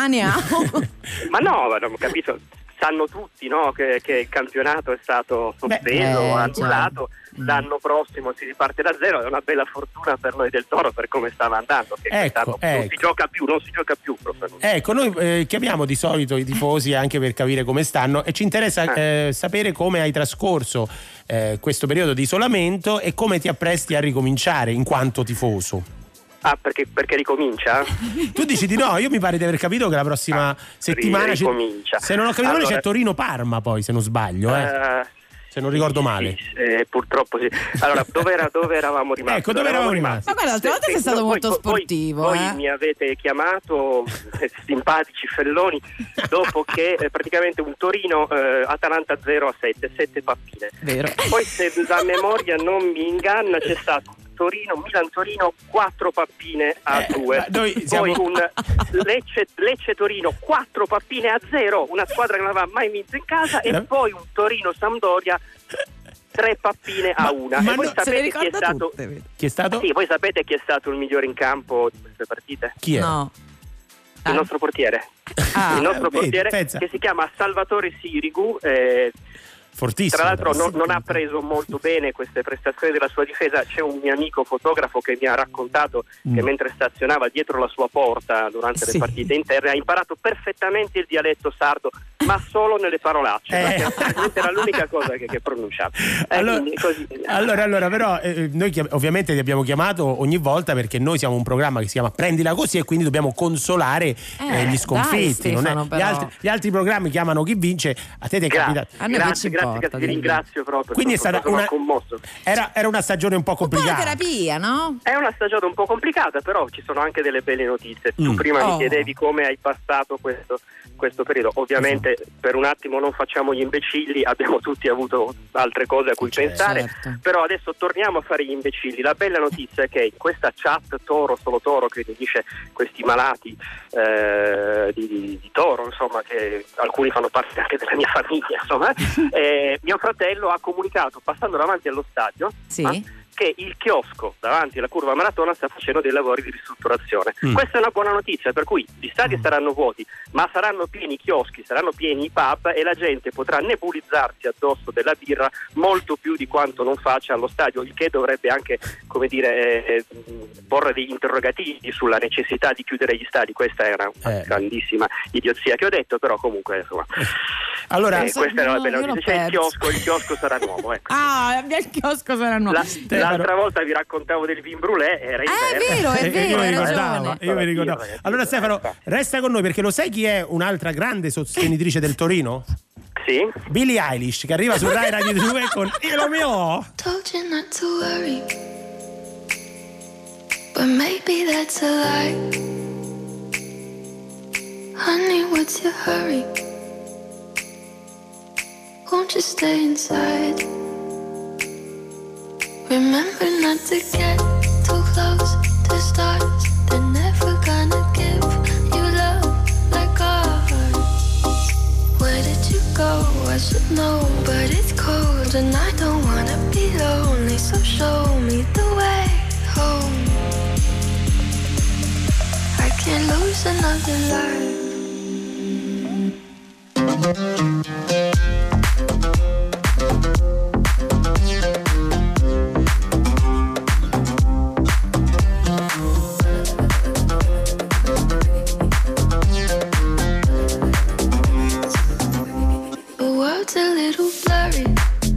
[SPEAKER 15] Ma no, ma non capisco. Sanno tutti, no, che, che il campionato è stato sospeso,
[SPEAKER 2] eh,
[SPEAKER 15] annullato. L'anno prossimo si riparte da zero. È una bella fortuna per noi del Toro per come stava andando, che
[SPEAKER 3] Ecco,
[SPEAKER 15] quest'anno non
[SPEAKER 3] ecco.
[SPEAKER 15] si gioca più, non si gioca più proprio.
[SPEAKER 3] Ecco, noi eh, chiamiamo di solito i tifosi anche per capire come stanno e ci interessa eh, sapere come hai trascorso eh, questo periodo di isolamento e come ti appresti a ricominciare in quanto tifoso.
[SPEAKER 15] Ah, perché, perché ricomincia?
[SPEAKER 3] Tu dici di no, io mi pare di aver capito che la prossima
[SPEAKER 15] Ah,
[SPEAKER 3] settimana
[SPEAKER 15] ri-
[SPEAKER 3] c'è-
[SPEAKER 15] ricomincia.
[SPEAKER 3] se non ho capito male
[SPEAKER 15] Allora-
[SPEAKER 3] c'è Torino-Parma poi, se non sbaglio, eh.
[SPEAKER 15] Eh,
[SPEAKER 3] se non ricordo male.
[SPEAKER 15] eh, purtroppo sì. Allora, dove, era, dove eravamo rimasti?
[SPEAKER 3] Ecco, dove eravamo rimasti?
[SPEAKER 2] Ma guarda, l'altra volta sei stato
[SPEAKER 15] voi-
[SPEAKER 2] molto
[SPEAKER 15] voi-
[SPEAKER 2] sportivo,
[SPEAKER 15] Voi,
[SPEAKER 2] eh.
[SPEAKER 15] mi avete chiamato eh, simpatici felloni dopo che eh, praticamente un Torino eh, Atalanta zero a sette, sette pappine.
[SPEAKER 2] Vero.
[SPEAKER 15] Poi se la memoria non mi inganna c'è stato Torino, Milan Torino quattro pappine a
[SPEAKER 3] Eh,
[SPEAKER 15] due.
[SPEAKER 3] ma noi
[SPEAKER 15] Poi
[SPEAKER 3] siamo-
[SPEAKER 15] un Lecce, Lecce Torino quattro pappine a zero, una squadra che non aveva mai vinto in casa, e poi un Torino Sampdoria tre pappine a una.
[SPEAKER 3] ma
[SPEAKER 15] E voi
[SPEAKER 3] no- se le
[SPEAKER 15] sapete chi è
[SPEAKER 2] ricorda
[SPEAKER 15] stato
[SPEAKER 2] tutte,
[SPEAKER 3] Chi è stato?
[SPEAKER 15] Sì, voi sapete chi è stato il migliore in campo di queste partite?
[SPEAKER 3] Chi è?
[SPEAKER 2] No.
[SPEAKER 15] Il nostro portiere.
[SPEAKER 2] Ah.
[SPEAKER 15] il nostro
[SPEAKER 3] Eh, vedi,
[SPEAKER 15] portiere
[SPEAKER 3] pensa.
[SPEAKER 15] che si chiama Salvatore Sirigu. eh,
[SPEAKER 3] Fortissimo.
[SPEAKER 15] Tra l'altro non,
[SPEAKER 3] Sì.
[SPEAKER 15] non ha preso molto bene queste prestazioni della sua difesa. C'è un mio amico fotografo che mi ha raccontato che
[SPEAKER 3] Mm.
[SPEAKER 15] mentre stazionava dietro la sua porta durante
[SPEAKER 2] Sì.
[SPEAKER 15] le partite interne ha imparato perfettamente il dialetto sardo, ma solo nelle parolacce,
[SPEAKER 3] Eh.
[SPEAKER 15] perché probabilmente era l'unica cosa che, che pronunciava. Eh,
[SPEAKER 3] Allora,
[SPEAKER 15] quindi così.
[SPEAKER 3] allora, allora, però eh, noi chiam- ovviamente ti abbiamo chiamato ogni volta perché noi siamo un programma che si chiama Prendila Così e quindi dobbiamo consolare eh,
[SPEAKER 2] Eh,
[SPEAKER 3] gli sconfitti.
[SPEAKER 2] dai,
[SPEAKER 3] non è-
[SPEAKER 2] Stefano,
[SPEAKER 3] gli,
[SPEAKER 2] però.
[SPEAKER 3] altri, gli altri programmi chiamano chi vince, a te ti è
[SPEAKER 15] Grazie,
[SPEAKER 3] capitato.
[SPEAKER 2] A noi che
[SPEAKER 15] grazie,
[SPEAKER 2] ci
[SPEAKER 15] grazie,
[SPEAKER 2] importa,
[SPEAKER 15] grazie, vi
[SPEAKER 2] dimmi.
[SPEAKER 15] ringrazio proprio.
[SPEAKER 3] Quindi è
[SPEAKER 15] sono-
[SPEAKER 3] stata
[SPEAKER 15] sono
[SPEAKER 3] una-
[SPEAKER 15] commosso.
[SPEAKER 3] Era, era una stagione un po'
[SPEAKER 2] Un po' di
[SPEAKER 3] complicata.
[SPEAKER 2] terapia, no?
[SPEAKER 15] È una stagione un po' complicata, però ci sono anche delle belle notizie. Tu
[SPEAKER 3] Mm.
[SPEAKER 15] prima
[SPEAKER 2] Oh.
[SPEAKER 15] mi chiedevi come hai passato questo, questo periodo. Ovviamente per un attimo non facciamo gli imbecilli, abbiamo tutti avuto altre cose a cui pensare,
[SPEAKER 2] certo.
[SPEAKER 15] però adesso torniamo a fare gli imbecilli. La bella notizia è che in questa chat Toro, solo Toro, che dice questi malati eh, di, di- di Toro, insomma, che alcuni fanno parte anche della mia famiglia, insomma, eh, mio fratello ha comunicato, passando davanti allo stadio,
[SPEAKER 2] Sì.
[SPEAKER 15] eh, che il chiosco davanti alla curva Maratona sta facendo dei lavori di ristrutturazione.
[SPEAKER 3] Mm.
[SPEAKER 15] Questa è una buona notizia, per cui gli stadi saranno vuoti, ma saranno pieni i chioschi, saranno pieni i pub e la gente potrà nebulizzarsi addosso della birra molto più di quanto non faccia allo stadio, il che dovrebbe anche, come dire, eh, porre degli interrogativi sulla necessità di chiudere gli stadi. Questa era una
[SPEAKER 3] Eh.
[SPEAKER 15] grandissima idiozia che ho detto, però comunque insomma.
[SPEAKER 3] Allora,
[SPEAKER 15] eh, questa era
[SPEAKER 2] no,
[SPEAKER 15] la bella
[SPEAKER 2] io l'ho
[SPEAKER 15] notizia. C'è il
[SPEAKER 2] perso.
[SPEAKER 15] chiosco, il chiosco sarà nuovo, ecco.
[SPEAKER 2] Ah, il chiosco sarà nuovo.
[SPEAKER 15] La- l'altra volta vi raccontavo del vin brûlé, era
[SPEAKER 2] Eh, è
[SPEAKER 15] inverno.
[SPEAKER 2] vero, è
[SPEAKER 3] Eh,
[SPEAKER 2] vero,
[SPEAKER 3] io mi
[SPEAKER 2] hai
[SPEAKER 3] ricordavo,
[SPEAKER 2] ragione.
[SPEAKER 3] io mi ricordavo. Allora Stefano, resta con noi perché lo sai chi è un'altra grande sostenitrice del Torino?
[SPEAKER 15] Sì.
[SPEAKER 3] Billie Eilish, che arriva su Rai Radio due con Io lo mio.
[SPEAKER 13] Told you not to worry, but maybe that's a lie. Honey, what's your hurry? Won't you stay inside? Remember not to get too close to stars. They're never gonna give you love like ours. Where did you go? I should know, but it's cold. can't lose another life. The world's a little blurry,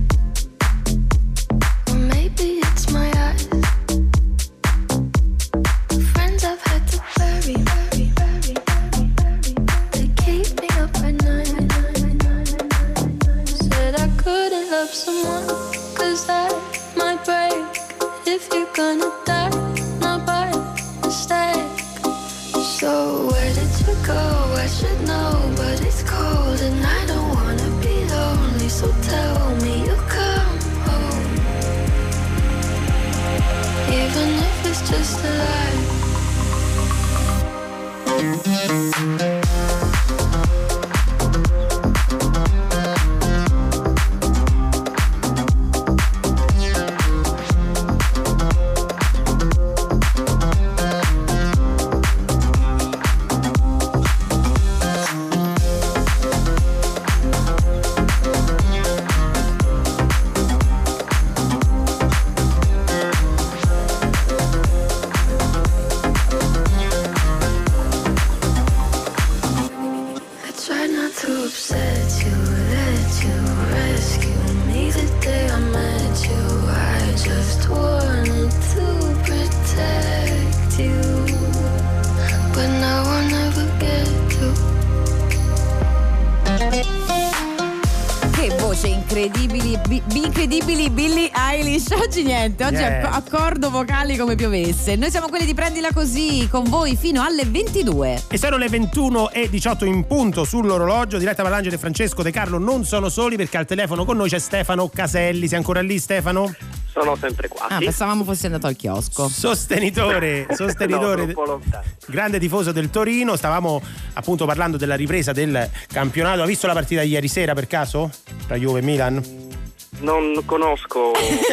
[SPEAKER 13] or maybe it's my eyes. The friends I've had to bury, bury, bury, bury, bury. They keep me up at night. Said I couldn't love someone, cause that might break. If you're gonna die, not by mistake. So where did you go? I should know, but it's cold and I don't wanna be lonely. So tell me you'll come home, even if it's just a lie. I tried not to upset you, let you rescue me the day I met you. I just wanted to protect you, but now I'll never get to.
[SPEAKER 2] Che voce incredibili, bi- bi- incredibili Billie Eilish. Oggi niente, oggi
[SPEAKER 3] Yeah.
[SPEAKER 2] acc- accordo vocali come piovesse. Noi siamo quelli di Prendila Così, con voi fino alle ventidue.
[SPEAKER 3] E sono le ventuno e diciotto in punto sull'orologio. Diretta Parlangeli e Francesco De Carlo non sono soli, perché al telefono con noi c'è Stefano Caselli. Sei ancora lì, Stefano?
[SPEAKER 15] Sono sempre qua.
[SPEAKER 2] Ah,
[SPEAKER 15] sì.
[SPEAKER 2] pensavamo fossi andato al chiosco.
[SPEAKER 3] Sostenitore, sostenitore,
[SPEAKER 15] No, sono un po' lontano.
[SPEAKER 3] grande tifoso del Torino. Stavamo appunto parlando della ripresa del campionato. Ha visto la partita di ieri sera per caso? Tra Juve e Milan?
[SPEAKER 15] Non conosco.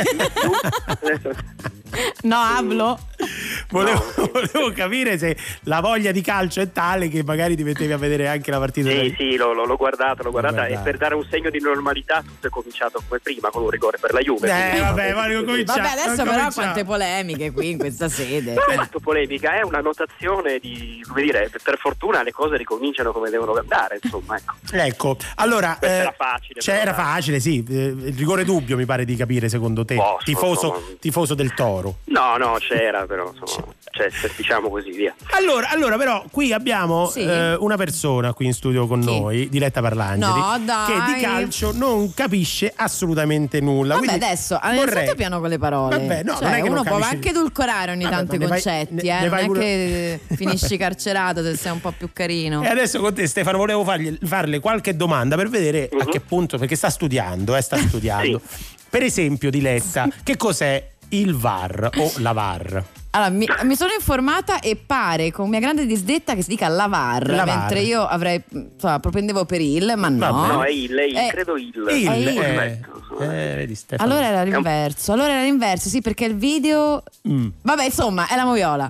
[SPEAKER 2] No, hablo.
[SPEAKER 3] Volevo, volevo capire se la voglia di calcio è tale che magari ti mettevi a vedere anche la partita.
[SPEAKER 15] Sì,
[SPEAKER 3] della-
[SPEAKER 15] sì, l'ho, l'ho- l'ho guardata, l'ho guardata
[SPEAKER 3] guardata.
[SPEAKER 15] e per dare un segno di normalità tutto è cominciato come prima, con un rigore per la Juve.
[SPEAKER 3] Eh,
[SPEAKER 15] quindi-
[SPEAKER 3] vabbè, ma ricominciamo.
[SPEAKER 2] Vabbè, adesso
[SPEAKER 3] non
[SPEAKER 2] però
[SPEAKER 3] cominciamo.
[SPEAKER 2] quante polemiche qui in questa sede.
[SPEAKER 15] Non è tanto polemica, è una notazione di, come dire, per, per fortuna le cose ricominciano come devono andare, insomma, ecco.
[SPEAKER 3] Ecco, allora
[SPEAKER 15] Questa
[SPEAKER 3] eh,
[SPEAKER 15] era facile,
[SPEAKER 3] cioè,
[SPEAKER 15] però,
[SPEAKER 3] era
[SPEAKER 15] dai.
[SPEAKER 3] facile, sì. eh, Il rigore dubbio mi pare di capire, secondo te.
[SPEAKER 15] Boh,
[SPEAKER 3] tifoso,
[SPEAKER 15] insomma.
[SPEAKER 3] tifoso del Toro.
[SPEAKER 15] No, no, c'era però, insomma, cioè, se- diciamo così, via.
[SPEAKER 3] Allora, allora però qui abbiamo
[SPEAKER 2] Sì.
[SPEAKER 3] eh, una persona qui in studio con
[SPEAKER 2] Chi?
[SPEAKER 3] noi, Diletta Parlangeli,
[SPEAKER 2] No, dai.
[SPEAKER 3] che di calcio non capisce assolutamente nulla.
[SPEAKER 2] Vabbè,
[SPEAKER 3] Quindi
[SPEAKER 2] adesso
[SPEAKER 3] vorrei-
[SPEAKER 2] innanzitutto piano con le parole.
[SPEAKER 3] Vabbè, no,
[SPEAKER 2] Cioè,
[SPEAKER 3] non è che
[SPEAKER 2] uno
[SPEAKER 3] non
[SPEAKER 2] può
[SPEAKER 3] capisci-
[SPEAKER 2] anche edulcorare ogni
[SPEAKER 3] Vabbè,
[SPEAKER 2] tanto
[SPEAKER 3] ma
[SPEAKER 2] i
[SPEAKER 3] ne vai-
[SPEAKER 2] concetti,
[SPEAKER 3] ne-
[SPEAKER 2] eh.
[SPEAKER 3] ne
[SPEAKER 2] non
[SPEAKER 3] vai
[SPEAKER 2] è
[SPEAKER 3] pure-
[SPEAKER 2] che finisci carcerato se sei un po' più carino.
[SPEAKER 3] E adesso con te, Stefano, volevo fargli, farle qualche domanda per vedere a che punto, perché sta studiando, eh, sta studiando. Per esempio, Diletta, che cos'è il V A R o la V A R?
[SPEAKER 2] Allora, mi, mi sono informata e pare con mia grande disdetta che si dica lavar,
[SPEAKER 3] Lavar.
[SPEAKER 2] mentre io avrei, insomma, propendevo per il, ma no.
[SPEAKER 3] Vabbè.
[SPEAKER 15] No, è il, è il,
[SPEAKER 2] Eh,
[SPEAKER 15] credo il.
[SPEAKER 3] Il,
[SPEAKER 2] È il.
[SPEAKER 3] eh,
[SPEAKER 15] Perfetto.
[SPEAKER 3] eh, vedi, Stefano.
[SPEAKER 2] Allora era l'inverso, allora era l'inverso, sì, perché il video...
[SPEAKER 3] Mm.
[SPEAKER 2] Vabbè, insomma, è la moviola.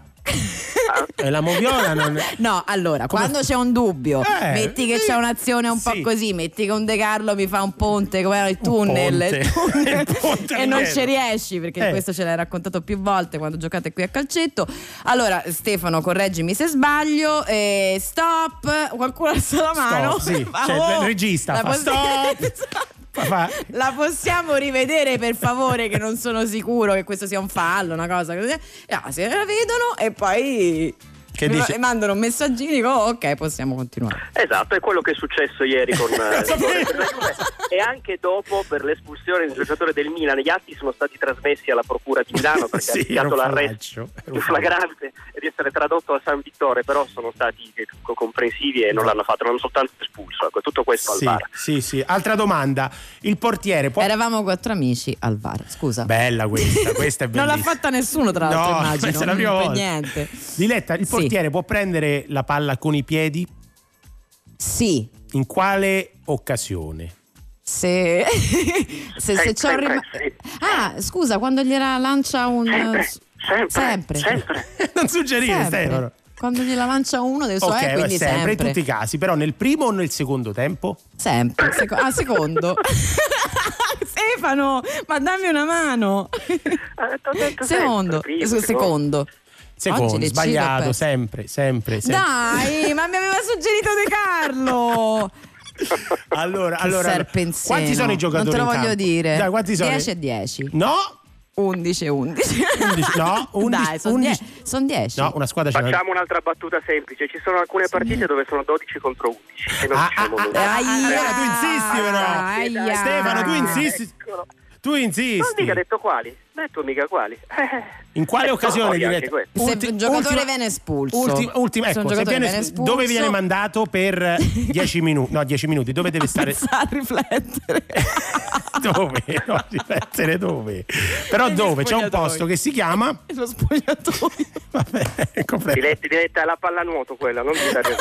[SPEAKER 3] E la moviola non è...
[SPEAKER 2] No, allora, quando c'è un dubbio,
[SPEAKER 3] Eh,
[SPEAKER 2] metti che
[SPEAKER 3] sì.
[SPEAKER 2] c'è un'azione un
[SPEAKER 3] Sì.
[SPEAKER 2] po' così, metti che un De Carlo mi fa un ponte, come era il tunnel,
[SPEAKER 3] ponte.
[SPEAKER 2] il tunnel,
[SPEAKER 3] Il ponte
[SPEAKER 2] e non
[SPEAKER 3] dietro.
[SPEAKER 2] ci riesci, perché
[SPEAKER 3] Eh.
[SPEAKER 2] questo ce l'hai raccontato più volte quando giocate qui a calcetto. Allora, Stefano, correggimi se sbaglio, eh, stop, qualcuno alza la mano.
[SPEAKER 3] Stop, sì.
[SPEAKER 2] Ma
[SPEAKER 3] Cioè,
[SPEAKER 2] oh,
[SPEAKER 3] il regista
[SPEAKER 2] la
[SPEAKER 3] fa
[SPEAKER 2] possi-
[SPEAKER 3] stop. Fa- fa-
[SPEAKER 2] La possiamo rivedere per favore, che non sono sicuro che questo sia un fallo, una cosa così. Ah, se la vedono e poi
[SPEAKER 3] Che
[SPEAKER 2] mi
[SPEAKER 3] dice?
[SPEAKER 2] ma- mandano un messaggino, dico oh, ok, possiamo continuare.
[SPEAKER 15] Esatto, è quello che è successo ieri con eh,
[SPEAKER 3] Sapevo.
[SPEAKER 15] per la Juve. E anche dopo per l'espulsione del giocatore del Milan. Gli atti sono stati trasmessi alla procura di Milano perché
[SPEAKER 3] Sì,
[SPEAKER 15] ha
[SPEAKER 3] era
[SPEAKER 15] rischiato
[SPEAKER 3] un
[SPEAKER 15] l'arresto
[SPEAKER 3] fallaccio, era un
[SPEAKER 15] più flagrante e di essere tradotto a San Vittore, però sono stati eh, comprensivi e non l'hanno fatto, l'hanno soltanto espulso. Ecco, tutto questo
[SPEAKER 3] Sì,
[SPEAKER 15] al V A R.
[SPEAKER 3] sì, sì. Altra domanda. Il portiere può...
[SPEAKER 2] Eravamo quattro amici al V A R, scusa.
[SPEAKER 3] Bella questa, questa è
[SPEAKER 2] non
[SPEAKER 3] bellissima.
[SPEAKER 2] l'ha fatta nessuno, tra l'altro,
[SPEAKER 3] No,
[SPEAKER 2] immagino.
[SPEAKER 3] questa è la prima
[SPEAKER 2] per
[SPEAKER 3] volta.
[SPEAKER 2] niente.
[SPEAKER 3] Diletta, il
[SPEAKER 2] Sì.
[SPEAKER 3] portiere può prendere la palla con i piedi?
[SPEAKER 2] Sì,
[SPEAKER 3] In quale occasione?
[SPEAKER 2] se se, se c'ho
[SPEAKER 15] Sempre,
[SPEAKER 2] rima-
[SPEAKER 15] sì.
[SPEAKER 2] Ah, scusa, quando gliela lancia un
[SPEAKER 15] Sempre, sempre,
[SPEAKER 2] sempre.
[SPEAKER 15] sempre.
[SPEAKER 3] Non suggerire,
[SPEAKER 2] Sempre.
[SPEAKER 3] Stefano.
[SPEAKER 2] Quando gliela lancia uno dei suoi,
[SPEAKER 3] Ok,
[SPEAKER 2] quindi
[SPEAKER 3] sempre,
[SPEAKER 2] sempre.
[SPEAKER 3] in tutti i casi, però nel primo o nel secondo tempo?
[SPEAKER 2] Sempre. Seco- ah, secondo. Stefano, ma dammi una mano. Secondo.
[SPEAKER 15] primo,
[SPEAKER 2] Secondo. secondo.
[SPEAKER 3] Secondo,
[SPEAKER 2] Oggi le
[SPEAKER 3] sbagliato,
[SPEAKER 2] cifre-
[SPEAKER 3] sempre, sempre, sempre.
[SPEAKER 2] Dai, ma mi aveva suggerito De Carlo.
[SPEAKER 3] Allora,
[SPEAKER 2] Che
[SPEAKER 3] allora,
[SPEAKER 2] serpenseno.
[SPEAKER 3] quanti sono i giocatori
[SPEAKER 2] Non te lo
[SPEAKER 3] in
[SPEAKER 2] voglio
[SPEAKER 3] campo?
[SPEAKER 2] dire.
[SPEAKER 3] Dai, quanti sono?
[SPEAKER 2] dieci e dieci.
[SPEAKER 3] No,
[SPEAKER 2] undici e undici.
[SPEAKER 3] undici, no, undici,
[SPEAKER 2] Dai, sono
[SPEAKER 3] undici.
[SPEAKER 2] dieci.
[SPEAKER 3] No, una squadra ce n'è.
[SPEAKER 15] Facciamo un'altra battuta semplice. Ci sono alcune partite dove sono dodici contro undici e non
[SPEAKER 3] Ah,
[SPEAKER 15] diciamo
[SPEAKER 3] ah,
[SPEAKER 15] nulla.
[SPEAKER 3] ah, allora tu insisti però.
[SPEAKER 2] Aia.
[SPEAKER 3] Stefano, tu insisti. Tu
[SPEAKER 15] Non
[SPEAKER 3] insisti.
[SPEAKER 15] mica detto quali. Detto mica quali. Eh,
[SPEAKER 3] In quale occasione
[SPEAKER 15] storia
[SPEAKER 3] direte?
[SPEAKER 15] anche questa.
[SPEAKER 2] Se un giocatore viene espulso.
[SPEAKER 3] Ultima, ultima,
[SPEAKER 2] Se un
[SPEAKER 3] ecco, se
[SPEAKER 2] giocatore
[SPEAKER 3] viene,
[SPEAKER 2] viene espulso-
[SPEAKER 3] dove viene mandato per dieci minuti? No, dieci minuti. Dove deve stare?
[SPEAKER 2] a riflettere.
[SPEAKER 3] Dove? No, riflettere dove? Però
[SPEAKER 2] Negli
[SPEAKER 3] dove? C'è un
[SPEAKER 2] spogliatoi.
[SPEAKER 3] posto che si chiama.
[SPEAKER 2] Lo spogliatoio.
[SPEAKER 15] Diletta, diletta alla pallanuoto quella, non di dare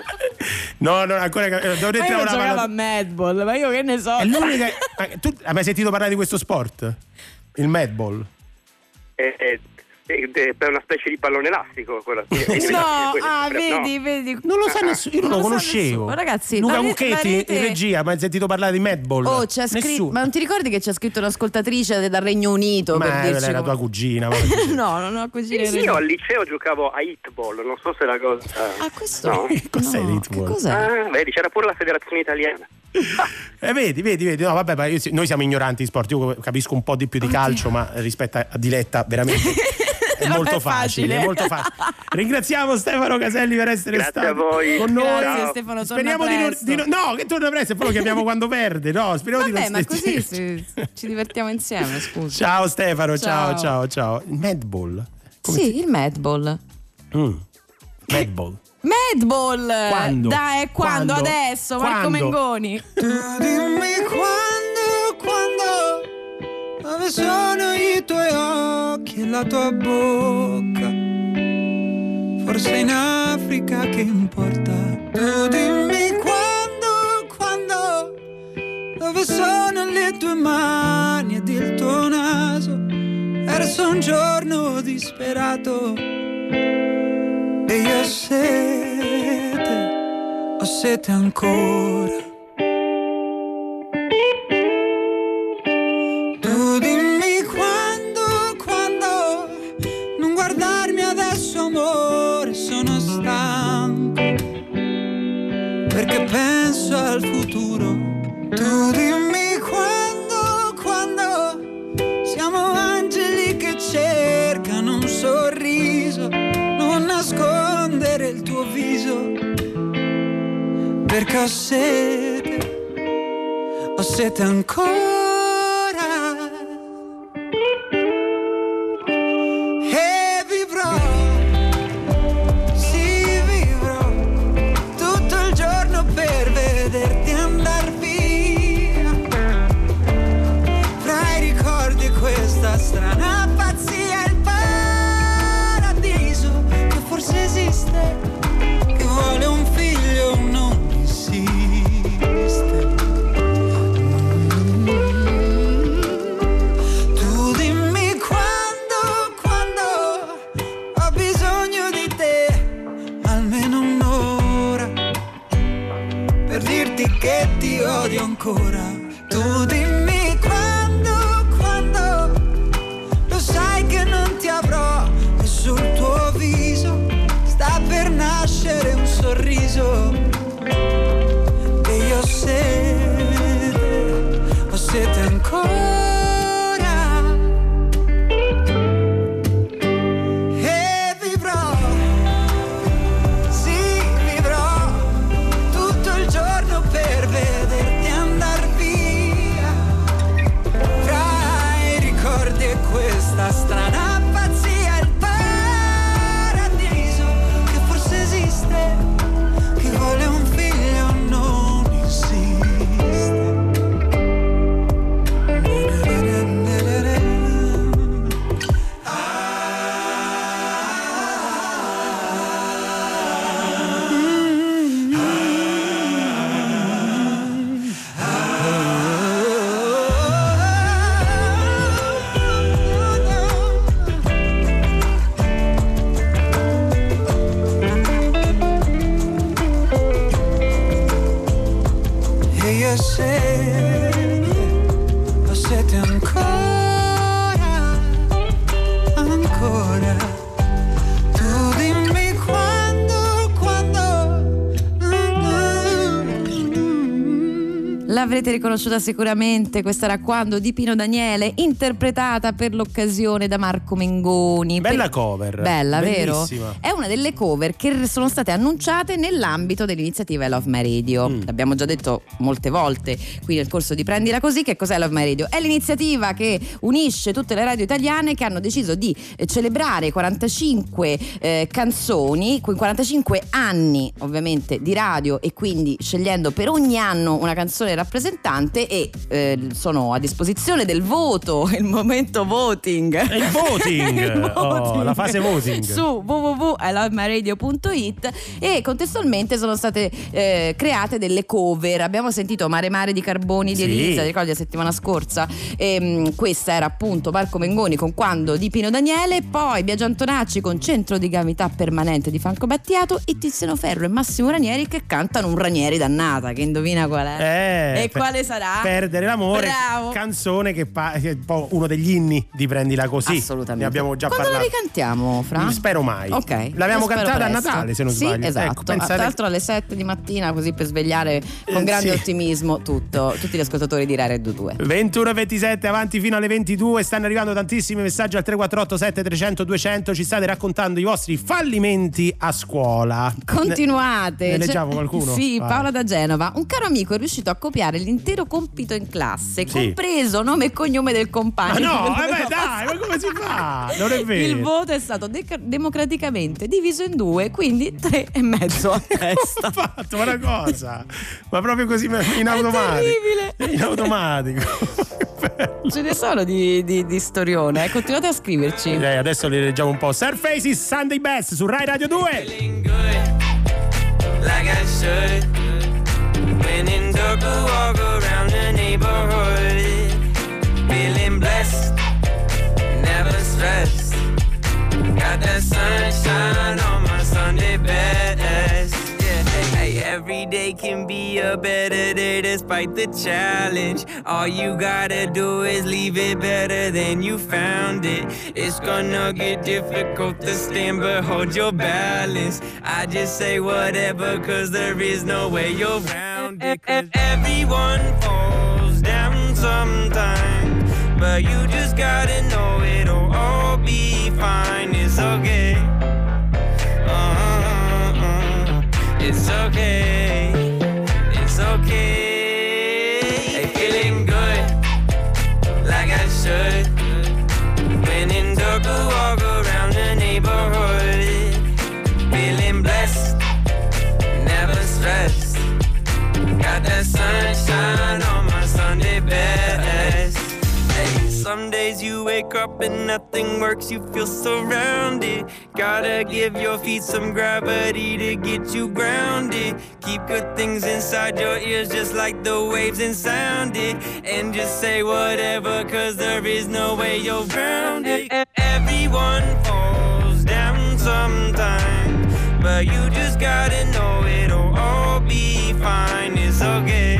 [SPEAKER 3] No, no, ancora eh, dovrete
[SPEAKER 2] Ma io
[SPEAKER 3] lavorare.
[SPEAKER 2] giocavo a Madball, ma io che ne so.
[SPEAKER 3] È l'unica. eh, Tu hai mai sentito parlare di questo sport? Il Madball?
[SPEAKER 15] è, è, è, è una specie di pallone elastico quella.
[SPEAKER 2] No, ah, vedi, vedi.
[SPEAKER 3] Non lo sa nessuno, io non lo
[SPEAKER 2] lo sa
[SPEAKER 3] conoscevo.
[SPEAKER 2] nessuno. Ragazzi,
[SPEAKER 3] Luca
[SPEAKER 2] la re-
[SPEAKER 3] Mucchetti
[SPEAKER 2] la rete-
[SPEAKER 3] in regia, ma hai sentito parlare di Madball?
[SPEAKER 2] Oh, c'è scritto.
[SPEAKER 3] Nessuno.
[SPEAKER 2] Ma non ti ricordi che c'è scritto un'ascoltatrice dal Regno Unito
[SPEAKER 3] Ma
[SPEAKER 2] per
[SPEAKER 3] era
[SPEAKER 2] dirci
[SPEAKER 3] la
[SPEAKER 2] come-
[SPEAKER 3] tua cugina. ma-
[SPEAKER 2] No, non ho cugine.
[SPEAKER 15] Io al liceo giocavo a hitball, non so se la cosa.
[SPEAKER 2] Ah, questo?
[SPEAKER 15] No.
[SPEAKER 3] Cos'è
[SPEAKER 2] No,
[SPEAKER 3] l'hitball?
[SPEAKER 2] che cos'è?
[SPEAKER 15] Ah, vedi, c'era pure la federazione italiana.
[SPEAKER 3] Eh, vedi, vedi, vedi. No, vabbè, ma io- noi siamo ignoranti di sport. Io capisco un po' di più di calcio, ma rispetto a, a Diletta, veramente è
[SPEAKER 2] Non
[SPEAKER 3] molto
[SPEAKER 2] è
[SPEAKER 3] facile.
[SPEAKER 2] facile.
[SPEAKER 3] È molto facile. Ringraziamo Stefano Caselli per essere
[SPEAKER 15] Grazie
[SPEAKER 3] stato
[SPEAKER 15] a voi.
[SPEAKER 3] con noi.
[SPEAKER 2] Grazie, Stefano, torna
[SPEAKER 3] Speriamo di non,
[SPEAKER 2] presto.
[SPEAKER 3] di non- no, che torna presto e poi lo chiamiamo quando perde. No, speriamo
[SPEAKER 2] Vabbè,
[SPEAKER 3] di non
[SPEAKER 2] ma così si- ci divertiamo insieme, scusa.
[SPEAKER 3] Ciao Stefano, ciao,
[SPEAKER 2] Ciao.
[SPEAKER 3] ciao, ciao. Il Madball. Come
[SPEAKER 2] Sì, il Madball.
[SPEAKER 3] si- Mm. Madball.
[SPEAKER 2] Madball!
[SPEAKER 3] Quando?
[SPEAKER 2] Dai, è quando?
[SPEAKER 3] Quando?
[SPEAKER 2] Adesso, Marco
[SPEAKER 3] Quando?
[SPEAKER 2] Mengoni.
[SPEAKER 11] Tu dimmi quando, quando, dove sono i tuoi occhi e la tua bocca. Forse in Africa, che importa? Tu dimmi quando, quando, dove sono le tue mani ed il tuo naso. Verso un giorno disperato e io ho sete, ho sete ancora. Tu dimmi quando, quando, non guardarmi adesso amore, sono stanco, perché penso al futuro. Tu dimmi quando, quando, siamo angeli che cercano un sorriso, non nascondere il tuo viso, perché ho sete, ho sete ancora. E vivrò, sì vivrò, tutto il giorno per vederti andar via, fra i ricordi e questa strana pazzia, il paradiso che forse esiste, che vuole un figlio, non insiste. Tu dimmi quando, quando ho bisogno di te, almeno un'ora, per dirti che ti odio ancora. Tu dimmi quando, quando, lo sai che non ti avrò, e sul tuo viso sta per nascere un sorriso, e io ho sete, ho sete ancora. E vivrò, sì vivrò, tutto il giorno per vederti andar via, fra i ricordi e questa strana pazzia, il paradiso che forse esiste, che vuole un figlio, non insiste. ancora, ancora. Tu dimmi quando, quando.
[SPEAKER 2] L'avrete riconosciuta sicuramente, questa era Quando di Pino Daniele, interpretata per l'occasione da Marco Mengoni.
[SPEAKER 3] Bella
[SPEAKER 2] Per-
[SPEAKER 3] cover.
[SPEAKER 2] Bella, vero?
[SPEAKER 3] Bellissima.
[SPEAKER 2] È una delle cover che sono state annunciate nell'ambito dell'iniziativa I Love My Radio.
[SPEAKER 3] Mm.
[SPEAKER 2] L'abbiamo già detto molte volte qui nel corso di Prendila Così. Che cos'è Love My Radio? È l'iniziativa che unisce tutte le radio italiane che hanno deciso di eh, celebrare quarantacinque eh, canzoni, con quarantacinque anni ovviamente di radio, e quindi scegliendo per ogni anno una canzone rappresentante, e eh, sono a disposizione del voto, il momento voting.
[SPEAKER 3] Il voting,
[SPEAKER 2] Il
[SPEAKER 3] Oh,
[SPEAKER 2] voting.
[SPEAKER 3] la fase voting
[SPEAKER 2] Su w w w punto i love my radio punto it, e contestualmente sono state eh, create delle cover. Abbiamo sentito Mare Mare di Carboni di
[SPEAKER 3] Sì.
[SPEAKER 2] Elisa, ti ricordi la settimana scorsa? E, mh, questa era appunto Marco Mengoni con Quando di Pino Daniele, poi Biagio Antonacci con Centro di Gravità Permanente di Franco Battiato, e Tiziano Ferro e Massimo Ranieri che cantano Un Ranieri Dannata, che indovina qual è?
[SPEAKER 3] Eh,
[SPEAKER 2] e
[SPEAKER 3] per-
[SPEAKER 2] quale sarà?
[SPEAKER 3] Perdere l'amore,
[SPEAKER 2] Bravo.
[SPEAKER 3] canzone che, pa- che è un po' uno degli inni di Prendila Così.
[SPEAKER 2] Assolutamente.
[SPEAKER 3] Ne abbiamo già
[SPEAKER 2] Quando
[SPEAKER 3] parlato.
[SPEAKER 2] la ricantiamo, Fra?
[SPEAKER 3] Spero mai.
[SPEAKER 2] Ok.
[SPEAKER 3] L'abbiamo
[SPEAKER 2] lo spero
[SPEAKER 3] cantata a
[SPEAKER 2] presto.
[SPEAKER 3] Natale, se non
[SPEAKER 2] sì,
[SPEAKER 3] sbaglio.
[SPEAKER 2] esatto.
[SPEAKER 3] Ecco, pensate-
[SPEAKER 2] Tra l'altro alle sette di mattina, così per svegliare con
[SPEAKER 3] Eh,
[SPEAKER 2] grande
[SPEAKER 3] sì.
[SPEAKER 2] ottimismo tutto, tutti gli ascoltatori di Rai Radio due.
[SPEAKER 3] ventuno e ventisette, avanti fino alle ventidue. Stanno arrivando tantissimi messaggi al tre quattro otto sette trecento duecento. Ci state raccontando i vostri fallimenti a scuola.
[SPEAKER 2] Continuate.
[SPEAKER 3] Ne, ne
[SPEAKER 2] C'è-
[SPEAKER 3] leggiamo qualcuno?
[SPEAKER 2] Sì,
[SPEAKER 3] Vai.
[SPEAKER 2] Paola da Genova. Un caro amico è riuscito a copiare l'intero compito in classe,
[SPEAKER 3] Sì.
[SPEAKER 2] compreso nome e cognome del compagno.
[SPEAKER 3] Ma no,
[SPEAKER 2] Che
[SPEAKER 3] eh beh,
[SPEAKER 2] doveva
[SPEAKER 3] dai, ma come si fa? Non è vero.
[SPEAKER 2] Il voto è stato deca- democraticamente diviso in due, quindi tre e mezzo a testa.
[SPEAKER 3] Ho fatto una cosa, ma proprio così in automatico.
[SPEAKER 2] terribile.
[SPEAKER 3] In automatico.
[SPEAKER 2] Ce ne sono di, di, di storione, eh. Continuate a scriverci.
[SPEAKER 3] Eh, adesso li leggiamo un po'. Surfaces Sunday Best su Rai Radio due.
[SPEAKER 11] Like I should. When in dark, I walk around the neighborhood, feeling blessed, never stressed. Got that sunshine on my Sunday best. Yeah, hey, hey, every day can be a better day despite the challenge. All you gotta do is leave it better than you found it. It's gonna get difficult to stand, but hold your balance. I just say whatever, cause there is no way you're around it. 'Cause everyone falls down sometime, but you just gotta know it'll all be fine. It's okay. Uh-uh-uh. It's okay. It's okay. Hey, feeling good, like I should. When in dark, I walk around the neighborhood, feeling blessed, never stressed. Got that sunshine on my Sunday best. Hey, some days you wake up and nothing works, you feel surrounded. Gotta give your feet some gravity to get you grounded. Keep good things inside your ears just like the waves and sound it. And just say whatever, cause there is no way you're grounded. Everyone falls down sometime, but you just gotta know it'll all be fine. It's okay.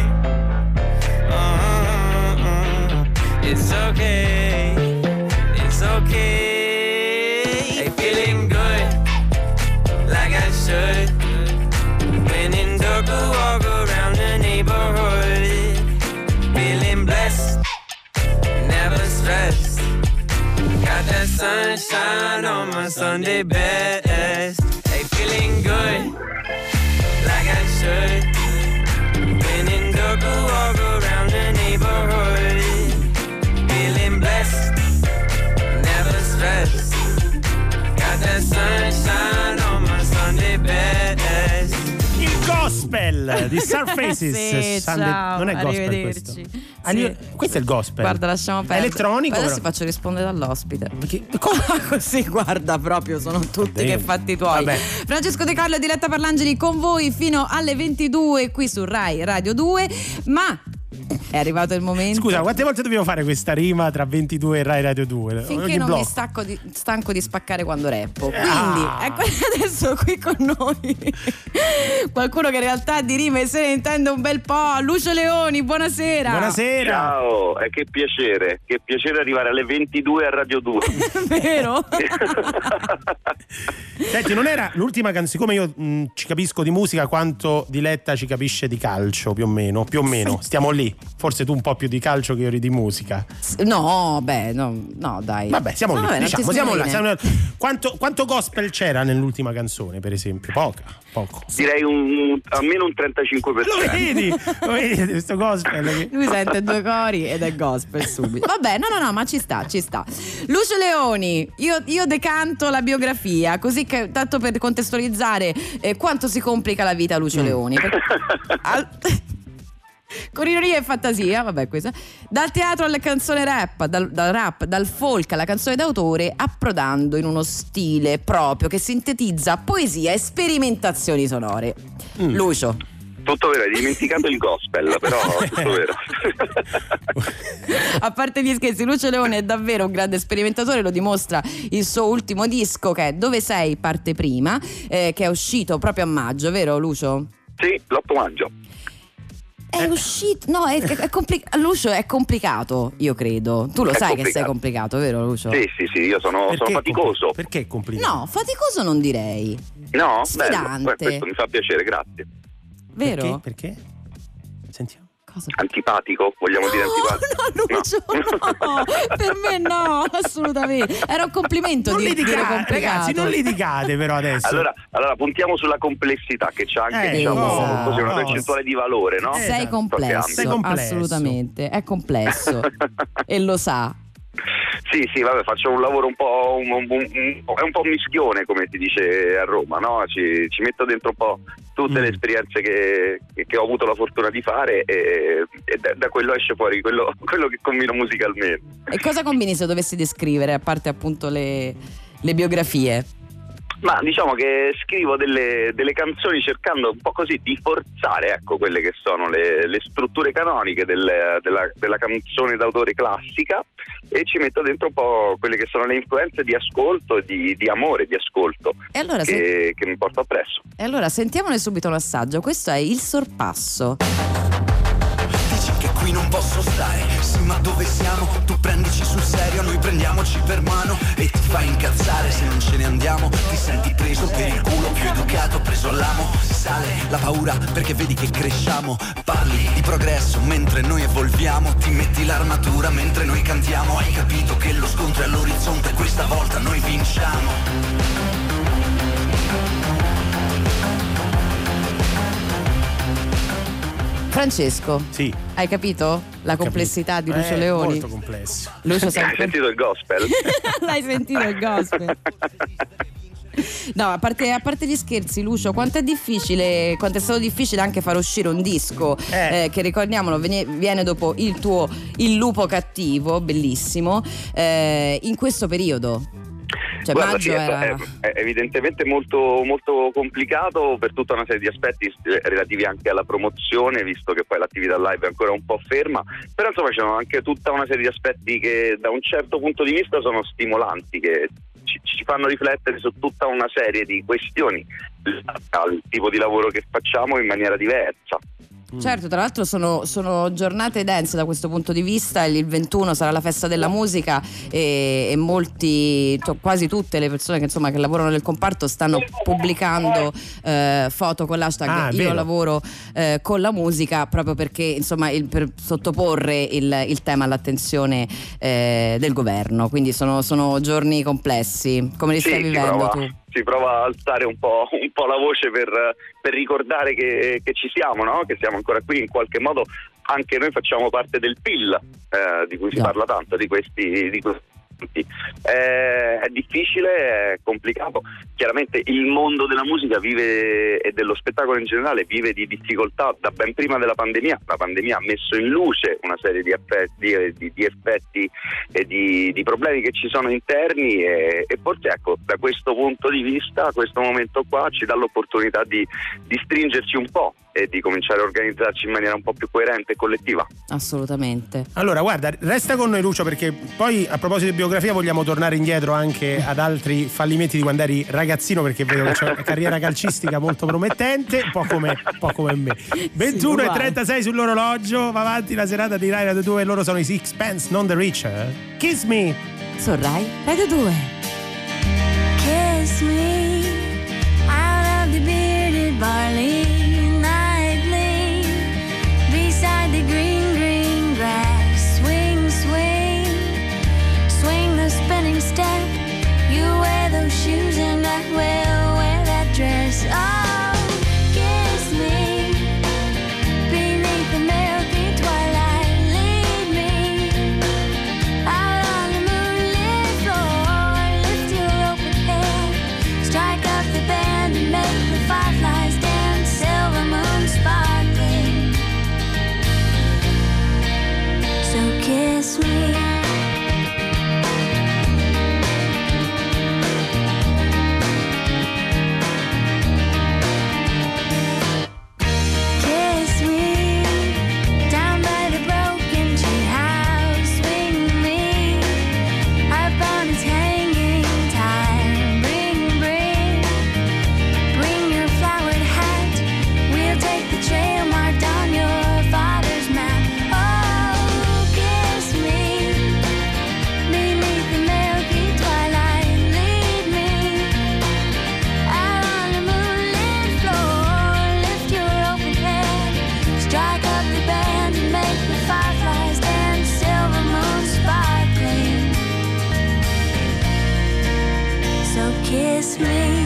[SPEAKER 11] Uh-uh-uh. It's okay. It's okay. Hey, feeling good, like I should. When in dark, I walk around the neighborhood, feeling blessed, never stressed. Got that sunshine on my Sunday best. Hey, feeling good, like I should. When in dark, I walk around the neighborhood, feeling blessed, never stressed. Got that sunshine on my Sunday best.
[SPEAKER 3] Il gospel di Surfaces.
[SPEAKER 2] Sì,
[SPEAKER 3] Sunday-
[SPEAKER 2] ciao,
[SPEAKER 3] non è gospel
[SPEAKER 2] arrivederci.
[SPEAKER 3] questo.
[SPEAKER 2] Sì.
[SPEAKER 3] Arri- Questo è il gospel.
[SPEAKER 2] Guarda, lasciamo perdere.
[SPEAKER 3] È elettronico,
[SPEAKER 2] Poi adesso
[SPEAKER 3] però.
[SPEAKER 2] ti faccio rispondere dall'ospite. Così, guarda, proprio sono tutti
[SPEAKER 3] Oddio.
[SPEAKER 2] che fatti tuoi.
[SPEAKER 3] Vabbè.
[SPEAKER 2] Francesco De Carlo e Diletta Parlangeli con voi fino alle ventidue qui su Rai Radio due. Ma È arrivato il momento.
[SPEAKER 3] Scusa, quante volte dobbiamo fare questa rima tra ventidue e Rai Radio due?
[SPEAKER 2] Finché
[SPEAKER 3] Ogni
[SPEAKER 2] non
[SPEAKER 3] blocco.
[SPEAKER 2] mi stacco di, stanco di spaccare quando rappo. Quindi
[SPEAKER 3] Ah.
[SPEAKER 2] ecco adesso qui con noi qualcuno che in realtà di rime se ne intende un bel po'. Lucio Leoni, buonasera.
[SPEAKER 3] Buonasera.
[SPEAKER 16] Ciao, e che piacere, che piacere arrivare alle ventidue a Radio due.
[SPEAKER 2] Vero?
[SPEAKER 3] Senti, non era l'ultima canzone, siccome io mh, ci capisco di musica quanto Diletta ci capisce di calcio, più o meno, più o meno, stiamo lì. Forse tu un po' più di calcio che io di musica.
[SPEAKER 2] No, beh, no, no dai.
[SPEAKER 3] Vabbè, siamo
[SPEAKER 2] No,
[SPEAKER 3] lì,
[SPEAKER 2] vabbè, non ti
[SPEAKER 3] diciamo, siamo là.
[SPEAKER 2] sminuire.
[SPEAKER 3] siamo- Quanto, quanto gospel c'era nell'ultima canzone, per esempio? Poca, poco.
[SPEAKER 16] Direi un, almeno un trentacinque per cento.
[SPEAKER 3] Lo vedi? Lo vedi questo gospel? Che...
[SPEAKER 2] Lui sente due cori ed è gospel subito. Vabbè, no, no, no, ma ci sta, ci sta. Lucio Leoni, io, io decanto la biografia, così che tanto per contestualizzare eh, quanto si complica la vita a Lucio Leoni. Perché- al- Con ironia e fantasia, vabbè, questa. Dal teatro alla canzone rap, dal, dal rap, dal folk alla canzone d'autore, approdando in uno stile proprio che sintetizza poesia e sperimentazioni sonore. Lucio.
[SPEAKER 16] Tutto vero, hai dimenticato il gospel, però tutto vero.
[SPEAKER 2] A parte gli scherzi, Lucio Leoni è davvero un grande sperimentatore, lo dimostra il suo ultimo disco che è Dove sei parte prima, eh, che è uscito proprio a maggio, vero Lucio?
[SPEAKER 16] Sì, l'otto maggio.
[SPEAKER 2] È uscito, no, è, è complicato. Lucio è complicato, io credo. Tu lo
[SPEAKER 16] È
[SPEAKER 2] sai che
[SPEAKER 16] complicato.
[SPEAKER 2] sei complicato, vero Lucio?
[SPEAKER 16] Sì, sì, sì, io sono, sono faticoso.
[SPEAKER 3] Perché è complicato?
[SPEAKER 2] No, faticoso non direi.
[SPEAKER 16] No?
[SPEAKER 2] Sfidante.
[SPEAKER 16] Bello. Questo mi fa piacere, grazie.
[SPEAKER 2] Vero?
[SPEAKER 3] Perché? Sentiamo.
[SPEAKER 16] Antipatico, vogliamo dire antipatico?
[SPEAKER 2] No, Lucio, no, per me no, assolutamente. Era un complimento
[SPEAKER 3] Non
[SPEAKER 2] di dire
[SPEAKER 3] litigate,
[SPEAKER 2] complicato.
[SPEAKER 3] ragazzi, non litigate però adesso.
[SPEAKER 16] Allora, allora puntiamo sulla complessità che c'ha anche
[SPEAKER 3] Eh,
[SPEAKER 16] diciamo,
[SPEAKER 3] esatto.
[SPEAKER 16] così una percentuale di valore, no?
[SPEAKER 2] Sei complesso,
[SPEAKER 16] Sei complesso.
[SPEAKER 2] assolutamente, è complesso e lo sa.
[SPEAKER 16] Sì, sì, vabbè, faccio un lavoro un po' un, un, un, è un po' un mischione, come si dice a Roma, no? Ci, ci metto dentro un po' tutte le esperienze che, che, che ho avuto la fortuna di fare e, e da, da quello esce fuori quello, quello che combino musicalmente.
[SPEAKER 2] E cosa combini se dovessi descrivere, a parte appunto le, le biografie?
[SPEAKER 16] Ma diciamo che scrivo delle, delle canzoni cercando un po' così di forzare, ecco, quelle che sono le, le strutture canoniche del, della, della canzone d'autore classica e ci metto dentro un po' quelle che sono le influenze di ascolto, di, di amore, di ascolto
[SPEAKER 2] E allora,
[SPEAKER 16] che,
[SPEAKER 2] se-
[SPEAKER 16] che mi porto appresso.
[SPEAKER 2] E allora sentiamone subito un assaggio. Questo è Il Sorpasso.
[SPEAKER 11] Dici che qui non posso stare, sì ma dove siamo? Tu prendici sul serio, noi prendiamoci per mano e ti fai incazzare se non ce ne andiamo. Ti senti preso per il culo, più educato, preso all'amo. Sale la paura perché vedi che cresciamo. Parli di progresso mentre noi evolviamo. Ti metti l'armatura mentre noi cantiamo. Hai capito che lo scontro è all'orizzonte, questa volta noi vinciamo.
[SPEAKER 2] Francesco,
[SPEAKER 3] sì.
[SPEAKER 2] Hai capito la complessità di Lucio
[SPEAKER 3] Eh,
[SPEAKER 2] Leoni?
[SPEAKER 3] molto complesso.
[SPEAKER 2] Lucio
[SPEAKER 16] Hai
[SPEAKER 2] sempre...
[SPEAKER 16] sentito il gospel?
[SPEAKER 2] L'hai sentito il gospel? No, a parte, a parte gli scherzi, Lucio, quanto è difficile, quanto è stato difficile anche far uscire un disco eh. Eh, che ricordiamolo viene, viene dopo il tuo Il lupo cattivo, bellissimo, eh, in questo periodo. Cioè,
[SPEAKER 16] Guarda,
[SPEAKER 2] maggio
[SPEAKER 16] sì, è,
[SPEAKER 2] era...
[SPEAKER 16] è, è evidentemente molto, molto complicato per tutta una serie di aspetti relativi anche alla promozione, visto che poi l'attività live è ancora un po' ferma, però insomma c'è anche tutta una serie di aspetti che da un certo punto di vista sono stimolanti, che ci, ci fanno riflettere su tutta una serie di questioni al tipo di lavoro che facciamo in maniera diversa.
[SPEAKER 2] Certo, tra l'altro sono, sono giornate dense da questo punto di vista. Il ventuno sarà la festa della musica e, e molti, cioè, quasi tutte le persone che insomma che lavorano nel comparto stanno pubblicando eh, foto con l'hashtag
[SPEAKER 3] Ah,
[SPEAKER 2] io
[SPEAKER 3] vero.
[SPEAKER 2] lavoro eh, con la musica, proprio perché insomma il, per sottoporre il, il tema all'attenzione eh, del governo. Quindi sono, sono giorni complessi. Come li
[SPEAKER 16] Sì,
[SPEAKER 2] stai
[SPEAKER 16] si
[SPEAKER 2] vivendo
[SPEAKER 16] prova,
[SPEAKER 2] tu?
[SPEAKER 16] si prova a alzare un po', un po' la voce per, per ricordare che, che ci siamo, no? Che siamo ancora qui, in qualche modo anche noi facciamo parte del P I L, eh, di cui si
[SPEAKER 2] Già.
[SPEAKER 16] parla tanto, di questi, di questi È, è difficile, è complicato. Chiaramente il mondo della musica vive e dello spettacolo in generale vive di difficoltà da ben prima della pandemia. La pandemia ha messo in luce una serie di effetti, di, di effetti e di, di problemi che ci sono interni e, e forse ecco, da questo punto di vista questo momento qua ci dà l'opportunità di, di stringerci un po' e di cominciare a organizzarci in maniera un po' più coerente e collettiva.
[SPEAKER 2] Assolutamente.
[SPEAKER 3] Allora guarda, resta con noi Lucio, perché poi a proposito di biografia vogliamo tornare indietro anche ad altri fallimenti di quando eri ragazzino, perché vedo che c'è una carriera calcistica molto promettente, un po' come, un po' come me. ventuno e trentasei sull'orologio, va avanti la serata di Rai Radio due e loro sono i Sixpence Non the Richer. Kiss Me
[SPEAKER 2] su Rai Radio due.
[SPEAKER 7] Kiss me out of the bearded barley nightly beside the green green grass. Swing, swing, swing the spinning step. You wear those shoes and I will wear that dress. Oh, kiss me beneath the milky twilight. Lead me out on the moonlit floor. Lift your open head, strike up the band and make the fireflies dance. Silver moon sparkling. So kiss me. Kiss me down by the broken tree house. Swing me up on its hanging time. Bring, bring, bring your flowered hat. We'll take the trail marked on your father's map. Oh, kiss me beneath the milky twilight. Lead me out on the moonlit floor. Lift your open head, strike up the band and make the fireflies dance. Silver moon sparkling. So kiss me.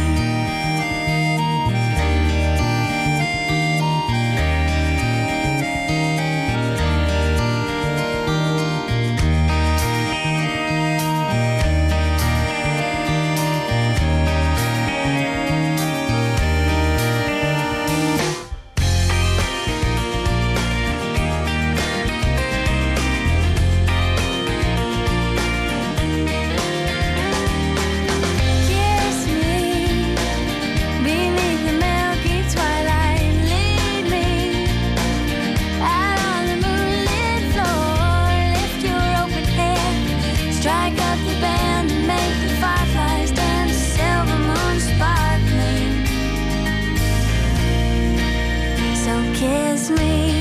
[SPEAKER 7] Kiss me beneath the milky twilight. Lead me out on the moonlit floor. Lift your open head, strike up the band and make the fireflies dance. Silver moon sparkling. So kiss me.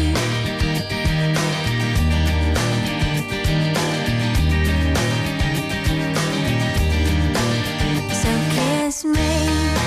[SPEAKER 7] So kiss me.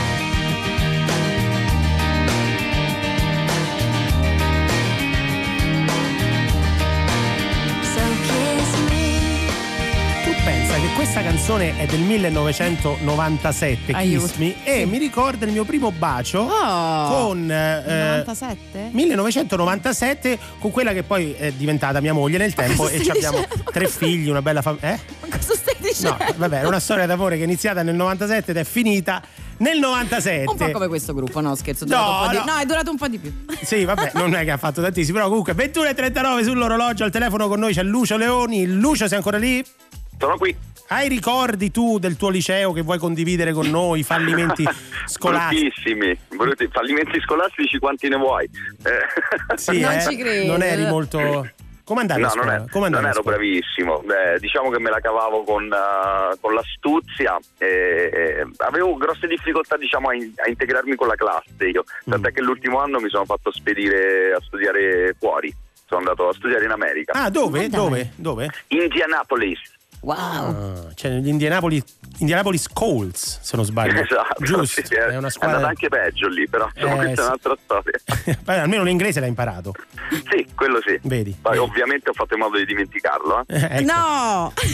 [SPEAKER 7] So kiss me.
[SPEAKER 3] Tu pensa che questa canzone è del millenovecentonovantasette,
[SPEAKER 2] Aiuto.
[SPEAKER 3] Kiss Me, e mi ricorda il mio primo bacio
[SPEAKER 2] Oh,
[SPEAKER 3] con eh,
[SPEAKER 2] novantasette?
[SPEAKER 3] millenovecentonovantasette, con quella che poi è diventata mia moglie nel tempo
[SPEAKER 2] cosa
[SPEAKER 3] e
[SPEAKER 2] stai
[SPEAKER 3] ci abbiamo
[SPEAKER 2] dicendo?
[SPEAKER 3] tre figli, una bella famiglia. Eh?
[SPEAKER 2] Ma cosa stai dicendo?
[SPEAKER 3] No, vabbè, è una storia d'amore che è iniziata nel novantasette ed è finita nel novantasette.
[SPEAKER 2] Un po' come questo gruppo, no scherzo, è
[SPEAKER 3] No,
[SPEAKER 2] durato un po' di...
[SPEAKER 3] no.
[SPEAKER 2] no, è durato un po' di più.
[SPEAKER 3] Sì, vabbè, non è che ha fatto tantissimo, però comunque ventuno e trentanove sull'orologio. Al telefono con noi c'è Lucio Leoni. Lucio, sei ancora lì?
[SPEAKER 16] Sono qui.
[SPEAKER 3] Hai ricordi tu del tuo liceo che vuoi condividere con noi? Fallimenti scolastici?
[SPEAKER 16] Bruttissimi, brutti, fallimenti scolastici quanti ne vuoi? Eh.
[SPEAKER 3] Sì,
[SPEAKER 2] Non
[SPEAKER 3] eh,
[SPEAKER 2] ci credo.
[SPEAKER 3] non eri molto... Come andavi
[SPEAKER 16] No,
[SPEAKER 3] a scuola?
[SPEAKER 16] non, è-
[SPEAKER 3] Come andavi
[SPEAKER 16] non
[SPEAKER 3] a
[SPEAKER 16] ero
[SPEAKER 3] scuola?
[SPEAKER 16] bravissimo. Beh, diciamo che me la cavavo con, uh, con l'astuzia e, e avevo grosse difficoltà, diciamo, a, in- a integrarmi con la classe io. Tant'è che l'ultimo anno mi sono fatto spedire a studiare fuori. Sono andato a studiare in America.
[SPEAKER 3] Ah, dove?
[SPEAKER 2] Ma dai.
[SPEAKER 3] Dove? Dove?
[SPEAKER 16] Indianapolis.
[SPEAKER 2] Wow.
[SPEAKER 3] Ah, cioè gli Indianapolis, Indianapolis Colts, se non sbaglio.
[SPEAKER 16] Esatto,
[SPEAKER 3] Giusto,
[SPEAKER 16] sì,
[SPEAKER 3] è una
[SPEAKER 16] andata
[SPEAKER 3] squadra...
[SPEAKER 16] anche peggio lì, però insomma,
[SPEAKER 3] Eh,
[SPEAKER 16] questa è
[SPEAKER 3] sì.
[SPEAKER 16] un'altra storia.
[SPEAKER 3] Beh, almeno l'inglese l'hai imparato.
[SPEAKER 16] Sì, quello sì.
[SPEAKER 3] Vedi.
[SPEAKER 16] Poi
[SPEAKER 3] Vedi.
[SPEAKER 16] ovviamente ho fatto in modo di dimenticarlo. Eh.
[SPEAKER 3] Eh, ecco.
[SPEAKER 2] No!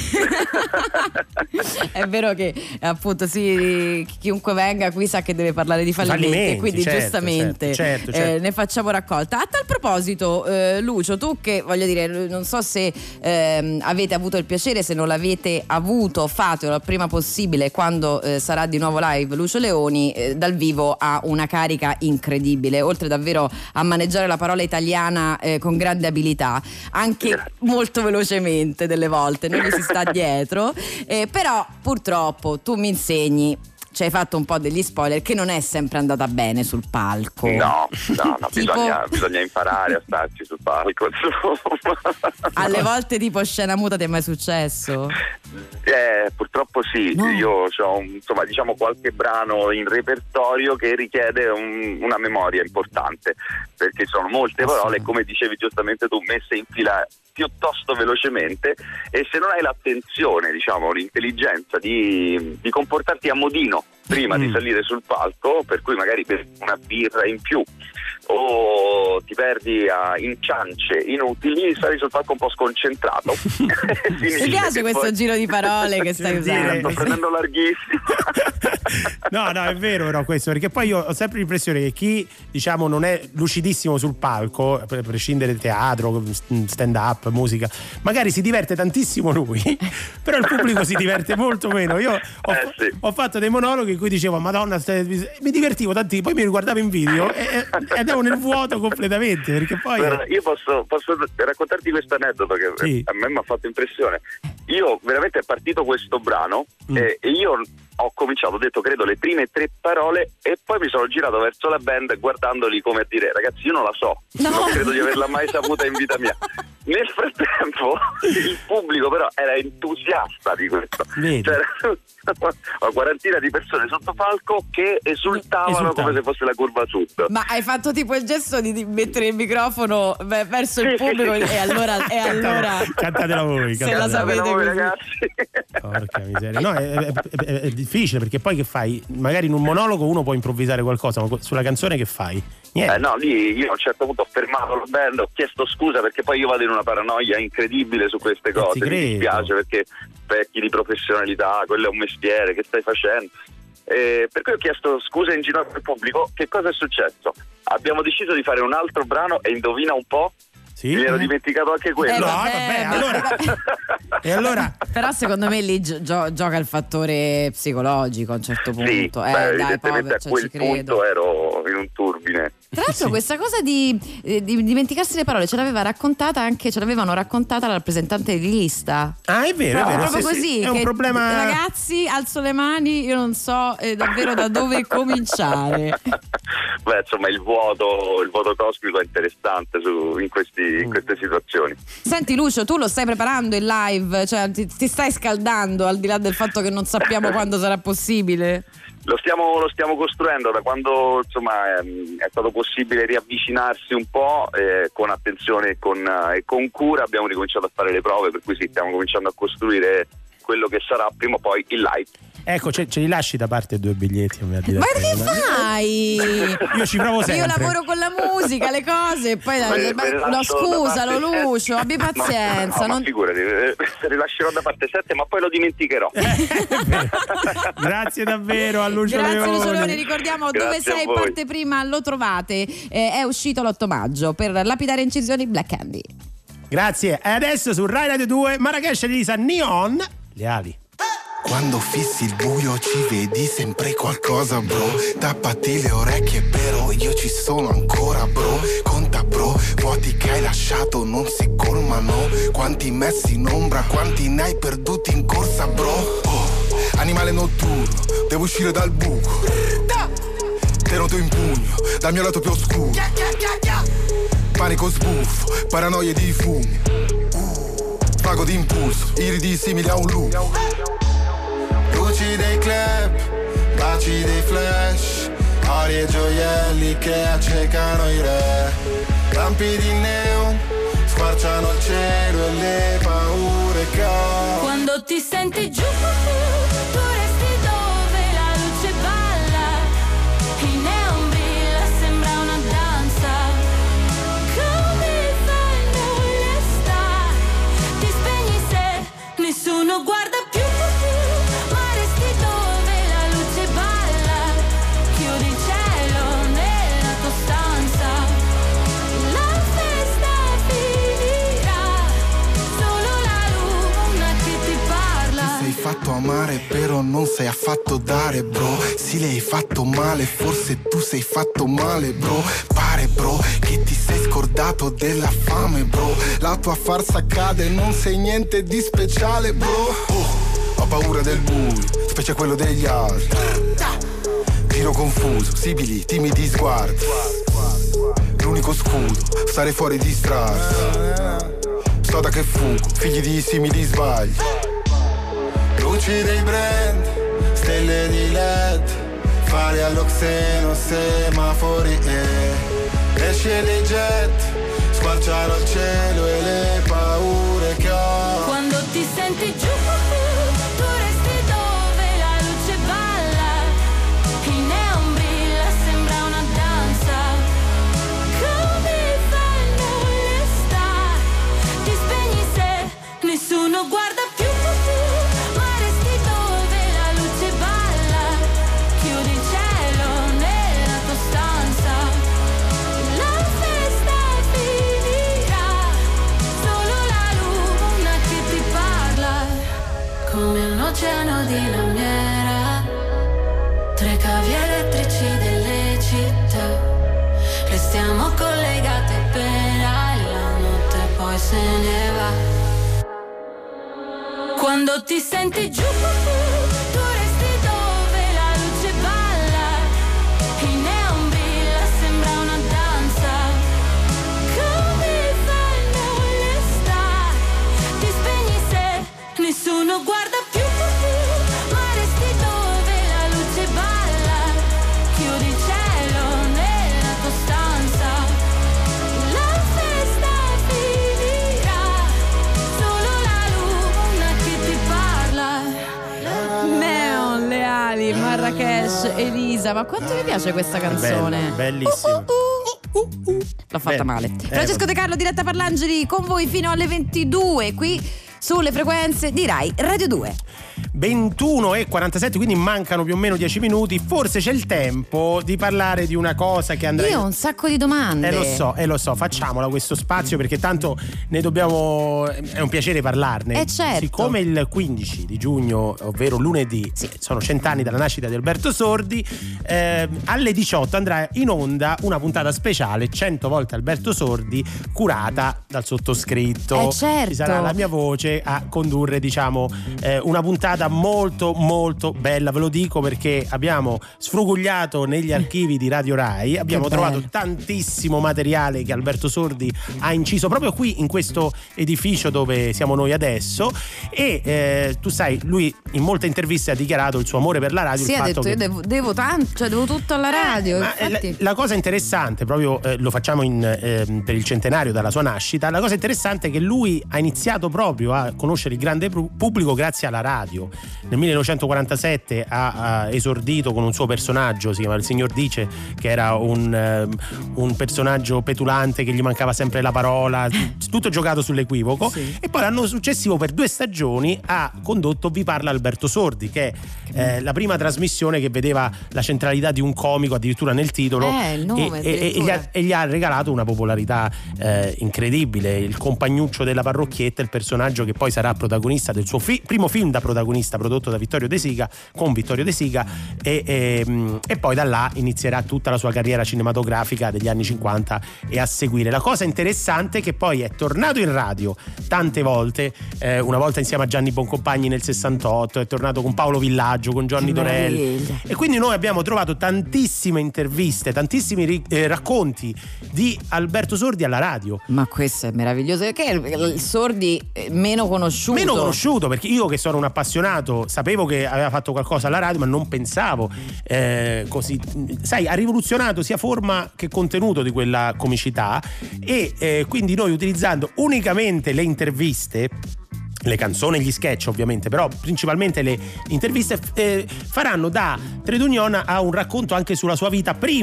[SPEAKER 2] È vero che appunto sì, chiunque venga qui sa che deve parlare di fallimenti,
[SPEAKER 3] Fallimenti,
[SPEAKER 2] quindi
[SPEAKER 3] certo,
[SPEAKER 2] giustamente
[SPEAKER 3] certo, certo, certo.
[SPEAKER 2] Eh, ne facciamo raccolta. A tal proposito, eh, Lucio, tu che voglio dire, non so se ehm, avete avuto il piacere, se non l'avete avuto, fatelo il prima possibile quando eh, sarà di nuovo live Lucio Leoni, eh, dal vivo ha una carica incredibile, oltre davvero a maneggiare la parola italiana eh, con grande abilità, anche molto velocemente delle volte, non gli si sta dietro, eh, però purtroppo tu mi insegni, ci hai fatto un po' degli spoiler, che non è sempre andata bene sul palco.
[SPEAKER 16] No, no, no,
[SPEAKER 2] Tipo-
[SPEAKER 16] bisogna, bisogna imparare a starci sul palco, insomma.
[SPEAKER 2] Alle volte tipo scena muta ti è mai successo?
[SPEAKER 16] Eh, purtroppo sì, io ho insomma diciamo qualche brano in repertorio che richiede un- una memoria importante, perché sono molte parole, come dicevi giustamente tu, messe in fila piuttosto velocemente, e se non hai l'attenzione, diciamo l'intelligenza di, di comportarti a modino prima
[SPEAKER 3] Mm.
[SPEAKER 16] di salire sul palco, per cui magari bevi una birra in più o ti perdi a in ciance inutili, sali sul palco un po' sconcentrato.
[SPEAKER 2] Mi piace questo giro di parole che stai usando.
[SPEAKER 16] Sto prendendo larghissimo.
[SPEAKER 3] No, no, è vero però questo, perché poi io ho sempre l'impressione che chi diciamo non è lucidissimo sul palco, a prescindere da teatro, stand up, musica, magari si diverte tantissimo lui, però il pubblico si diverte molto meno. Io ho,
[SPEAKER 16] Eh, sì.
[SPEAKER 3] ho fatto dei monologhi in cui dicevo Madonna, stai- mi divertivo tantissimo, poi mi riguardavo in video e, e andavo nel vuoto completamente, perché poi
[SPEAKER 16] Guarda, io posso, posso raccontarti questo aneddoto che
[SPEAKER 3] Sì.
[SPEAKER 16] a me mi ha fatto impressione. Io veramente è partito questo brano
[SPEAKER 3] Mm.
[SPEAKER 16] e, e io ho cominciato, ho detto credo le prime tre parole e poi mi sono girato verso la band guardandoli come a dire ragazzi io non la so,
[SPEAKER 2] No.
[SPEAKER 16] non credo di averla mai saputa in vita mia. Nel frattempo il pubblico però era entusiasta di questo.
[SPEAKER 3] Vedi.
[SPEAKER 16] C'era una quarantina di persone sotto palco che esultavano,
[SPEAKER 3] Esultavano.
[SPEAKER 16] come se fosse la curva sud.
[SPEAKER 2] Ma hai fatto tipo il gesto di, di mettere il microfono beh, verso il
[SPEAKER 16] Sì,
[SPEAKER 2] pubblico
[SPEAKER 16] sì, sì.
[SPEAKER 2] e allora, e allora
[SPEAKER 3] cantatela voi,
[SPEAKER 2] se la
[SPEAKER 3] cantatela.
[SPEAKER 2] sapete
[SPEAKER 16] Voi,
[SPEAKER 2] così.
[SPEAKER 16] ragazzi.
[SPEAKER 3] Porca miseria. No, è, è- è- è difficile, perché poi che fai? Magari in un monologo uno può improvvisare qualcosa, ma sulla canzone che fai? Niente.
[SPEAKER 16] Eh no, lì io a un certo punto ho fermato la band, ho chiesto scusa perché poi io vado in una paranoia incredibile su queste
[SPEAKER 3] ti
[SPEAKER 16] cose. Mi
[SPEAKER 3] credo.
[SPEAKER 16] dispiace perché specchi di professionalità, quello è un mestiere, che stai facendo? Eh, per cui ho chiesto scusa in ginocchio al pubblico. Che cosa è successo? Abbiamo deciso di fare un altro brano e indovina un po'?
[SPEAKER 3] Sì?
[SPEAKER 16] Mi ero dimenticato anche quello.
[SPEAKER 2] Eh,
[SPEAKER 3] No,
[SPEAKER 2] vabbè,
[SPEAKER 3] vabbè,
[SPEAKER 2] ma-
[SPEAKER 3] allora. E allora?
[SPEAKER 2] Però secondo me lì gio- gio- gioca il fattore psicologico a un certo punto.
[SPEAKER 16] Sì,
[SPEAKER 2] eh,
[SPEAKER 16] beh,
[SPEAKER 2] dai,
[SPEAKER 16] evidentemente
[SPEAKER 2] povero,
[SPEAKER 16] a
[SPEAKER 2] cioè,
[SPEAKER 16] quel
[SPEAKER 2] ci credo.
[SPEAKER 16] punto ero in un turbine.
[SPEAKER 2] Tra l'altro
[SPEAKER 3] Sì.
[SPEAKER 2] questa cosa di, eh, di dimenticarsi le parole ce l'aveva raccontata anche, ce l'avevano raccontata la rappresentante di lista.
[SPEAKER 3] Ah, è vero, è
[SPEAKER 2] Proprio,
[SPEAKER 3] vero.
[SPEAKER 2] proprio
[SPEAKER 3] sì, sì,
[SPEAKER 2] così,
[SPEAKER 3] è un
[SPEAKER 2] che,
[SPEAKER 3] problema.
[SPEAKER 2] ragazzi, alzo le mani, io non so eh, davvero da dove cominciare.
[SPEAKER 16] Beh, insomma, il vuoto, il vuoto cosmico è interessante su- in, questi, in queste situazioni.
[SPEAKER 2] Senti Lucio, tu lo stai preparando in live, cioè ti, ti stai scaldando al di là del fatto che non sappiamo quando sarà possibile?
[SPEAKER 16] Lo stiamo, lo stiamo costruendo da quando insomma ehm, è stato possibile riavvicinarsi un po', eh, con attenzione e con, eh, e con cura abbiamo ricominciato a fare le prove, per cui sì, stiamo cominciando a costruire quello che sarà prima o poi il live.
[SPEAKER 3] Ecco, ce, ce li lasci da parte due biglietti?
[SPEAKER 2] Ma che fai?
[SPEAKER 3] Io ci provo sempre.
[SPEAKER 2] Io lavoro con la musica, le cose, e poi
[SPEAKER 16] Me- me
[SPEAKER 2] ma-
[SPEAKER 16] ne
[SPEAKER 2] no,
[SPEAKER 16] lascio da
[SPEAKER 2] scusalo
[SPEAKER 16] parte-
[SPEAKER 2] Lucio, abbi
[SPEAKER 16] Ma-
[SPEAKER 2] pazienza.
[SPEAKER 16] no, ma
[SPEAKER 2] non-
[SPEAKER 16] figurati, eh, se li lascerò da parte sette, ma poi lo dimenticherò.
[SPEAKER 3] Grazie davvero a Lucio
[SPEAKER 2] Grazie
[SPEAKER 3] Leoni.
[SPEAKER 2] Lucio Leoni, ricordiamo
[SPEAKER 16] Grazie
[SPEAKER 2] dove
[SPEAKER 16] a
[SPEAKER 2] sei,
[SPEAKER 16] voi.
[SPEAKER 2] parte prima, lo trovate, eh, è uscito l'otto maggio per lapidare incisioni Black Candy.
[SPEAKER 3] Grazie. E adesso su Rai Radio due Marrakesh e Lisa Neon, le ali.
[SPEAKER 17] Quando fissi il buio ci vedi sempre qualcosa, bro. Tappati le orecchie, però io ci sono ancora, bro. Conta, bro, vuoti che hai lasciato non si colmano. Quanti messi in ombra, quanti ne hai perduti in corsa, bro. Oh, animale notturno, devo uscire dal buco. Te noto in pugno, dal mio lato più oscuro. Panico sbuffo, paranoie di fumi. Vago d'impulso, iridi simili a un lupo. Luci dei club, baci dei flash, ori e gioielli che accecano i re. Lampi di neon, squarciano il cielo e le paure che ho.
[SPEAKER 7] Quando ti senti giù, tu resti dove la luce balla. Il neon brilla, sembra una danza. Come fai a non restare? Ti spegni se nessuno guarda
[SPEAKER 17] fatto amare però non sei affatto dare, bro. Sì, le hai fatto male, forse tu sei fatto male, bro. Pare, bro, che ti sei scordato della fame, bro. La tua farsa cade, non sei niente di speciale, bro. Oh, ho paura del buio, specie quello degli altri. Giro confuso, sibili, timidi sguardi. L'unico scudo, stare fuori di strada. Sto da che fugo, figli di simili sbagli. Luci dei brand, stelle di led. Fare all'oxeno, semafori e esce dei jet. Squarciano il cielo e le paure che ho.
[SPEAKER 7] Quando ti senti giù, tu resti dove la luce balla. Il neon brilla, sembra una danza. Come fanno le star? Ti spegni se nessuno guarda più. Ma resti dove la luce balla. Chiudi il cielo nella tua stanza. La festa finirà. Solo la luna che ti parla. Come un oceano di lamiera. Tre cavi elettrici delle città. Restiamo collegate appena la notte poi se ne va. Quando ti senti giù, tu resti dove la luce balla. Il neon brilla, sembra una danza. Come fanno le star? Ti spegni se nessuno guarda più. Ma resti dove la luce balla. Chiudi il cielo nella tua stanza. La festa finirà. Solo la luna che ti parla.
[SPEAKER 2] Neon, le ali, Marrakesh, Elisa. Ma quanto mi piace questa canzone?
[SPEAKER 3] Bella, bellissima.
[SPEAKER 2] L'ho fatta
[SPEAKER 3] Beh,
[SPEAKER 2] male.
[SPEAKER 3] eh,
[SPEAKER 2] Francesco
[SPEAKER 3] vabbè.
[SPEAKER 2] De Carlo, Diletta Parlangeli, con voi fino alle ventidue qui sulle frequenze di Rai Radio due.
[SPEAKER 3] ventuno e quarantasette, quindi mancano più o meno dieci minuti. Forse c'è il tempo di parlare di una cosa che andrà.
[SPEAKER 2] Io ho un sacco di domande.
[SPEAKER 3] Eh lo so, eh lo so, facciamola questo spazio perché tanto ne dobbiamo. È un piacere parlarne.
[SPEAKER 2] Eh certo.
[SPEAKER 3] Siccome il quindici di giugno, ovvero lunedì, sono cent'anni dalla nascita di Alberto Sordi, eh, alle diciotto andrà in onda una puntata speciale cento volte Alberto Sordi, curata dal sottoscritto.
[SPEAKER 2] Eh certo.
[SPEAKER 3] Ci sarà la mia voce a condurre, diciamo, eh, una puntata molto molto bella, ve lo dico perché abbiamo sfrugugliato negli archivi di Radio Rai, abbiamo
[SPEAKER 2] Che
[SPEAKER 3] trovato
[SPEAKER 2] bello.
[SPEAKER 3] tantissimo materiale che Alberto Sordi ha inciso proprio qui in questo edificio dove siamo noi adesso e eh, tu sai, lui in molte interviste ha dichiarato il suo amore per la radio.
[SPEAKER 2] Sì,
[SPEAKER 3] il
[SPEAKER 2] ha
[SPEAKER 3] fatto
[SPEAKER 2] detto
[SPEAKER 3] che
[SPEAKER 2] io devo, devo tanto, cioè devo tutto alla radio.
[SPEAKER 3] Ma, eh,
[SPEAKER 2] infatti.
[SPEAKER 3] la, la cosa interessante, proprio eh, lo facciamo in, eh, per il centenario dalla sua nascita, la cosa interessante è che lui ha iniziato proprio a conoscere il grande pu- pubblico grazie alla radio. Nel millenovecentoquarantasette ha, ha esordito con un suo personaggio, si chiama il Signor Dice, che era un, eh, un personaggio petulante che gli mancava sempre la parola, tutto giocato sull'equivoco. Sì. E poi l'anno successivo per due stagioni ha condotto Vi parla Alberto Sordi, che è eh, la prima trasmissione che vedeva la centralità di un comico addirittura nel titolo.
[SPEAKER 2] Eh, il nome,
[SPEAKER 3] e, e, e, gli ha, e gli ha regalato una popolarità eh, incredibile. Il compagnuccio della parrocchietta, il personaggio che poi sarà protagonista del suo fi- primo film da protagonista prodotto da Vittorio De Sica, con Vittorio De Sica, e, e, e poi da là inizierà tutta la sua carriera cinematografica degli anni cinquanta e a seguire. La cosa interessante è che poi è tornato in radio tante volte, eh, una volta insieme a Gianni Boncompagni nel sessantotto, è tornato con Paolo Villaggio, con Johnny Dorelli, e quindi noi abbiamo trovato tantissime interviste, tantissimi ri- eh, racconti di Alberto Sordi alla radio.
[SPEAKER 2] Ma questo è meraviglioso, perché il Sordi è meno conosciuto.
[SPEAKER 3] Meno conosciuto, perché io che sono un appassionato sapevo che aveva fatto qualcosa alla radio, ma non pensavo eh, così. Sai, ha rivoluzionato sia forma che contenuto di quella comicità, e eh, quindi noi, utilizzando unicamente le interviste, le canzoni e gli sketch ovviamente, però principalmente le interviste, eh, faranno da trade union a un racconto anche sulla sua vita prima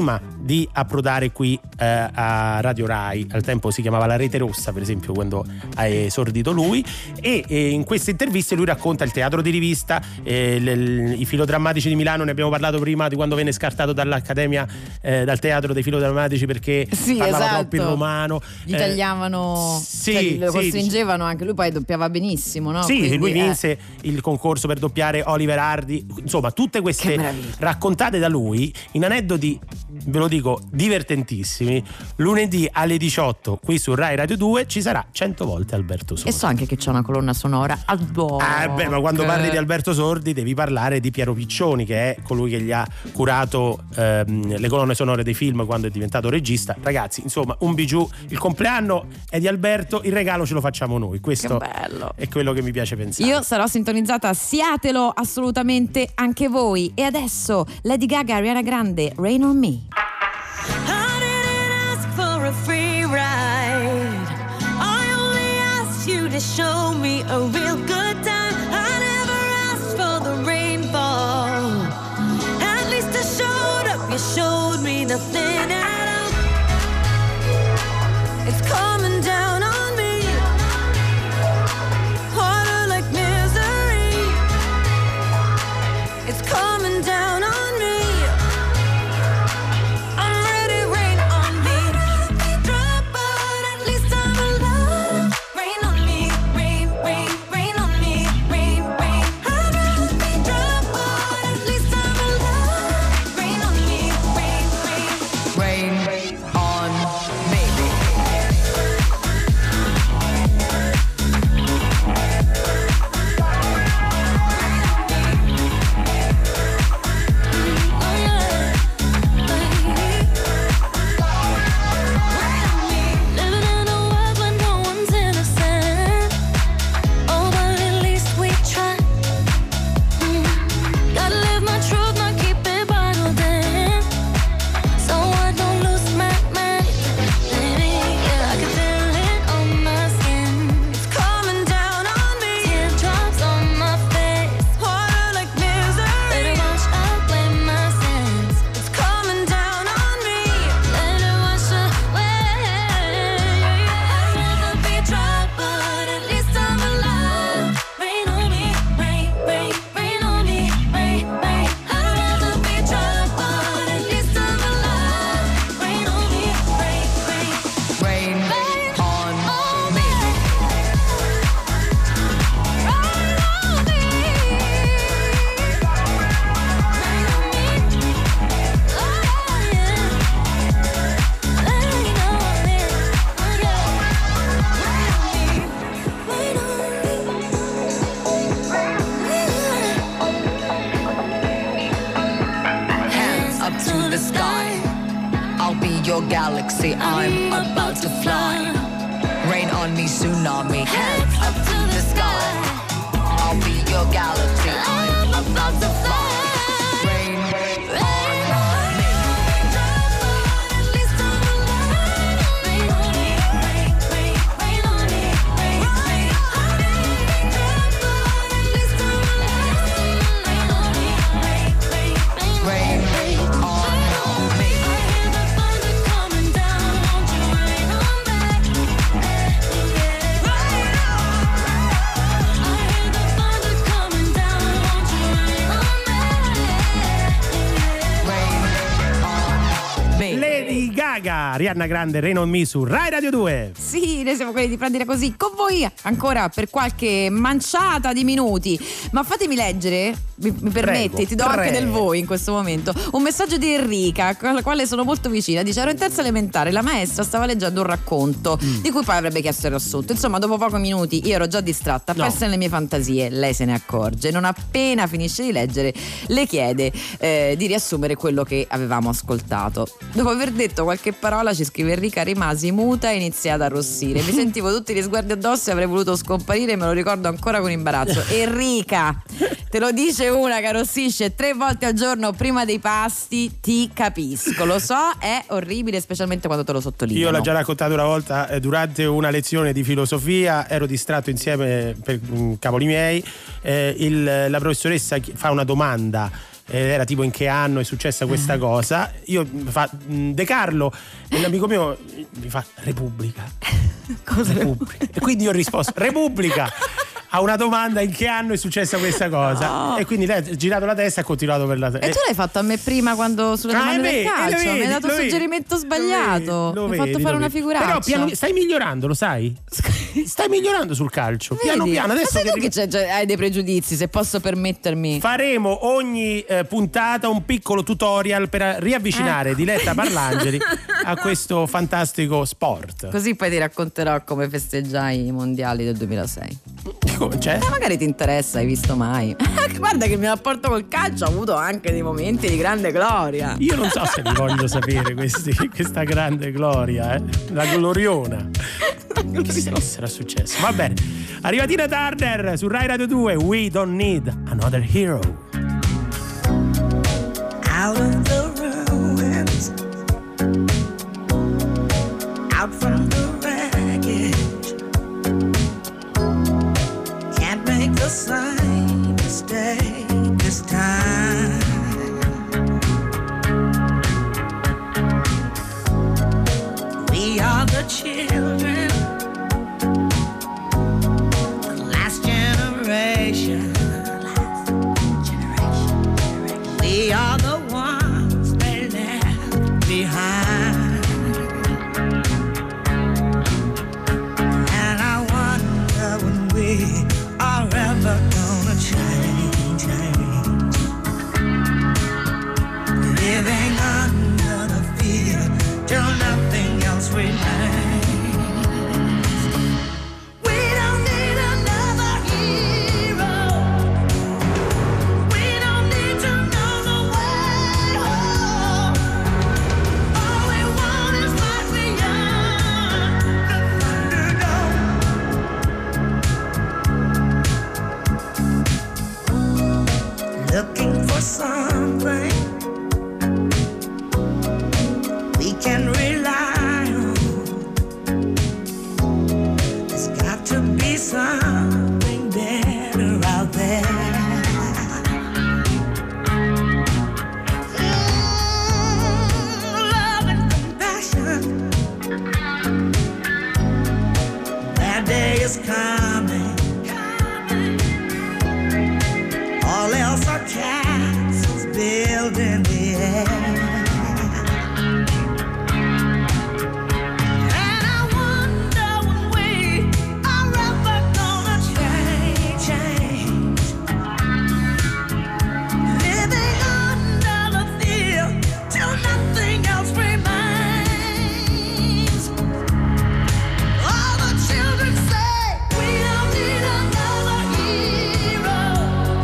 [SPEAKER 3] di approdare qui eh, a Radio Rai. Al tempo si chiamava La Rete Rossa, per esempio, quando ha esordito lui, e, e in queste interviste lui racconta il teatro di rivista, eh, l, l, i filodrammatici di Milano. Ne abbiamo parlato prima di quando venne scartato dall'Accademia, eh, dal teatro dei filodrammatici perché
[SPEAKER 2] sì,
[SPEAKER 3] parlava
[SPEAKER 2] esatto.
[SPEAKER 3] troppo in romano,
[SPEAKER 2] gli
[SPEAKER 3] eh,
[SPEAKER 2] tagliavano,
[SPEAKER 3] sì,
[SPEAKER 2] cioè, lo
[SPEAKER 3] sì,
[SPEAKER 2] costringevano anche. Lui poi doppiava benissimo, no?
[SPEAKER 3] sì,
[SPEAKER 2] Quindi,
[SPEAKER 3] lui
[SPEAKER 2] eh.
[SPEAKER 3] vinse il concorso per doppiare Oliver Hardy. Insomma, tutte queste raccontate da lui in aneddoti, ve lo dico, divertentissimi. Lunedì alle diciotto qui su Rai Radio due ci sarà cento volte Alberto Sordi.
[SPEAKER 2] E so anche che c'è una colonna sonora ad hoc.
[SPEAKER 3] Ah, beh, ma quando parli di Alberto Sordi devi parlare di Piero Piccioni, che è colui che gli ha curato ehm, le colonne sonore dei film quando è diventato regista. Ragazzi, insomma, un bijou. Il compleanno è di Alberto, il regalo ce lo facciamo noi. Questo
[SPEAKER 2] Che bello.
[SPEAKER 3] è quello che mi piace pensare.
[SPEAKER 2] Io sarò sintonizzata, siatelo assolutamente anche voi. E adesso Lady Gaga, Ariana Grande, Rain on Me.
[SPEAKER 6] I didn't ask for a free ride. I only asked you to show me a real good time. I never asked for the rainfall. At least I showed up, you showed me nothing at all. It's coming down on me. Harder like misery. It's coming down on me. I'm ready, rain on me. Drop, but at least I'm alive. Rain on me, rain, rain, rain on me, rain, rain. I'd rather be drop, but at least I'm alive. Rain on me, rain, rain, rain on me. Living in a world where no one's innocent. Oh, but at least we try. Mm. Gotta live my truth, not keep it bottled in. So I don't lose my mind. Baby, yeah, I can feel it on my skin. It's coming down on me. Teardrops on my face. Harder like misery. Let it wash away my sins. It's coming down on me. Let it wash away. I'd rather be dry, but at least I'm alive. Rain on me, rain, rain, rain on me, rain, rain. I'd rather be dry, but at least I'm alive. Rain on me, rain, rain, rain on me.
[SPEAKER 18] Hands up to the sky. I'll be your galaxy. I'm about to fly. Rain on me, tsunami. Hands up to the sky. I'll be your galaxy. I'm about to fly. Rain, rain on me. Rain on me.
[SPEAKER 3] Lady Gaga, Ariana Grande, Rain on Me su Rai Radio due.
[SPEAKER 2] Sì, noi siamo quelli di Prendere Così con voi ancora per qualche manciata di minuti. Ma fatemi leggere, mi, mi permetti,
[SPEAKER 3] Prego,
[SPEAKER 2] ti do anche
[SPEAKER 3] prego.
[SPEAKER 2] del voi in questo momento, un messaggio di Enrica, con la quale sono molto vicina. Dice: ero in terza elementare, la maestra stava leggendo un racconto
[SPEAKER 3] Mm.
[SPEAKER 2] di cui poi avrebbe chiesto il riassunto. Insomma, dopo pochi minuti io ero già distratta,
[SPEAKER 3] No.
[SPEAKER 2] persa nelle mie fantasie. Lei se ne accorge, non appena finisce di leggere le chiede eh, di riassumere quello che avevamo ascoltato. Dopo aver detto qualche parola, ci scrive Enrica, rimasi muta e iniziai ad arrossire. Mi sentivo tutti gli sguardi addosso e avrei voluto scomparire, me lo ricordo ancora con imbarazzo. Enrica, te lo dice una che arrossisce tre volte al giorno prima dei pasti, ti capisco, lo so, è orribile, specialmente quando te lo sottolineo.
[SPEAKER 3] Io l'ho già raccontato una volta, eh, durante una lezione di filosofia ero distratto insieme per mm, cavoli miei, eh, il- la professoressa chi- fa una domanda eh, era tipo in che anno è successa questa cosa. Io mi fa De Carlo, l'amico mio mi fa Repubblica.
[SPEAKER 2] Cosa
[SPEAKER 3] Repubblica? E quindi io ho risposto Repubblica a una domanda in che anno è successa questa cosa.
[SPEAKER 2] No.
[SPEAKER 3] E quindi lei ha girato la testa e ha continuato per la
[SPEAKER 2] E tu l'hai fatto a me prima quando sulle
[SPEAKER 3] Ah,
[SPEAKER 2] domande
[SPEAKER 3] eh,
[SPEAKER 2] del
[SPEAKER 3] vedi,
[SPEAKER 2] calcio,
[SPEAKER 3] lo
[SPEAKER 2] mi hai
[SPEAKER 3] vedi,
[SPEAKER 2] dato
[SPEAKER 3] lo
[SPEAKER 2] un
[SPEAKER 3] vedi,
[SPEAKER 2] suggerimento sbagliato,
[SPEAKER 3] lo
[SPEAKER 2] mi hai
[SPEAKER 3] vedi,
[SPEAKER 2] fatto
[SPEAKER 3] lo
[SPEAKER 2] fare una
[SPEAKER 3] vedi.
[SPEAKER 2] figuraccia.
[SPEAKER 3] Però piano, stai migliorando, lo sai? Stai migliorando sul calcio. Piano
[SPEAKER 2] Vedi?
[SPEAKER 3] piano. Adesso
[SPEAKER 2] Ma sai
[SPEAKER 3] che
[SPEAKER 2] tu che c'è, c'è- hai dei pregiudizi, se posso permettermi.
[SPEAKER 3] faremo ogni eh, puntata un piccolo tutorial per riavvicinare
[SPEAKER 2] Ecco.
[SPEAKER 3] Diletta Parlangeli a questo fantastico sport.
[SPEAKER 2] Così poi ti racconterò come festeggiai i mondiali del duemilasei.
[SPEAKER 3] Come c'è?
[SPEAKER 2] Eh, magari ti interessa, hai visto mai. Guarda che il mio rapporto col calcio ha avuto anche dei momenti di grande gloria.
[SPEAKER 3] Io non so se li voglio sapere questi, questa grande gloria, eh? La gloriona. Chissà che sarà successo. Va bene. Arriva Tina Turner su Rai Radio due. We don't need another hero.
[SPEAKER 11] Out of the ruins, out from the wreckage, can't make the same mistake this time. We are the children, the last generation. We are the ones they left behind. And I wonder when we are ever gonna change, change. Living under the fear till nothing else remains. We don't need another hero. We don't need to know the way home. All we want is right beyond the Thunderdome. Looking for something we can rely on. There's got to be something better out there. Love and compassion. That day is coming. All else are castles built in the air. And I wonder when we are ever gonna change, change. Living under the fear till nothing else remains. All the children say we don't need another hero.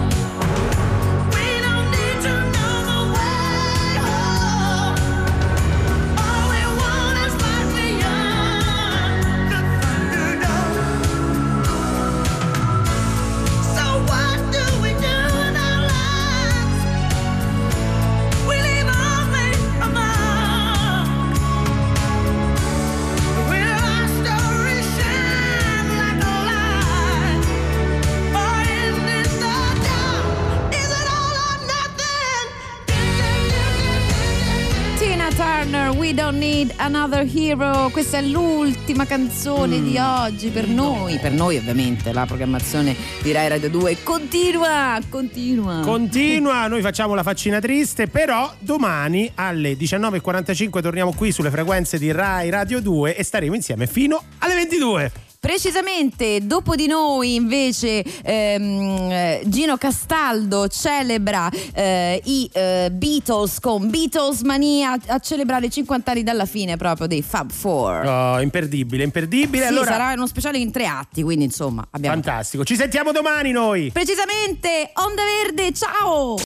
[SPEAKER 11] We don't need to know the way home. All we want is right beyond the Thunderdome. So what do we do in our lives? We leave only a mark. Will our story shine like a light, or is it the dark? Is it all or nothing?
[SPEAKER 2] Tina Turner, We Don't Need Another Hero. Questa è l'ultima canzone
[SPEAKER 3] Mm.
[SPEAKER 2] di oggi per noi. Per noi ovviamente la programmazione di Rai Radio due continua, continua.
[SPEAKER 3] Continua, noi facciamo la faccina triste, però domani alle diciannove e quarantacinque torniamo qui sulle frequenze di Rai Radio due e staremo insieme fino alle ventidue.
[SPEAKER 2] Precisamente dopo di noi invece ehm, eh, Gino Castaldo celebra eh, i eh, Beatles con Beatles Mania, a celebrare i cinquanta anni dalla fine proprio dei Fab Four.
[SPEAKER 3] Oh, imperdibile, imperdibile.
[SPEAKER 2] Sì,
[SPEAKER 3] allora,
[SPEAKER 2] sarà uno speciale in tre atti, quindi insomma abbiamo
[SPEAKER 3] fantastico. Ci sentiamo domani noi.
[SPEAKER 2] precisamente Onda Verde, ciao!